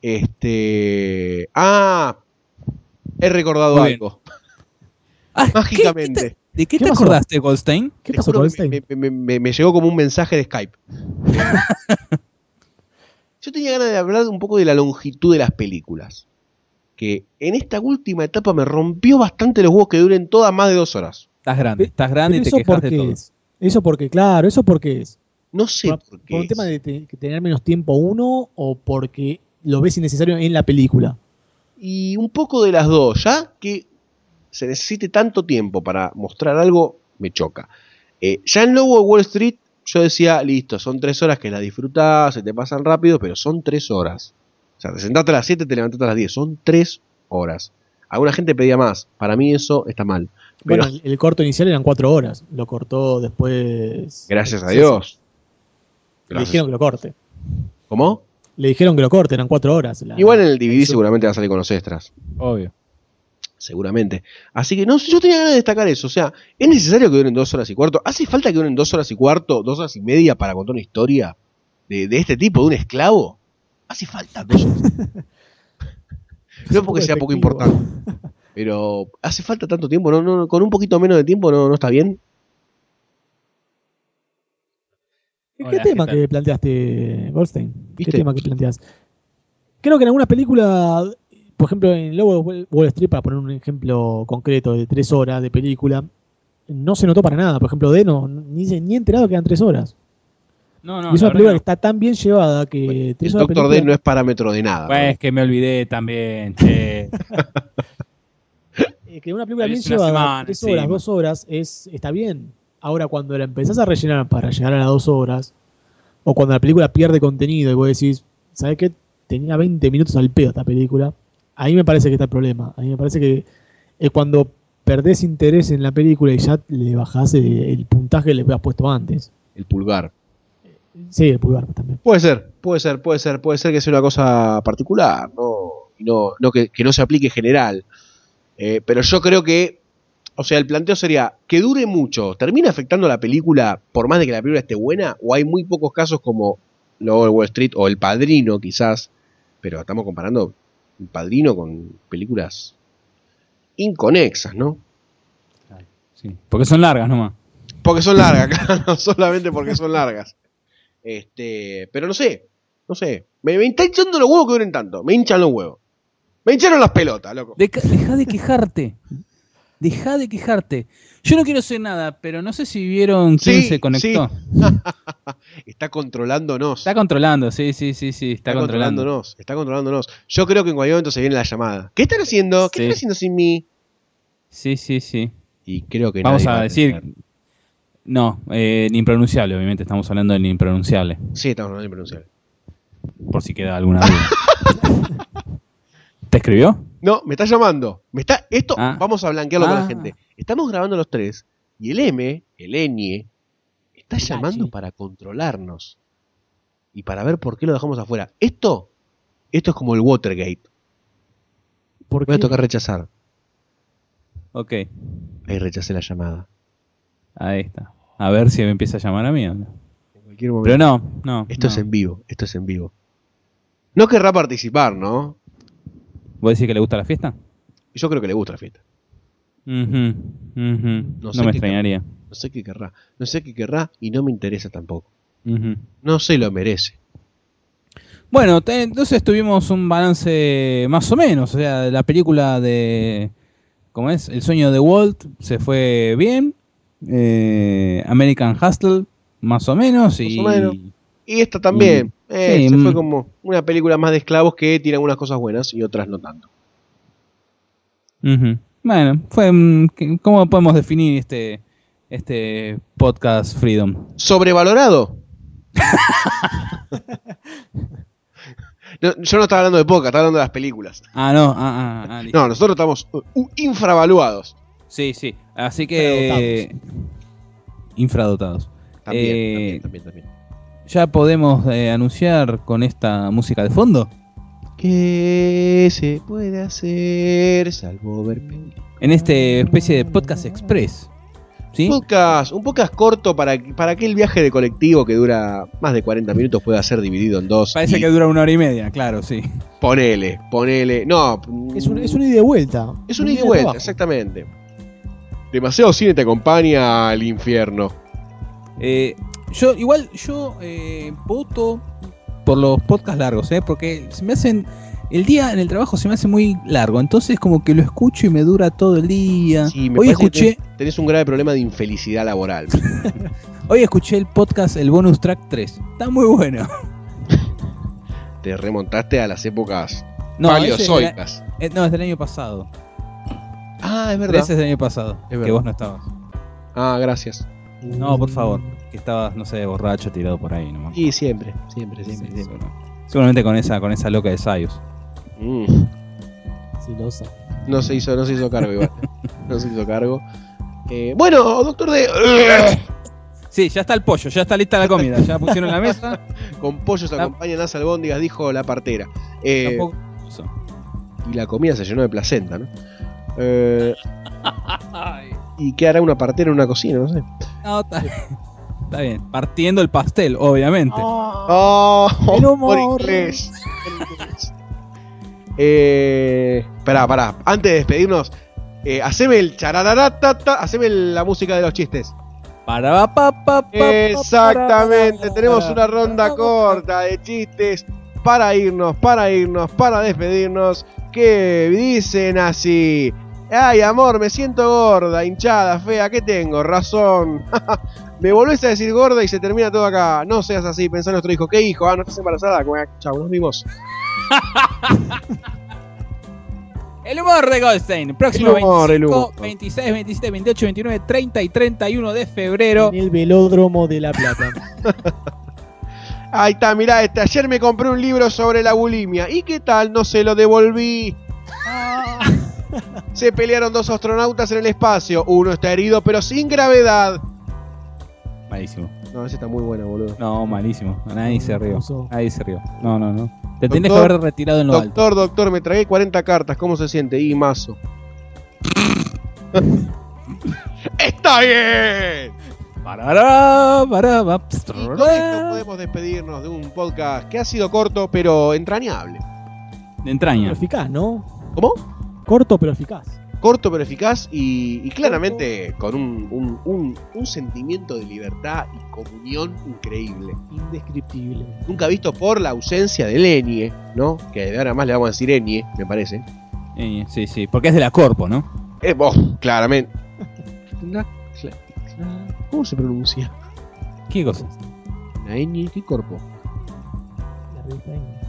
He recordado Muy bien. algo. Ah, Mágicamente. ¿De qué ¿Qué te pasó? acordaste, Goldstein? ¿Qué Te pasó juro con que Goldstein? me llegó como un mensaje de Skype. Yo tenía ganas de hablar un poco de la longitud de las películas. Que en esta última etapa me rompió bastante los huevos que duren todas más de 2 horas. Estás grande y Pero te eso quejas de porque todo. es. Eso porque, claro, eso porque es. No sé por qué. ¿Por un tema de tener menos tiempo uno o porque lo ves innecesario en la película? Y un poco de las dos, ya que se necesite tanto tiempo para mostrar algo, me choca. Ya en Lobo de Wall Street, yo decía, listo, son 3 horas que las disfrutás, se te pasan rápido, pero son 3 horas. O sea, te sentaste a las 7, te levantaste a las 10, son 3 horas. Alguna gente pedía más, para mí eso está mal. Pero Bueno, el corto inicial eran 4 horas. Lo cortó después. gracias a Dios. Le dijeron que lo corte. ¿Cómo? Le dijeron que lo corte, eran 4 horas. Igual en el DVD seguramente va a salir con los extras. Obvio. Seguramente. Así que no, yo tenía ganas de destacar eso. O sea, ¿es necesario que duren 2 horas y cuarto? ¿Hace falta que duren 2 horas y cuarto, 2 horas y media para contar una historia de este tipo, de un esclavo? ¿Hace falta 2 horas? No porque sea poco importante. Pero ¿hace falta tanto tiempo? No, con un poquito menos de tiempo no está bien. ¿Qué Hola, tema ¿qué tal? que planteaste, Goldstein? ¿Viste? ¿Qué tema que planteas? Creo que en algunas películas, por ejemplo, en Lobo de Wall Street, para poner un ejemplo concreto de 3 horas de película, no se notó para nada. Por ejemplo, ni enterado que eran 3 horas. No, no, Y es la una verdad película no. que está tan bien llevada que El 3 horas de Doctor D película- no es parámetro de nada. Pues que me olvidé también, che. que una película Ahí bien es una llevada, semana 3 horas, encima. 2 horas, está bien. Ahora, cuando la empezás a rellenar para llegar a las 2 horas, o cuando la película pierde contenido y vos decís, ¿sabes qué? Tenía 20 minutos al pedo esta película. Ahí me parece que está el problema. A mí me parece que es cuando perdés interés en la película y ya le bajás el puntaje que le habías puesto antes. El pulgar. Sí, el pulgar también. Puede ser que sea una cosa particular, no que no se aplique general. Pero yo creo que, o sea, el planteo sería que dure mucho. ¿Termina afectando a la película por más de que la película esté buena? ¿O hay muy pocos casos como Lobo de Wall Street o El Padrino quizás? Pero estamos comparando El Padrino con películas inconexas, ¿no? Sí, porque son largas nomás. Porque son largas, claro, solamente porque son largas. Pero no sé. Me está hinchando los huevos que duren tanto. Me hinchan los huevos. Me hincharon las pelotas, loco. Deja de quejarte. Deja de quejarte. Yo no quiero hacer nada, pero no sé si vieron quién Sí, se conectó. Está controlándonos. Está controlando, sí. Está controlando. Está controlándonos. Yo creo que en cualquier momento se viene la llamada. ¿Qué están haciendo? ¿Qué Sí. están haciendo sin mí? Sí. Y creo que Vamos nadie va a decir... entender. No, el impronunciable, obviamente. Estamos hablando del impronunciable. Sí, estamos hablando de impronunciable. Por si queda alguna duda. ¿Te escribió? No, me está llamando. Esto Ah. vamos a blanquearlo con la Ah. gente. Estamos grabando los tres y el Enie, está llamando para controlarnos y para ver por qué lo dejamos afuera. Esto es como el Watergate. ¿Por Voy a qué? tocar rechazar. Ok, Ahí rechacé la llamada. ahí está. A ver si me empieza a llamar a mí o no. En cualquier momento. Pero no. Esto no. es en vivo. Esto es en vivo. No querrá participar, ¿no? ¿Vos decís que le gusta la fiesta? Yo creo que le gusta la fiesta. No No sé me qué extrañaría. No sé qué querrá. No sé qué querrá y no me interesa tampoco. Ujú. No se lo merece. Bueno, entonces tuvimos un balance más o menos. O sea, la película de... ¿Cómo es? El sueño de Walt se fue bien. American Hustle, más o menos. Más o menos. Y esta también. Sí, Se fue como una película más de esclavos que tiene algunas cosas buenas y otras no tanto. Ujú. Bueno, fue... ¿Cómo podemos definir este podcast Freedom? ¿Sobrevalorado? No, yo no estaba hablando de podcast, estaba hablando de las películas. Ah, no. Listo. No, nosotros estamos infravaluados. Sí. Así que... Infradotados. También. ¿Ya podemos anunciar con esta música de fondo? ¿Qué se puede hacer salvo ver películas? En este especie de podcast express. ¿Sí? Un podcast corto para aquel viaje de colectivo que dura más de 40 minutos pueda ser dividido en dos. Parece y que dura 1 hora y media, claro, sí. Ponele. No. Es un ida y de vuelta. Es un ida y vuelta, trabajo. exactamente. Demasiado cine te acompaña al infierno. Yo voto por los podcasts largos, porque se me hacen... El día en el trabajo se me hace muy largo, entonces como que lo escucho y me dura todo el día. Sí, me Hoy parece escuché... que tenés un grave problema de infelicidad laboral. Hoy escuché el podcast, el bonus track 3. Está muy bueno. Te remontaste a las épocas No, paleozoicas. No, es del año pasado. Ah, es verdad. Ese es del año pasado, Es que verdad. vos no estabas. Ah, gracias. No, por favor, que estabas, no sé, borracho, tirado por ahí nomás. Y siempre. Seguramente con esa loca de Sayus. Silosa. No se hizo cargo igual. No se hizo cargo. Bueno, doctor D. Sí, ya está el pollo, ya está lista la comida, ya pusieron la mesa. Con pollo se acompañan las albóndigas, dijo la partera. Tampoco uso. Y la comida se llenó de placenta, ¿no? ¿Y qué hará una partera en una cocina? No sé. No, está bien. Partiendo el pastel, obviamente. ¡Oh! El humor. Por inglés. Pará. Antes de despedirnos, haceme el charararatata, haceme la música de los chistes. Exactamente, tenemos una ronda corta de chistes para irnos, para despedirnos, que dicen así: ay, amor, me siento gorda, hinchada, fea, ¿qué tengo? Razón. Me volvés a decir gorda y se termina todo acá. No seas así, pensá en nuestro hijo. ¿Qué hijo? Ah, ¿no estás embarazada? Chau, nos vimos. El humor de Goldstein, próximo El humor, 25, 26, 27, 28, 29, 30 y 31 de febrero. En el velódromo de La Plata. Ahí está, mirá, ayer me compré un libro sobre la bulimia. ¿Y qué tal? No se lo devolví. Se pelearon 2 astronautas en el espacio. Uno está herido, pero sin gravedad. Malísimo. No, ese está muy bueno, boludo. No, malísimo. Nadie se rió. Uso. Nadie se rió. No. Te tendrías que haber retirado en lo alto. Doctor, me tragué 40 cartas. ¿Cómo se siente? Y mazo. ¡Está bien! Y con esto podemos despedirnos de un podcast que ha sido corto, pero entrañable. De Pero entraña. eficaz, ¿no? ¿Cómo? Corto pero eficaz. Corto pero eficaz y claramente con un sentimiento de libertad y comunión increíble. Indescriptible. Nunca visto por la ausencia del Enie, ¿no? Que de ahora más le vamos a decir Enie, me parece. Sí, porque es de la Corpo, ¿no? Claramente. ¿Cómo se pronuncia? ¿Qué cosa? ¿La Enie? ¿Qué corpo? La revista Enie.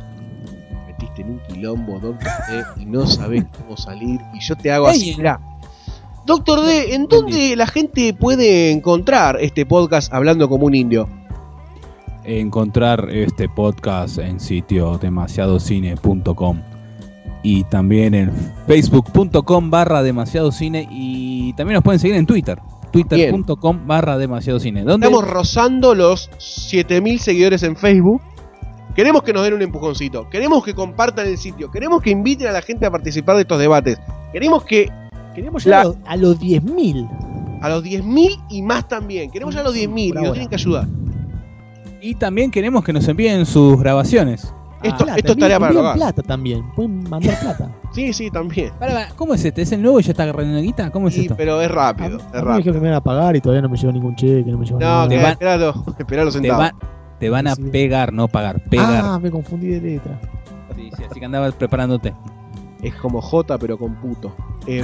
Metiste en un quilombo, doctor D, y no sabés cómo salir. Y yo te hago así, Enie. mirá. Doctor D, ¿en dónde la gente puede encontrar este podcast Hablando como un indio? Encontrar este podcast en sitio demasiadocine.com y también en facebook.com/demasiadocine y también nos pueden seguir en Twitter, twitter.com/demasiadocine. ¿Dónde? Estamos rozando los 7000 seguidores en Facebook. Queremos que nos den un empujoncito. Queremos que compartan el sitio. Queremos que inviten a la gente a participar de estos debates. Queremos llegar a los 10.000. A los 10.000 y más también. Queremos llegar a los 10.000 y nos tienen que ayudar. Y también queremos que nos envíen sus grabaciones. Esto es tarea para grabar. Plata también. Pueden mandar plata. Sí, también. ¿Cómo es este? ¿Es el nuevo y ya está agarrando guita? ¿Cómo es esto? Pero es rápido. A mí me dijeron que me iban a pagar y todavía no me llegó ningún cheque. No me llegó nada. Esperalo sentado. Te van a pegar, no pagar. Pegar. Ah, me confundí de letra. Sí, así que andabas preparándote. Es como J, pero con puto.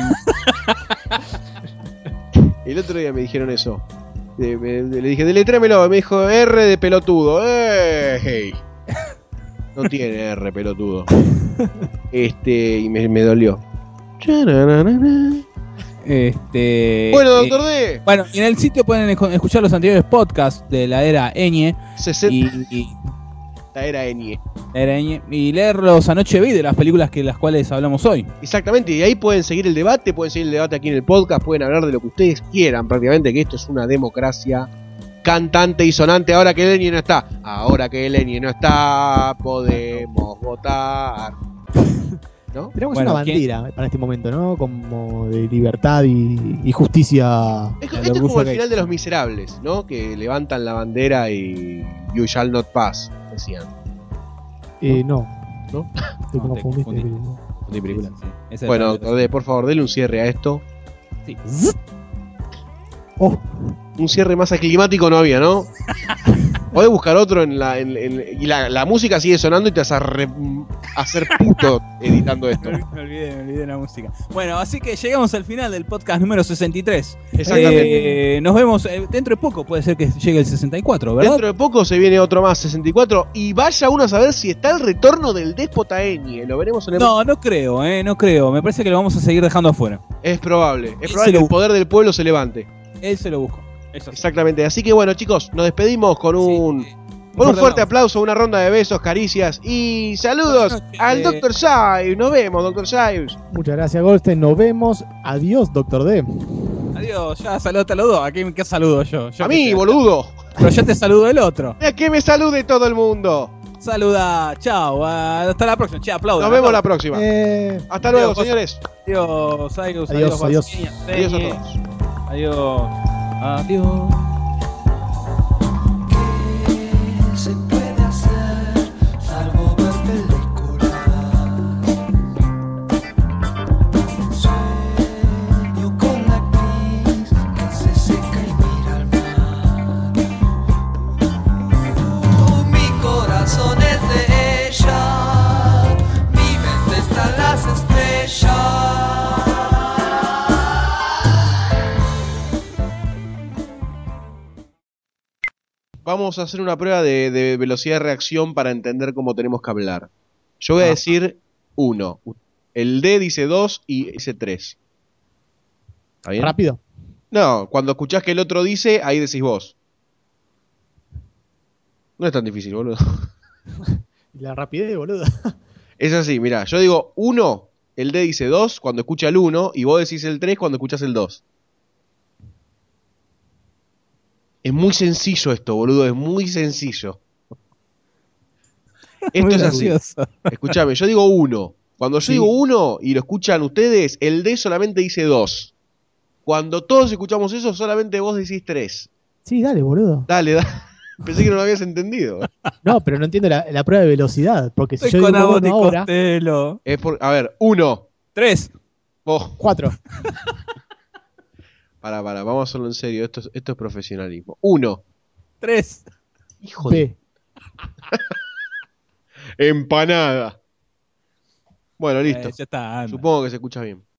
El otro día me dijeron eso. Le dije, deletrémelo. Me dijo R de pelotudo. ¡Ey! No tiene R, pelotudo. Y me dolió. Bueno, Doctor D. Bueno, en el sitio pueden escuchar los anteriores podcasts de la era Ñ. La era Ñ. Y leerlos anoche vi de las películas de las cuales hablamos hoy. Exactamente, y ahí pueden seguir el debate aquí en el podcast, pueden hablar de lo que ustedes quieran, prácticamente, que esto es una democracia cantante y sonante. Ahora que el Ñ no está, podemos votar. ¿No? Tenemos una bandera para este momento, ¿no? Como de libertad y justicia. Esto es como el final de Los Miserables, ¿no? Que levantan la bandera y You shall not pass, decían. No. Te confundiste. De película. Sí. Bueno, Doctor D, por favor, denle un cierre a esto. Sí. Un cierre más aclimático no había, ¿no? Podés buscar otro y la música sigue sonando y te vas a hacer puto editando esto. Me olvidé la música. Bueno, así que llegamos al final del podcast número 63. Exactamente. Nos vemos dentro de poco, puede ser que llegue el 64, ¿verdad? Dentro de poco se viene otro más, 64. Y vaya uno a saber si está el retorno del déspota Ñ. Lo veremos en el... No creo. Me parece que lo vamos a seguir dejando afuera. Es probable que el poder del pueblo se levante. Él se lo busca. Exactamente, así que bueno, chicos, nos despedimos con un fuerte aplauso, una ronda de besos, caricias y saludos al Dr. Shives. Nos vemos, Dr. Shives. Muchas gracias, Goldstein. Nos vemos. Adiós, Dr. D. Adiós, ya saludaste a los dos. ¿A quién qué saludo yo? A mí, boludo. Pero ya te saludo el otro. A que me salude todo el mundo. Saluda, chao, hasta la próxima. Che, aplaudo. Nos vemos la próxima. Hasta luego, señores. Adiós, adiós. Adiós a todos. Adiós. Adiós. ¿Qué se puede hacer salvo ver películas? Sueño con la actriz que se seca y mira al mar. Mi corazón es de ella, mi mente está en las estrellas. Vamos a hacer una prueba de velocidad de reacción para entender cómo tenemos que hablar. Yo voy a decir 1. El D dice 2 y dice 3. ¿Está bien? ¿Rápido? No, cuando escuchás que el otro dice, ahí decís vos. No es tan difícil, boludo. La rapidez, boludo. Es así, mirá. Yo digo 1, el D dice 2 cuando escucha el 1 y vos decís el 3 cuando escuchás el 2. Es muy sencillo esto, boludo, es muy sencillo. Esto es así. Escuchame, yo digo 1. Cuando yo digo 1 y lo escuchan ustedes, el D solamente dice 2. Cuando todos escuchamos eso, solamente vos decís 3. Sí, dale, boludo. Dale. Pensé que no lo habías entendido. No, pero no entiendo la prueba de velocidad. Porque si yo con digo Abbott y ahora... Costello. A ver, 1. 3. 4. Para, vamos a hacerlo en serio. Esto es profesionalismo. 1. 3. Hijo de... Empanada. Bueno, listo. Ya está. Anda. Supongo que se escucha bien.